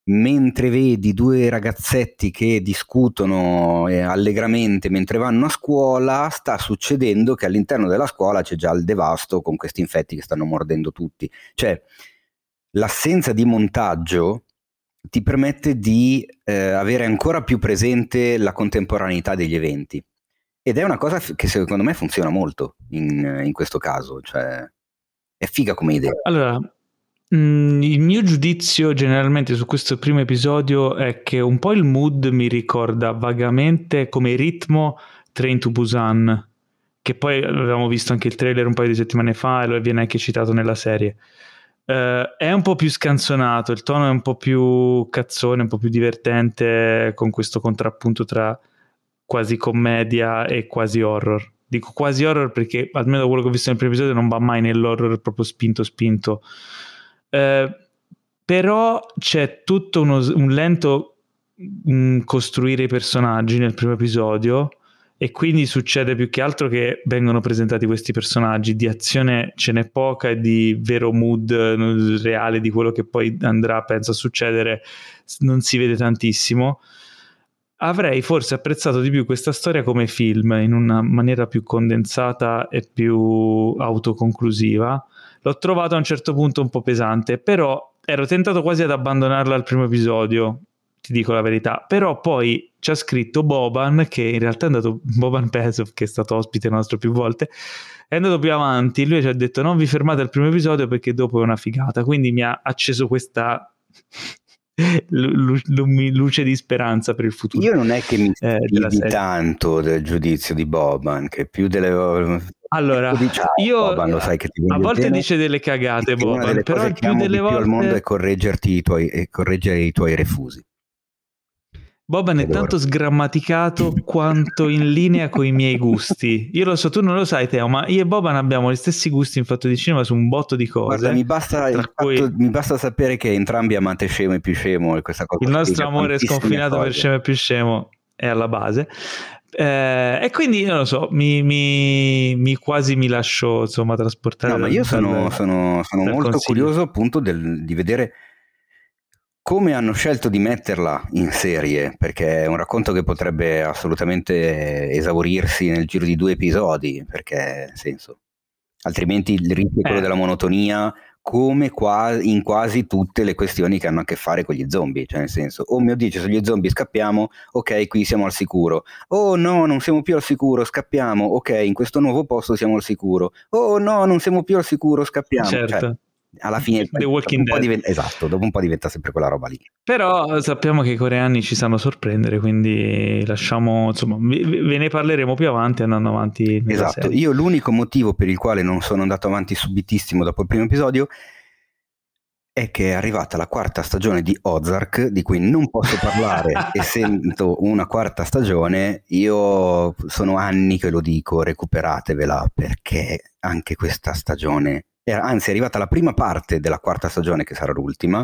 mentre vedi due ragazzetti che discutono eh, allegramente mentre vanno a scuola, sta succedendo che all'interno della scuola c'è già il devasto con questi infetti che stanno mordendo tutti. Cioè, l'assenza di montaggio ti permette di eh, avere ancora più presente la contemporaneità degli eventi, ed è una cosa f- che secondo me funziona molto in, in questo caso, cioè è figa come idea. Allora, mh, il mio giudizio generalmente su questo primo episodio è che un po' il mood mi ricorda vagamente come ritmo Train to Busan, che poi avevamo visto anche il trailer un paio di settimane fa e lo viene anche citato nella serie. Uh, è un po' più scanzonato, il tono è un po' più cazzone, un po' più divertente, con questo contrappunto tra quasi commedia e quasi horror. Dico quasi horror perché almeno da quello che ho visto nel primo episodio non va mai nell'horror proprio spinto spinto. Uh, però c'è tutto uno, un lento um, costruire i personaggi nel primo episodio, e quindi succede più che altro che vengono presentati questi personaggi. Di azione ce n'è poca e di vero mood reale di quello che poi andrà, penso, a succedere non si vede tantissimo. Avrei forse apprezzato di più questa storia come film, in una maniera più condensata e più autoconclusiva. L'ho trovato a un certo punto un po' pesante, però ero tentato quasi ad abbandonarla al primo episodio, ti dico la verità. Però poi ci ha scritto Boban, che in realtà è andato, Boban Pesov, che è stato ospite nostro più volte, è andato più avanti. Lui ci ha detto non vi fermate al primo episodio perché dopo è una figata, quindi mi ha acceso questa luce di speranza per il futuro. Io non è che mi eh, fidi tanto del giudizio di Boban, che più delle... Allora, diciamo, io Boban, lo sai che ti a volte bene, dice delle cagate Boban, una delle però cose il che più amo delle di volte più al mondo è correggerti i tuoi, e correggere i tuoi refusi. Boban è tanto sgrammaticato quanto in linea con i miei gusti. Io lo so, tu non lo sai Teo, ma io e Boban abbiamo gli stessi gusti in fatto di cinema su un botto di cose. Guarda, mi basta, il cui... fatto, mi basta sapere che entrambi amate Scemo e Più Scemo, e questa cosa il nostro amore sconfinato cose. per Scemo e Più Scemo è alla base. Eh, e quindi non lo so, mi, mi, mi quasi mi lascio insomma trasportare. No, ma io sono, dal, sono, sono molto consiglio. curioso appunto del, di vedere come hanno scelto di metterla in serie, perché è un racconto che potrebbe assolutamente esaurirsi nel giro di due episodi, perché nel senso, altrimenti il rischio è quello eh. della monotonia, come qua, in quasi tutte le questioni che hanno a che fare con gli zombie, cioè nel senso, oh mio Dio, ci sono gli zombie, scappiamo, ok, qui siamo al sicuro, oh no, non siamo più al sicuro, scappiamo, ok, in questo nuovo posto siamo al sicuro, oh no, non siamo più al sicuro, scappiamo. Certo. Cioè, alla fine The Walking Dead. Diventa, esatto, dopo un po' diventa sempre quella roba lì. Però sappiamo che i coreani ci sanno sorprendere, quindi lasciamo, insomma, ve ne parleremo più avanti andando avanti nella esatto, serie. Io l'unico motivo per il quale non sono andato avanti subitissimo dopo il primo episodio è che è arrivata la quarta stagione di Ozark, di cui non posso parlare essendo una quarta stagione. Io sono anni che lo dico, recuperatevela, perché anche questa stagione, anzi è arrivata la prima parte della quarta stagione, che sarà l'ultima,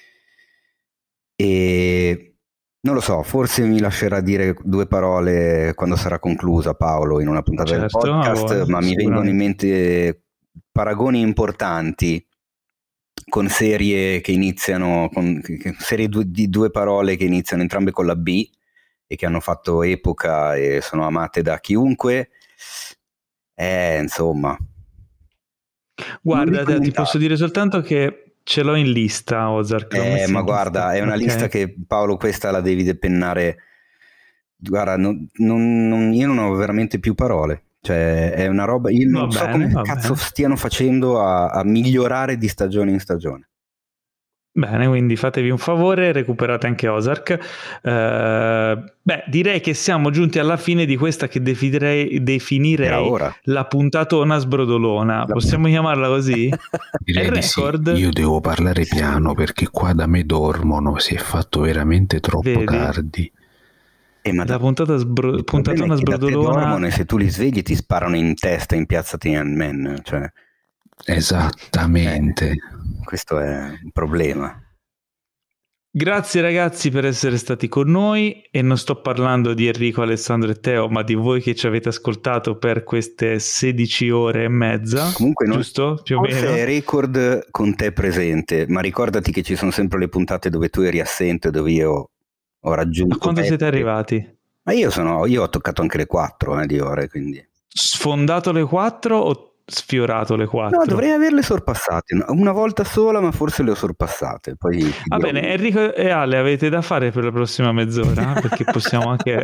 e non lo so, forse mi lascerà dire due parole quando sarà conclusa Paolo in una puntata certo, del podcast, no, ma mi vengono in mente paragoni importanti con serie che iniziano con serie di due parole che iniziano entrambe con la B e che hanno fatto epoca e sono amate da chiunque. Eh, insomma, guarda, te, ti posso dire soltanto che ce l'ho in lista Ozark. Eh, ma guarda, lista. È una okay. lista che Paolo, questa la devi depennare. Guarda, non, non, non, io non ho veramente più parole. Cioè è una roba, io non va so bene, come cazzo bene. stiano facendo a, a migliorare di stagione in stagione. Bene, quindi fatevi un favore, recuperate anche Ozark. Uh, beh, direi che siamo giunti alla fine di questa che definirei, definirei la puntatona sbrodolona. La... Possiamo chiamarla così? Direi di sì. Io devo parlare piano perché qua da me dormono, si è fatto veramente troppo Vedi? tardi. Eh, ma la puntata sbro- puntatona sbrodolona, dormono, e se tu li svegli ti sparano in testa in piazza Tiananmen, cioè. Esattamente. Eh, questo è un problema. Grazie ragazzi per essere stati con noi, e non sto parlando di Enrico, Alessandro e Teo, ma di voi che ci avete ascoltato per queste sedici ore e mezza. Comunque non, giusto? Più o meno. È record con te presente, ma ricordati che ci sono sempre le puntate dove tu eri assente, dove io ho raggiunto. Ma quando siete arrivati? Ma io sono io ho toccato anche le quattro eh, di ore, quindi. Sfondato le quattro o sfiorato le quattro? No, dovrei averle sorpassate una volta sola, ma forse le ho sorpassate. Poi va bene, un... Enrico e Ale, avete da fare per la prossima mezz'ora? Perché possiamo anche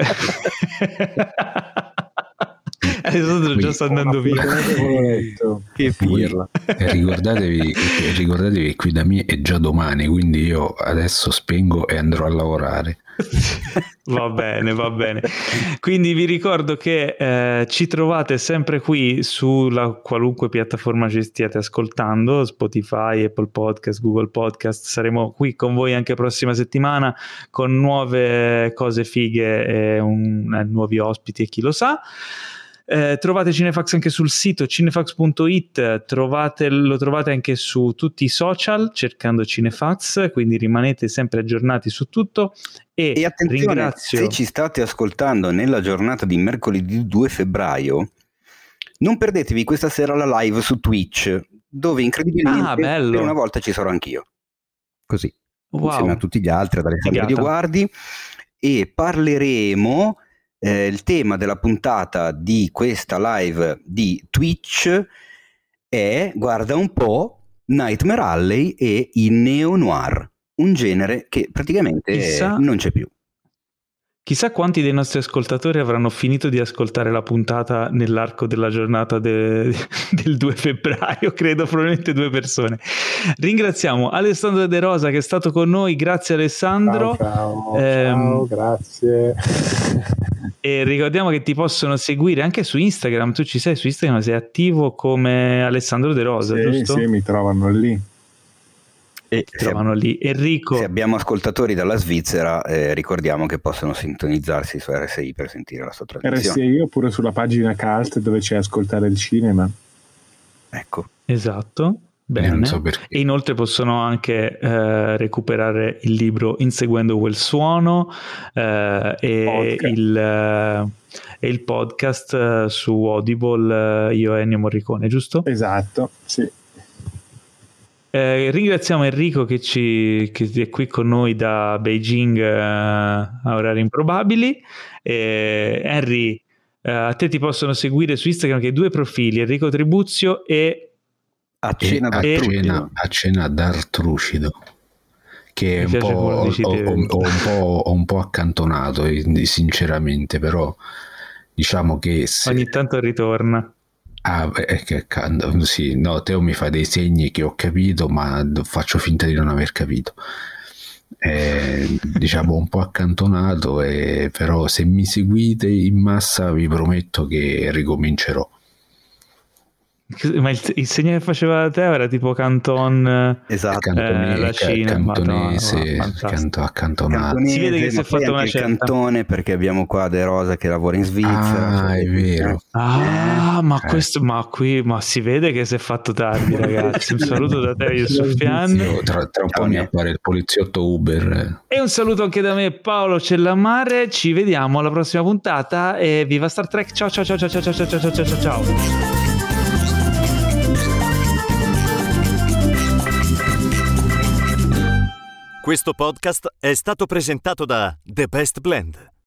Alessandro già sta andando via. Che pirla. ricordatevi, ricordatevi che qui da me è già domani, quindi io adesso spengo e andrò a lavorare. Va bene, va bene. Quindi vi ricordo che eh, ci trovate sempre qui sulla qualunque piattaforma ci stiate ascoltando, Spotify, Apple Podcast, Google Podcast. Saremo qui con voi anche prossima settimana con nuove cose fighe e un, eh, nuovi ospiti e chi lo sa. Eh, trovate Cinefax anche sul sito cinefax punto it, trovate, lo trovate anche su tutti i social cercando Cinefax, quindi rimanete sempre aggiornati su tutto. E, e attenzione, ringrazio... se ci state ascoltando nella giornata di mercoledì due febbraio, non perdetevi questa sera la live su Twitch, dove incredibilmente ah, bello. per una volta ci sarò anch'io, così, wow. insieme a tutti gli altri, ad Alessandro Dioguardi, e parleremo. Eh, il tema della puntata di questa live di Twitch è, guarda un po', Nightmare Alley e il neo-noir, un genere che praticamente chissà, non c'è più. Chissà quanti dei nostri ascoltatori avranno finito di ascoltare la puntata nell'arco della giornata de, del due febbraio, credo probabilmente due persone. Ringraziamo Alessandro De Rosa che è stato con noi, grazie Alessandro. Ciao, ciao, eh, ciao grazie. E ricordiamo che ti possono seguire anche su Instagram, tu ci sei su Instagram, sei attivo come Alessandro De Rosa, sì, giusto? Sì, mi trovano lì. E ti trovano ab- lì. Enrico, se abbiamo ascoltatori dalla Svizzera, eh, ricordiamo che possono sintonizzarsi su R S I per sentire la sua trasmissione. R S I oppure sulla pagina Cult dove c'è Ascoltare il Cinema. Ecco. Esatto. Bene. Non so e inoltre possono anche eh, recuperare il libro Inseguendo quel suono eh, e, il, eh, e il podcast eh, su Audible, eh, io e Ennio Morricone, giusto? Esatto, sì. Eh, ringraziamo Enrico che, ci, che è qui con noi da Beijing eh, a orari improbabili. eh, Henry, eh, a te ti possono seguire su Instagram che hai due profili, Enrico Tribuzio e A cena, a, cena, a cena d'Artrucido, che è un po', ho, ho, ho, un po', ho un po' accantonato sinceramente, però diciamo che se... ogni tanto ritorna. Ah, beh, che, sì, no, Teo mi fa dei segni che ho capito, ma faccio finta di non aver capito. Eh, diciamo un po' accantonato, eh, però se mi seguite in massa vi prometto che ricomincerò. Ma il, il segno che faceva Teo era tipo Canton, esatto, Cantone, eh, la Cina, cantonese, ma, canto, accantonato. Si vede che si è fatto una certa. Cantone, perché abbiamo qua De Rosa che lavora in Svizzera. Ah, cioè, è vero. Ah, eh, ma eh. questo, ma qui, ma si vede che si è fatto tardi, ragazzi. Un saluto da te, Yusufian. Tra, tra un po' mi appare il poliziotto Uber. E un saluto anche da me, Paolo Cellamare. Ci vediamo alla prossima puntata e viva Star Trek. Ciao ciao ciao ciao ciao ciao ciao ciao ciao ciao. Questo podcast è stato presentato da The Best Blend,